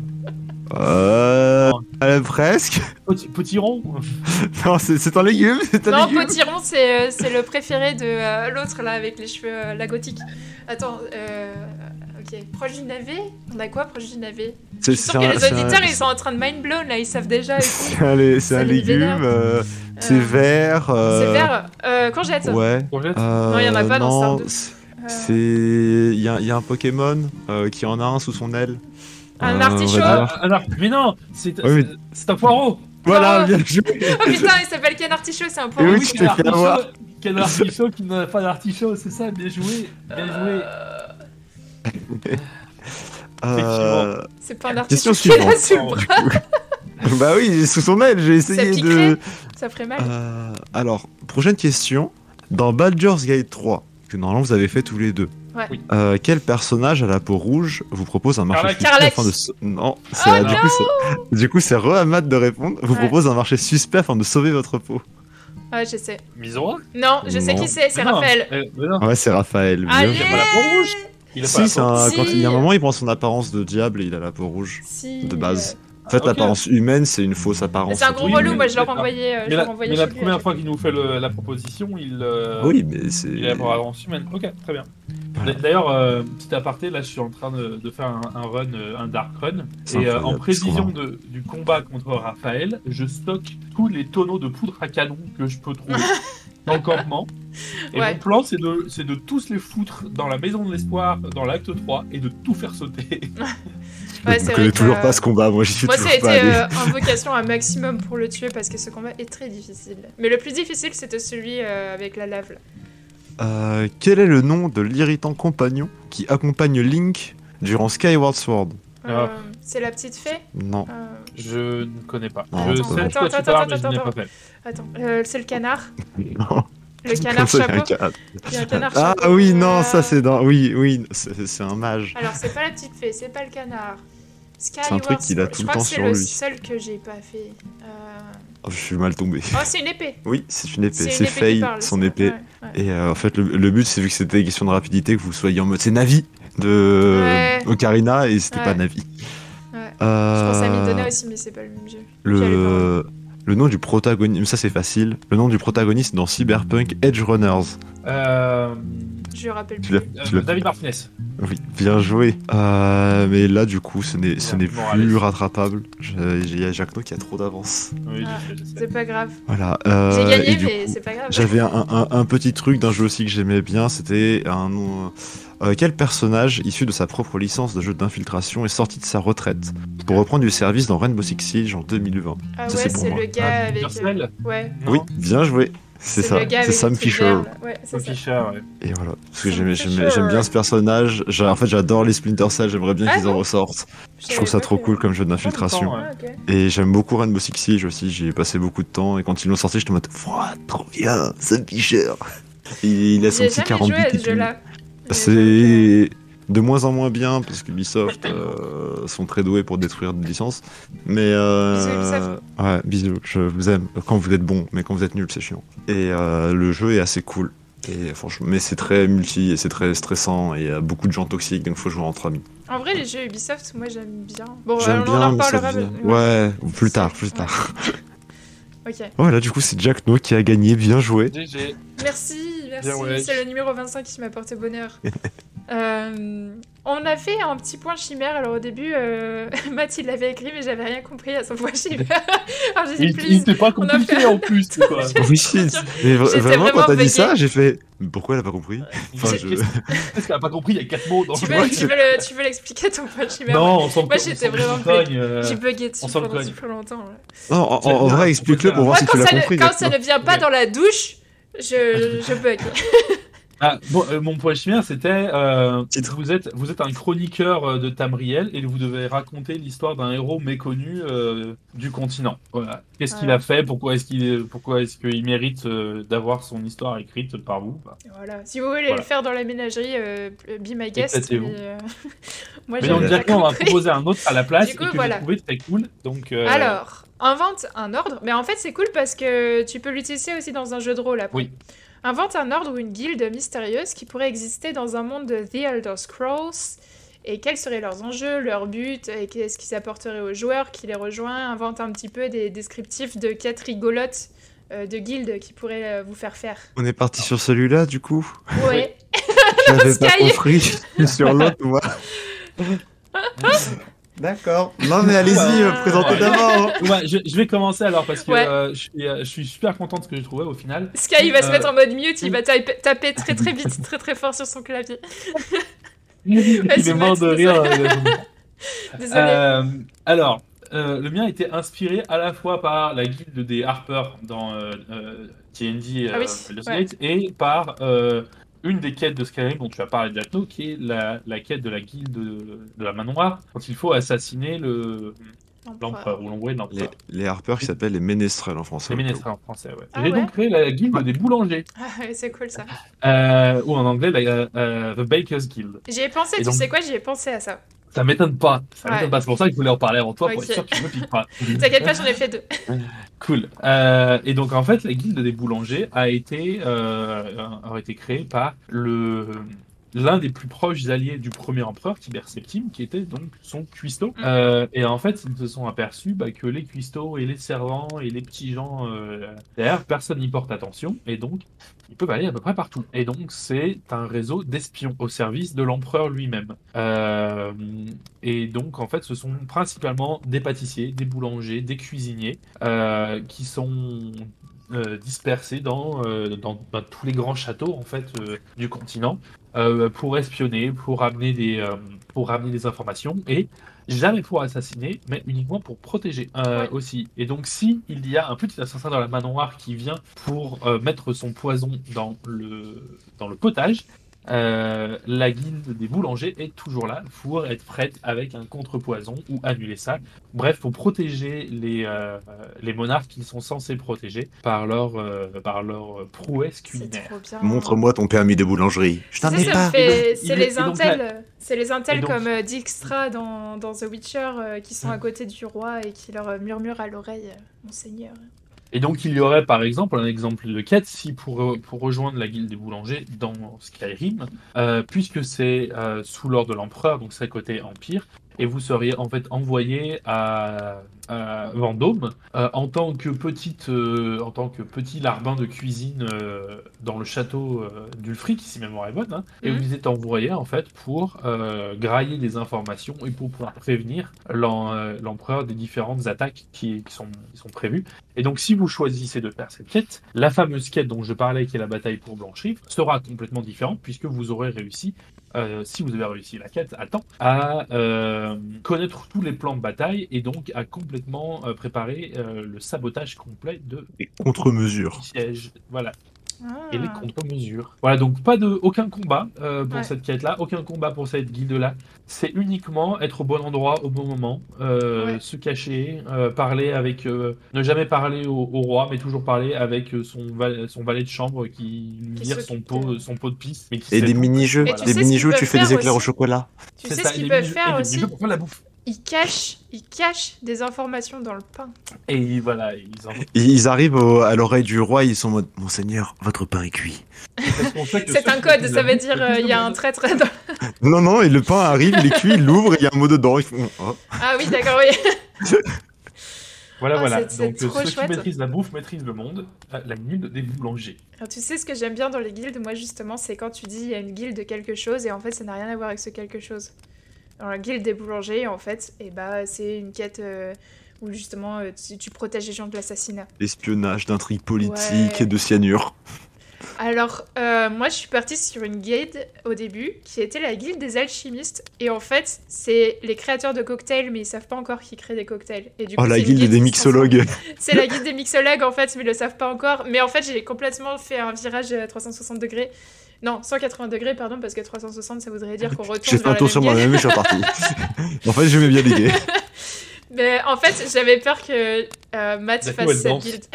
Euh. euh, presque. Petit, potiron. Non, c'est c'est un légume. C'est un Non, légume. potiron, c'est euh, c'est le préféré de euh, l'autre là avec les cheveux, euh, la gothique. Attends, euh, ok, proche du navet. On a quoi proche du navet? Je C'est suis c'est sûre que un- les c'est un- auditeurs ils sont en train de mind blown là, ils savent déjà. et tout. c'est un, lé- c'est Ça un les légume. vénère. euh, C'est Euh, vert. euh, C'est vert, euh, courgette. Ouais. Courgette. Euh, Non, il y en a pas dans non, Stardew. c'est- Euh, C'est. Il y a, il y a un Pokémon euh, qui en a un sous son aile. Un Euh, on artichaut. va dire- Ah, alors, mais non, c'est Oui, c'est- c'est un poireau. Voilà, Oh. bien joué. Oh putain, il s'appelle Ken Artichaut, c'est un Et poireau. oui, Oui, tu quel t'es fait artichaut- avoir. Quel artichaut qui n'a pas d'artichaut, c'est ça, bien joué. Bien joué. Euh, C'est pas un Question artichaut qu'il a suivante. sous le bras. du coup. Bah oui, il est sous son aile, j'ai Ça essayé piquerait. de. Ça ferait mal. Euh, alors, prochaine question. Dans Baldur's Gate trois, que normalement vous avez fait tous les deux, Ouais. Oui. euh, quel personnage à la peau rouge vous propose un marché Carlac. suspect Carlac. afin de... sau- Non, c'est Oh du coup, c'est- du coup c'est Rohamad de répondre. Vous Ouais. propose un marché suspect afin de sauver votre peau. Ouais, je sais. Misora. Non, je sais Non. qui c'est, c'est Mais non, Raphaël. euh, mais non. Ouais, c'est Raphaël. bien Allez. joué. Il a pas la peau rouge. Il a pas Si, la c'est peau- un... Si. quand il y a un moment, il prend son apparence de diable et il a la peau rouge. Si. De base. euh, En fait, ok. l'apparence humaine, c'est une fausse apparence. C'est un gros Oui, relou, mais- moi je leur mais- envoyais, euh, je Mais leur la, envoyais mais la chez lui, première à fois qu'il nous fait le- la proposition, il, euh, Oui, mais c'est. il a la apparence humaine. Ok, très bien. Voilà. D'ailleurs, euh, petit aparté, là je suis en train de, de faire un, un run, euh, un dark run, C'est et euh, incroyable, en prévision ce qu'on de, du combat contre Raphaël, je stocke tous les tonneaux de poudre à canon que je peux trouver dans le campement. Et Ouais. mon plan, c'est de, c'est de tous les foutre dans la maison de l'espoir, dans l'acte trois, et de tout faire sauter. Ouais, Je c'est ne connais vrai que- toujours pas ce combat, moi j'y suis Moi, ça toujours a pas été allé. euh, invocation un maximum pour le tuer parce que ce combat est très difficile. Mais le plus difficile, c'était celui euh, avec la lave. Là. Euh, quel est le nom de l'irritant compagnon qui accompagne Link durant Skyward Sword? Euh, Ah. C'est la petite fée Non. Euh, Je ne connais pas. Non, je attends, sais de attends, quoi tu attends, parles, mais attends, je n'ai attends. pas fait. Attends, euh, c'est le canard Non. Le canard Ça, il y a un chapeau ca- Il y a un canard Ah chapeau. oui, non, Euh, ça c'est dans. Oui, oui, c'est c'est un mage. Alors, c'est pas la petite fée, c'est pas le canard. un truc qu'il a Skyward tout je le crois temps que c'est sur le lui. seul que j'ai pas fait. Euh... Oh, je suis mal tombé. Oh, c'est une épée. Oui, c'est une épée. C'est une C'est épée qui Faye, parle, son c'est- épée. ouais, ouais. Et euh, en fait, le, le but, c'est vu que c'était une question de rapidité, que vous soyez en mode c'est Navi de Ouais. Ocarina et c'était Ouais. pas Navi. Ouais. Euh, Je pense à Midona aussi, mais c'est pas le même jeu. J'y allais pas. Le, le nom du protagoniste, ça c'est facile. Le nom du protagoniste dans Cyberpunk Edge Runners. Euh, Je me rappelle Tu plus. l'as- euh, tu l'as- David Martinez. Oui, bien joué. Euh, mais là, du coup, ce n'est ce Bien, n'est Morales. plus rattrapable. Je- Il y a Jacques No qui a trop d'avance. Oui, Ah, je sais, je sais. C'est pas grave. Voilà. euh, J'ai et gagné, du mais coup, c'est pas grave. J'avais un, un- un petit truc d'un jeu aussi que j'aimais bien, c'était un nom. euh, quel personnage issu de sa propre licence de jeu d'infiltration est sorti de sa retraite pour reprendre du service dans Rainbow Six Siege en deux mille vingt? Ah Ça, ouais, c'est pour c'est moi. le gars Ah, avec. Personnel euh, Ouais. Non. Oui, bien joué. C'est ça, le gars c'est avec Sam le truc Fisher. vert, là. Ouais, c'est Sam ça. Fisher, ouais. Et voilà, parce que Sam j'aime Fisher. j'aime- j'aime bien ce personnage. J'a- En fait, j'adore les Splinter Cell, j'aimerais bien Ah qu'ils en bon ressortent. Je savais trouve ça pas trop que- cool comme jeu d'infiltration. Ouais. Ah, ok. Et j'aime beaucoup Rainbow Six Siege aussi, j'y ai passé beaucoup de temps. Et quand ils l'ont sorti, j'étais en mode, Ouah, trop bien, Sam Fisher. Et il a son J'ai petit jamais quarante joué à bits et ce tout. jeu-là. Mais C'est de moins en moins bien parce que Ubisoft euh, sont très doués pour détruire des licences. Mais euh, Bisous, Ubisoft. ouais, bisous, je vous aime quand vous êtes bon, mais quand vous êtes nul, c'est chiant. Et euh, le jeu est assez cool. Et franchement, mais c'est très multi et c'est très stressant et il y a beaucoup de gens toxiques, donc faut jouer entre amis. En vrai, les jeux Ubisoft, moi j'aime bien. Bon, J'aime on en bien, mais ça reparlera. devient... mais- Ouais, plus tard, Ça- plus ouais. tard. Ok. Voilà, du coup, c'est Jack No qui a gagné, bien joué. G G. Merci, merci. Bien, ouais. C'est le numéro vingt-cinq qui m'a porté bonheur. Euh, on a fait un petit point chimère. Alors au début, euh, Math il l'avait écrit, mais j'avais rien compris à son point chimère. Alors j'ai dit, Il please. n'était pas on a compliqué fait- en plus, c'est quoi. Oui, mais vra- J'étais vraiment, quand vraiment t'as dit ça, veillée. j'ai fait. Pourquoi elle a pas compris Enfin, Qu'est-ce je- qu'est-ce qu'elle a pas compris? Il y a quatre mots dans Tu le veux, mot. tu veux le- tu veux l'expliquer ton point chimère? Non, on s'en Moi, on j'étais s'en vraiment cogne, euh, J'ai bugué dessus on s'en pendant cogne. super longtemps. là. Non, en, en- C'est en bien, vrai, on explique-le peut pour voir Moi, si quand, tu l'as ça, ne- compris. quand ça d'accord. ne vient pas Ok. dans la douche, je, je bug. Ah, bon, euh, mon point chimère, c'était euh, Titre. vous êtes vous êtes un chroniqueur euh, de Tamriel et vous devez raconter l'histoire d'un héros méconnu euh, du continent. Voilà. Qu'est-ce qu'il Ouais. a fait? Pourquoi est-ce qu'il pourquoi est-ce qu'il mérite euh, d'avoir son histoire écrite par vous? Bah. Voilà. Si vous voulez Voilà. le faire dans la ménagerie, euh, be my guest. Éclatez-vous. Mais, euh, Moi, Mais j'avais donc pas directement, on va compris. proposer un autre à la place Du coup, et que voilà. j'ai trouvé très cool. Donc euh, Alors, invente un ordre. Mais en fait, c'est cool parce que tu peux l'utiliser aussi dans un jeu de rôle après. Oui. Invente un ordre ou une guilde mystérieuse qui pourrait exister dans un monde de The Elder Scrolls. Et quels seraient leurs enjeux, leurs buts, et qu'est-ce qu'ils apporteraient aux joueurs qui les rejoignent. Invente un petit peu des descriptifs de quêtes rigolotes euh, de guildes qui pourraient euh, vous faire faire. On est parti sur celui-là, du coup. Ouais. J'avais pas Sky. compris. sur l'autre, moi. D'accord. Non, mais allez-y, Ouais. euh, présentez Ouais. d'abord. hein. ouais, je, je vais commencer alors parce que Ouais. euh, je, suis, euh, je suis super content de ce que j'ai trouvé au final. Sky, il va se Euh, mettre en mode mute, il va taper, taper très très vite, très très fort sur son clavier. Il Vas-y, est mort de Max, rire. désolé. euh, Désolé. Euh, alors, euh, le mien était inspiré à la fois par la guilde des Harper dans euh, euh, T N D Ah oui, Baldur's ouais. Gate et par euh, une des quêtes de Skyrim dont tu as parlé, Jack No, qui est la, la quête de la guilde de, de la manoir quand il faut assassiner le l'empereur ou l'ombré de Les, l'empereur. les Harper qui s'appellent les ménestrels en français. C'est ménestrel en français, ouais. Ah J'ai ouais donc créé la guilde des boulangers, Ah ouais, c'est cool ça. euh, ou en anglais la euh, The Bakers Guild. J'y ai pensé, Et tu donc- sais quoi, j'y ai pensé à ça. Ça m'étonne pas, ça Ouais. m'étonne pas. C'est pour ça que je voulais en parler avant toi pour Ok. être sûr que tu me piques pas. T'inquiète pas, j'en ai fait deux. Cool. Euh, et donc en fait, la guilde des boulangers a été euh, a été créée par le l'un des plus proches alliés du premier empereur, Tibère Septime, qui était donc son cuistot. Mm. Euh, et en fait, ils se sont aperçus bah, que les cuistots et les servants et les petits gens euh, derrière, personne n'y porte attention, et donc ils peuvent aller à peu près partout. Et donc c'est un réseau d'espions au service de l'empereur lui-même. Euh, et donc en fait, ce sont principalement des pâtissiers, des boulangers, des cuisiniers euh, qui sont euh, dispersés dans, euh, dans, dans tous les grands châteaux en fait euh, du continent euh, pour espionner, pour ramener des, euh, pour ramener des informations et jamais pour assassiner, mais uniquement pour protéger euh, Ouais. aussi. Et donc, si il y a un petit assassin dans la manoir qui vient pour euh, mettre son poison dans le, dans le potage, euh, la guilde des boulangers est toujours là pour être prête avec un contrepoison ou annuler ça. Bref, pour protéger les, euh, les monarques qui sont censés protéger par leur, euh, par leur prouesse C'est culinaire. trop bien. Montre-moi ton permis de boulangerie. Je t'en Tu sais, ai ça me pas. fait- Et donc, C'est il les est- et donc, intels, là- euh, c'est les intels et donc- comme euh, Dijkstra dans, dans The Witcher euh, qui sont Mm. à côté du roi et qui leur euh, murmurent à l'oreille euh, Monseigneur. Et donc, il y aurait par exemple un exemple de quête si pour, pour rejoindre la guilde des boulangers dans Skyrim, euh, puisque c'est euh, sous l'ordre de l'empereur, donc c'est côté empire, et vous seriez en fait envoyé à, à Vendôme euh, en tant que petite, euh, en tant que petit larbin de cuisine euh, dans le château euh, d'Ulfric, si ma mémoire est bonne, hein, et Mhm. vous êtes envoyé en fait pour euh, grailler des informations et pour pouvoir prévenir l'em- euh, l'empereur des différentes attaques qui, qui sont, qui sont prévues. Et donc, si vous choisissez de faire cette quête, la fameuse quête dont je parlais, qui est la bataille pour Blancherive, sera complètement différente puisque vous aurez réussi, euh, si vous avez réussi la quête à temps, à euh, connaître tous les plans de bataille et donc à complètement euh, préparer euh, le sabotage complet de Et contre-mesure. du siège. Voilà. Ah. Et les contre-mesures. Voilà, donc pas de aucun combat euh, pour Ouais. cette quête-là, aucun combat pour cette guilde-là. C'est uniquement être au bon endroit au bon moment, euh, Ouais. se cacher, euh, parler avec, euh, ne jamais parler au, au roi, mais toujours parler avec euh, son, val- son valet de chambre qui lui Qui vire son s'occupe pot, de- son pot de pisse. Mais qui Et sait des tout. mini-jeux. Et Voilà. tu Des sais ce mini-jeux, qu'ils tu peuvent fais des faire éclairs au aussi chocolat. Tu C'est sais ça, ce et qu'ils des peuvent mini-jeux- faire et des aussi mini-jeux pour faire la bouffe. Ils cachent, ils cachent des informations dans le pain. Et voilà, ils en... Et ils arrivent au- à l'oreille du roi, ils sont en mode Monseigneur, votre pain est cuit. parce qu'on sait que C'est ceux un qui code, maîtrisent ça la veut bouffe, dire le euh, plus il y a de un monde- traître dans... Non, non, et le pain arrive, il est cuit, il l'ouvre, il y a un mot dedans. Ils font, oh. Ah oui, d'accord, oui. Voilà, Ah, voilà. c'est- c'est Donc euh, trop ceux chouette. qui maîtrisent la bouffe maîtrisent le monde. La la guilde des boulangers. Alors, tu sais ce que j'aime bien dans les guildes, moi justement, c'est quand tu dis il y a une guilde de quelque chose et en fait ça n'a rien à voir avec ce quelque chose. Dans la guilde des boulangers, en fait, et bah c'est une quête euh, où justement euh, tu, tu protèges les gens de l'assassinat. Espionnage, d'intrigue politique Ouais. et de cyanure. Alors, euh, moi je suis partie sur une guilde au début qui était la guilde des alchimistes et en fait c'est les créateurs de cocktails mais ils savent pas encore qu'ils créent des cocktails. Et du Oh, coup, la c'est une guilde des qui se mixologues. transforme- C'est la guilde des mixologues en fait, mais ils le savent pas encore. Mais en fait j'ai complètement fait un virage à trois cent soixante degrés. Non, cent quatre-vingts degrés, pardon, parce que trois cent soixante, ça voudrait dire qu'on retourne J'ai fait vers un la tour même sur guilde. moi-même et je suis reparti. En fait, j'aimais bien l'idée. Mais en fait, j'avais peur que euh, Matt D'accord, fasse elle cette danse. guilde.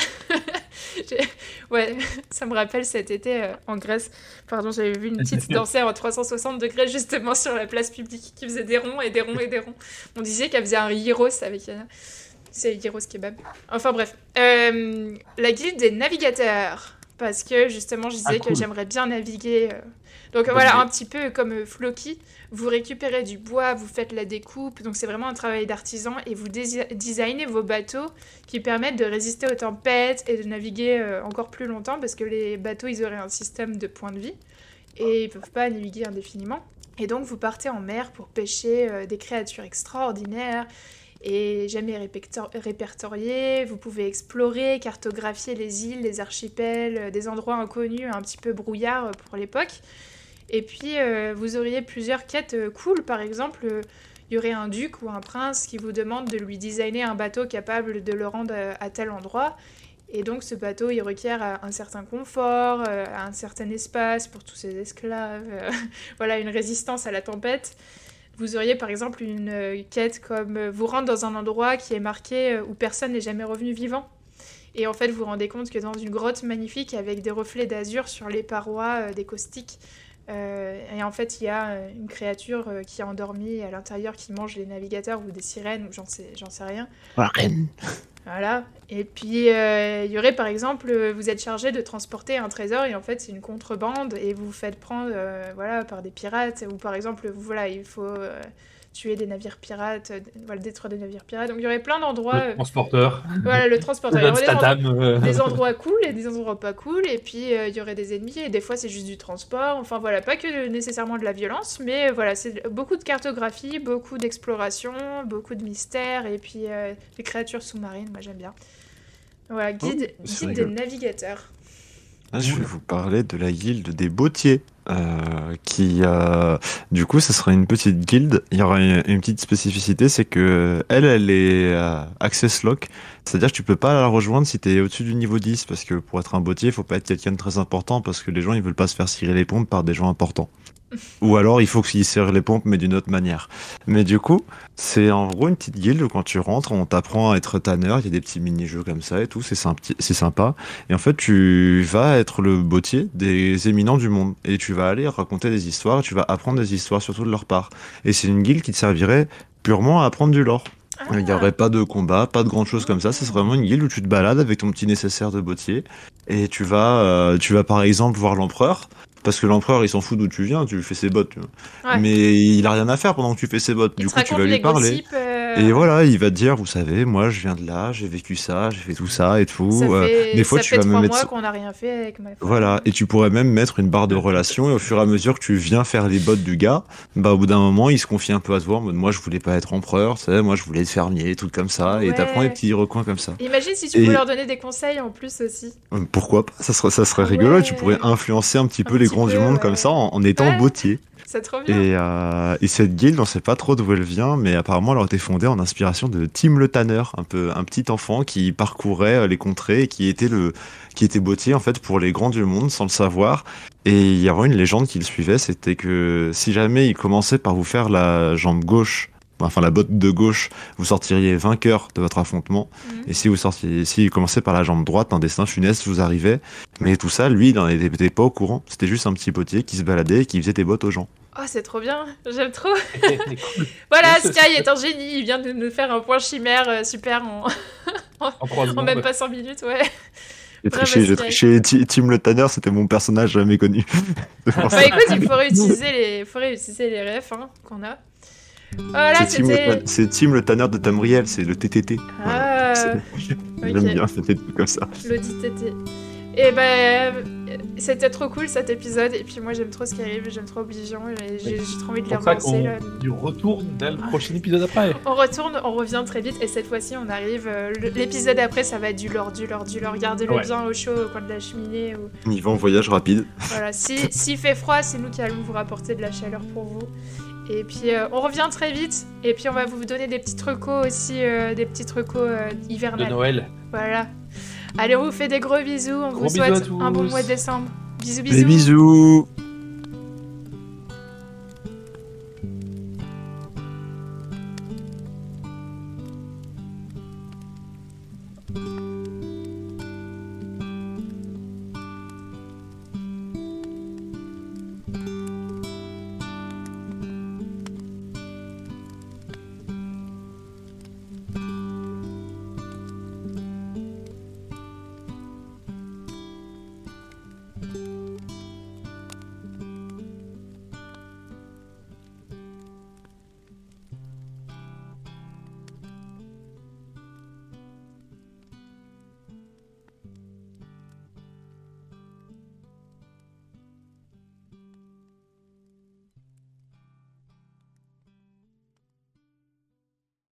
J'ai- Ouais, ça me rappelle cet été euh, en Grèce. Pardon, j'avais vu une petite danser en trois cent soixante degrés justement sur la place publique qui faisait des ronds et des ronds et des ronds. On disait qu'elle faisait un gyros avec Yana. C'est gyros kebab. Enfin bref. Euh, la guilde des navigateurs. Parce que justement, je disais Ah, cool. que j'aimerais bien naviguer. euh. Donc Bonne voilà, idée. un petit peu comme euh, Floki. Vous récupérez du bois, vous faites la découpe. Donc c'est vraiment un travail d'artisan. Et vous dési- designez vos bateaux qui permettent de résister aux tempêtes et de naviguer euh, encore plus longtemps. Parce que les bateaux, ils auraient un système de points de vie. Et ils peuvent pas naviguer indéfiniment. Et donc vous partez en mer pour pêcher euh, des créatures extraordinaires et jamais répector- répertoriées. Vous pouvez explorer, cartographier les îles, les archipels, euh, des endroits inconnus, un petit peu brouillard euh, pour l'époque. Et puis euh, vous auriez plusieurs quêtes euh, cool, par exemple. euh, il y aurait un duc ou un prince qui vous demande de lui designer un bateau capable de le rendre euh, à tel endroit. Et donc ce bateau, il requiert euh, un certain confort, euh, un certain espace pour tous ses esclaves, euh, voilà, une résistance à la tempête. Vous auriez par exemple une euh, quête comme euh, vous rendre dans un endroit qui est marqué euh, où personne n'est jamais revenu vivant. Et en fait, vous vous rendez compte que dans une grotte magnifique avec des reflets d'azur sur les parois, euh, des caustiques, euh, et en fait, il y a euh, une créature euh, qui est endormie à l'intérieur qui mange les navigateurs ou des sirènes ou j'en sais, j'en sais rien. La reine. Voilà. Et puis, euh, il y aurait par exemple, euh, vous êtes chargé de transporter un trésor et en fait, c'est une contrebande et vous vous faites prendre euh, voilà, par des pirates. Ou par exemple, vous, voilà, il faut euh, tuer des navires pirates, euh, voilà, détruire des navires pirates. Donc, il y aurait plein d'endroits. Le euh, transporteur. Voilà, le transporteur. Il y Jason aurait des, Statham. endro- euh, des endroits cool et des endroits pas cool. Et puis, euh, il y aurait des ennemis. Et des fois, c'est juste du transport. Enfin, voilà, pas que de- nécessairement de la violence. Mais euh, voilà, c'est beaucoup de cartographie, beaucoup d'exploration, beaucoup de mystères. Et puis, euh, des créatures sous-marines. Moi, j'aime bien. Voilà, guide, Oh, c'est guide des rigolo. navigateurs. Ah, je vais vous parler de la guilde des bottiers. Euh, qui, euh, du coup, ce sera une petite guilde. Il y aura une, une petite spécificité, c'est que elle, elle est euh, access lock. C'est-à-dire que tu peux pas la rejoindre si t'es au-dessus du niveau dix, parce que pour être un bottier, il faut pas être quelqu'un de très important, parce que les gens, ils veulent pas se faire cirer les pompes par des gens importants. Ou alors, il faut qu'ils serrent les pompes, mais d'une autre manière. Mais du coup, c'est en gros une petite guilde où quand tu rentres, on t'apprend à être tanneur, il y a des petits mini-jeux comme ça et tout, c'est sympa, c'est sympa. Et en fait, tu vas être le bottier des éminents du monde. Et tu vas aller raconter des histoires, tu vas apprendre des histoires surtout de leur part. Et c'est une guilde qui te servirait purement à apprendre du lore. Il n'y Ah, aurait pas de combat, pas de grandes choses comme ça. C'est vraiment une guilde où tu te balades avec ton petit nécessaire de bottier et tu vas, euh, tu vas par exemple voir l'empereur. Parce que l'empereur, il s'en fout d'où tu viens, tu lui fais ses bottes, tu vois. ouais. Mais il a rien à faire pendant que tu fais ses bottes. Il Du te coup, tu raconte vas lui les parler. gossips. euh, Et voilà, il va te dire, vous savez, moi, je viens de là, j'ai vécu ça, j'ai fait tout ça et tout. Ça Euh, fait, des fois, ça tu fait vas me trois mettre. mois qu'on n'a rien fait avec ma femme. Voilà, et tu pourrais même mettre une barre de relation, et au fur et à mesure que tu viens faire les bottes du gars, bah au bout d'un moment, il se confie un peu à toi, en mode moi je voulais pas être empereur, tu sais, moi je voulais être fermier, des trucs comme ça, et t'apprends les Ouais. petits recoins comme ça. Imagine si tu Et pouvais leur donner des conseils en plus aussi. euh, pourquoi pas, ça serait, ça serait Ah rigolo, et tu ouais. pourrais influencer un petit Un peu les petit grands peu, du monde comme ouais. ça en, en étant Ouais. bottier. C'est trop bien. Et, euh, et cette guilde, on sait pas trop d'où elle vient, mais apparemment elle a été fondée en inspiration de Tim le Tanner, un peu un petit enfant qui parcourait euh, les contrées et qui était le qui était bottier en fait pour les grands du monde sans le savoir. Et il y avait une légende qui le suivait, c'était que si jamais il commençait par vous faire la jambe gauche, enfin la botte de gauche, vous sortiriez vainqueur de votre affrontement. Mhm. Et si vous sortiez, si il commençait par la jambe droite, un destin funeste vous arrivait. Mais tout ça, lui, il n'en était était pas au courant. C'était juste un petit bottier qui se baladait et qui faisait des bottes aux gens. Oh, c'est trop bien. J'aime trop. Cool. Voilà, Oui, c'est- Sky est un génie. Il vient de nous faire un point chimère euh, super en, En trois en secondes. même pas cinq minutes, ouais. J'ai Bravo, triché, j'ai Sky. triché. Ti- Tim le Tanner, c'était mon personnage jamais connu. C'est pour Bah ça. écoute, il faut réutiliser les, faut réutiliser les refs hein, qu'on a. Voilà, C'est Tim, le c'était. Tan- c'est Tim le Tanner de Tamriel, c'est le T T T. Voilà. Ah, C'est- J'aime ok. bien, c'était tout comme ça. L'audit était. Et ben, c'était trop cool cet épisode. Et puis moi, j'aime trop Skyrim, j'aime trop Oblivion. Et j'ai j'ai trop envie de les C'est pour ça relancer là. qu'on du retourne dès le prochain épisode après. On retourne, on revient très vite. Et cette fois-ci, on arrive. euh, le- L'épisode après, ça va être du lore, du lore, du lore. Gardez-le Ouais. bien au chaud au coin de la cheminée. Ou... On y va en voyage rapide. Voilà, si s'il fait froid, c'est nous qui allons vous rapporter de la chaleur pour vous. Et puis euh, on revient très vite. Et puis on va vous donner des petites recos aussi, euh, des petites recos euh, De hivernales. Noël. Voilà. Allez, on vous fait des gros bisous. On Gros vous bisous à souhaite un bon tous. mois de décembre. Bisous, Des bisous. bisous.